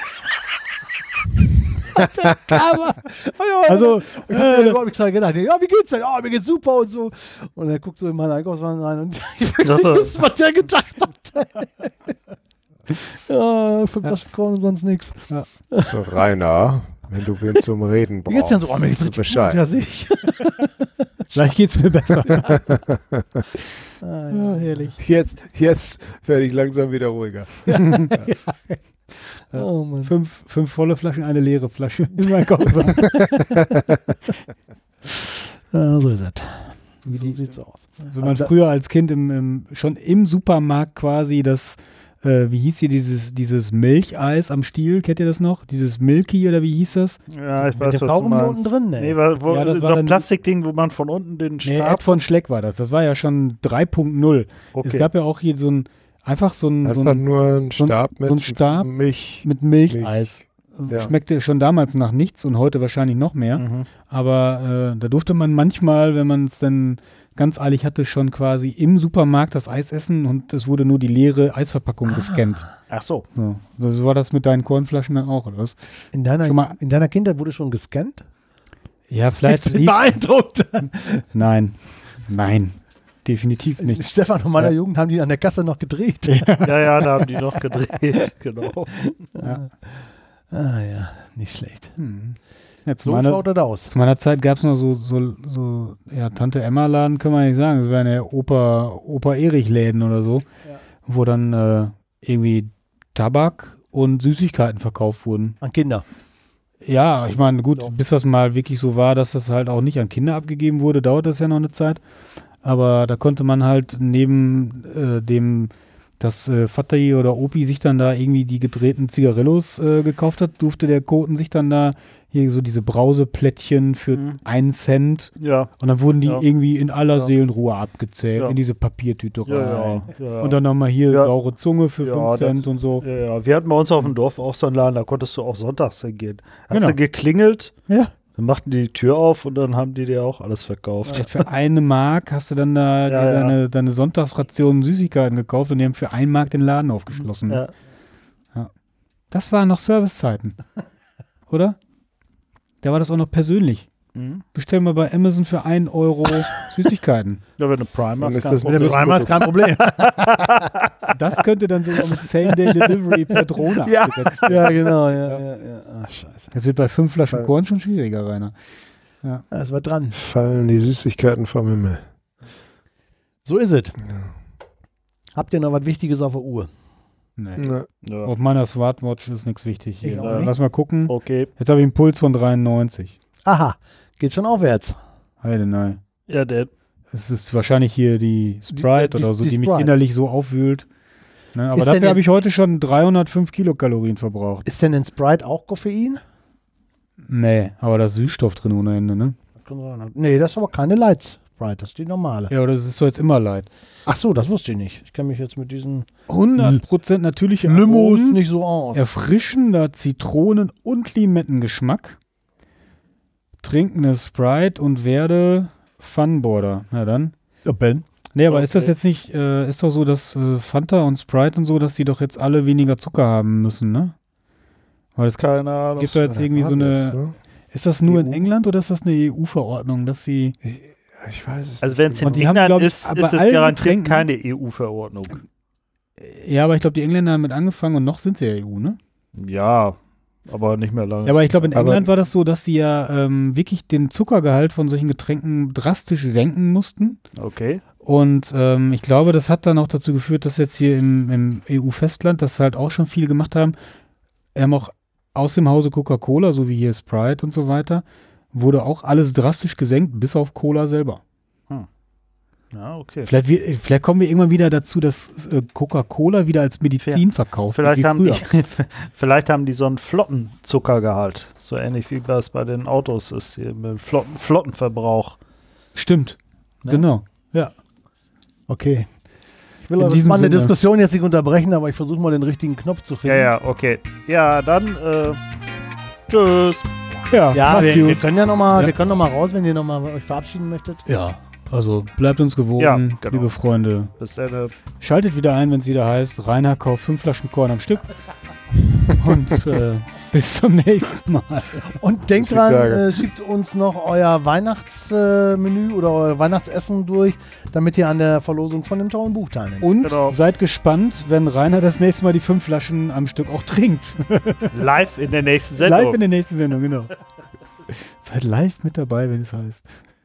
Also, ich hab mir gedacht, ja, wie geht's denn? Oh, mir geht's super und so. Und er guckt so in meinen Einkaufswagen rein und ich will nicht wissen, was der gedacht hat. Ja, 5 Flaschen Korn und sonst nichts. Ja. so Rainer, wenn du wen zum Reden Wie geht's denn brauchst, so? Oh, mir geht's sagst du richtig gut, ja, sehe ich. Vielleicht geht's mir besser. Ja, herrlich. Jetzt werde ich langsam wieder ruhiger. Oh, Mann. 5 volle Flaschen, eine leere Flasche in meinem Koffer. Ja, so ist das. Wie So die- sieht's aus. Wenn man früher als Kind schon im Supermarkt quasi das, wie hieß hier dieses Milcheis am Stiel, kennt ihr das noch? Dieses Milky oder wie hieß das? Ja, ich Mit weiß, dem was du Kaugummi meinst. unten drin, ne? Nee, Ja, das so war ein dann- Plastikding, wo man von unten den Nee, Stab... Ed von Schleck war das. Das war ja schon 3.0. Okay. Es gab ja auch hier so ein Einfach nur ein Stab mit so ein Stab Milch. mit Milcheis. Ja. Schmeckte schon damals nach nichts und heute wahrscheinlich noch mehr. Mhm. Aber da durfte man manchmal, wenn man es dann ganz eilig hatte, schon quasi im Supermarkt das Eis essen und es wurde nur die leere Eisverpackung gescannt. Ach so. So war das mit deinen Kornflaschen dann auch, oder was? In Schon mal- deiner Kindheit wurde schon gescannt? Ja, vielleicht. Beeindruckt. Nein, definitiv nicht. Stefan und meiner Jugend haben die an der Kasse noch gedreht. Ja, da haben die noch gedreht. Genau. Ja. Ah ja, nicht schlecht. Ja, So schaut das aus. zu meiner Zeit gab es noch so ja, Tante Emma-Laden, kann man nicht sagen. Das wären ja Opa Erich-Läden oder so, wo dann irgendwie Tabak und Süßigkeiten verkauft wurden. An Kinder. Ja, ich meine, gut, Doch. bis das mal wirklich so war, dass das halt auch nicht an Kinder abgegeben wurde, dauert das ja noch eine Zeit. Aber da konnte man halt neben dem dass Vati oder Opi sich dann da irgendwie die gedrehten Zigarillos gekauft hat, durfte der Koten sich dann da hier so diese Brauseplättchen für 1 Cent Ja. und dann wurden die Ja. irgendwie in aller Ja. Seelenruhe abgezählt, Ja. in diese Papiertüte rein. Ja. Und dann nochmal hier Ja. saure Zunge für Ja, 5 Cent und so. Ja. Wir hatten bei uns auf dem Dorf auch so einen Laden, da konntest du auch sonntags hingehen. Hast Genau. du geklingelt, Ja. dann machten die Tür auf und dann haben die dir auch alles verkauft. Für 1 Mark hast du dann da Ja, dir ja. deine Sonntagsration Süßigkeiten gekauft und die haben für 1 Mark den Laden aufgeschlossen. Ja. Das waren noch Servicezeiten. Oder? Da war das auch noch persönlich. Mhm. Bestell mal bei Amazon für 1 Euro Süßigkeiten. Ja, wenn du Prime Dann hast, ist kein das Problem. mit dem Einmal ist kein Problem. Das könnte dann sogar mit Same-Day-Delivery per Drohne Ja. abgesetzt. Ja, genau. Ja. Ach, scheiße. Das wird bei 5 Flaschen Fall. Korn schon schwieriger, Rainer. Das war dran. Fallen die Süßigkeiten vom Himmel. So ist es. Habt ihr noch was Wichtiges auf der Uhr? Nee. Na, Ja. Auf meiner Smartwatch ist nichts wichtig. Ich Hier. auch nicht. Lass mal gucken. Okay. Jetzt habe ich einen Puls von 93. Aha, geht schon aufwärts. Heide, nein. Ja, der Es ist wahrscheinlich hier die Sprite die- oder so, die die mich Sprite. innerlich so aufwühlt. Ne, aber Ist denn dafür habe jetzt- ich heute schon 305 Kilokalorien verbraucht. Ist denn in Sprite auch Koffein? Nee, aber da ist Süßstoff drin ohne Ende, ne? Nee, das ist aber keine Light Sprite, das ist die normale. Ja, aber das ist doch jetzt immer leid. Ach so, das wusste ich nicht. Ich kenne mich jetzt mit diesen 100% natürliche Limos Aromen, nicht so aus. erfrischender Zitronen- und Limettengeschmack. Trinkende Sprite und werde Funboarder. Na dann. Ja, Ben. Nee, aber Okay. ist das jetzt nicht, ist doch so, dass Fanta und Sprite und so, dass die doch jetzt alle weniger Zucker haben müssen, ne? Weil es keine Ahnung. gibt da jetzt irgendwie so das, eine, ne? ist das nur in EU? England oder ist das eine EU-Verordnung, dass sie, Ich weiß es Also nicht. wenn es in Und die haben, England glaub ich, ist, bei ist es allen garantiert Getränken- keine EU-Verordnung. ja, aber ich glaube, die Engländer haben mit angefangen und noch sind sie ja EU, ne? Ja, aber nicht mehr lange. Ja, aber ich glaube, in Aber- England war das so, dass sie ja wirklich den Zuckergehalt von solchen Getränken drastisch senken mussten. Okay. Und ich glaube, das hat dann auch dazu geführt, dass jetzt hier im EU-Festland, das halt auch schon viele gemacht haben, auch aus dem Hause Coca-Cola, so wie hier Sprite und so weiter, wurde auch alles drastisch gesenkt, bis auf Cola selber. Ja, okay. Vielleicht kommen wir irgendwann wieder dazu, dass Coca-Cola wieder als Medizin verkauft Vielleicht wird, haben, wie die, früher. vielleicht haben die so einen flotten Zuckergehalt. So ähnlich wie das bei den Autos ist, hier mit dem flotten Verbrauch. Stimmt, Ne? genau. Ja. Okay. Ich will In eure diesem spannende Sinne. Diskussion jetzt nicht unterbrechen, aber ich versuche mal den richtigen Knopf zu Ja, finden. ja, okay. Ja, dann tschüss. Ja, Ja, macht's wir gut. können ja nochmal, Ja. wir können noch mal raus, wenn ihr nochmal euch verabschieden möchtet. Ja, also bleibt uns gewogen, Ja, genau. liebe Freunde. Bis dann. Schaltet wieder ein, wenn es wieder heißt, Rainer kauft 5 Flaschen Korn am Stück. Und bis zum nächsten Mal. Und denkt Bis die dran, Tage. schiebt uns noch euer Weihnachtsmenü oder euer Weihnachtsessen durch, damit ihr an der Verlosung von dem tollen Buch teilnehmt. Und Genau. seid gespannt, wenn Rainer das nächste Mal die 5 Flaschen am Stück auch trinkt. Live in der nächsten Sendung. Live in der nächsten Sendung, genau. Seid live mit dabei, wenn es heißt.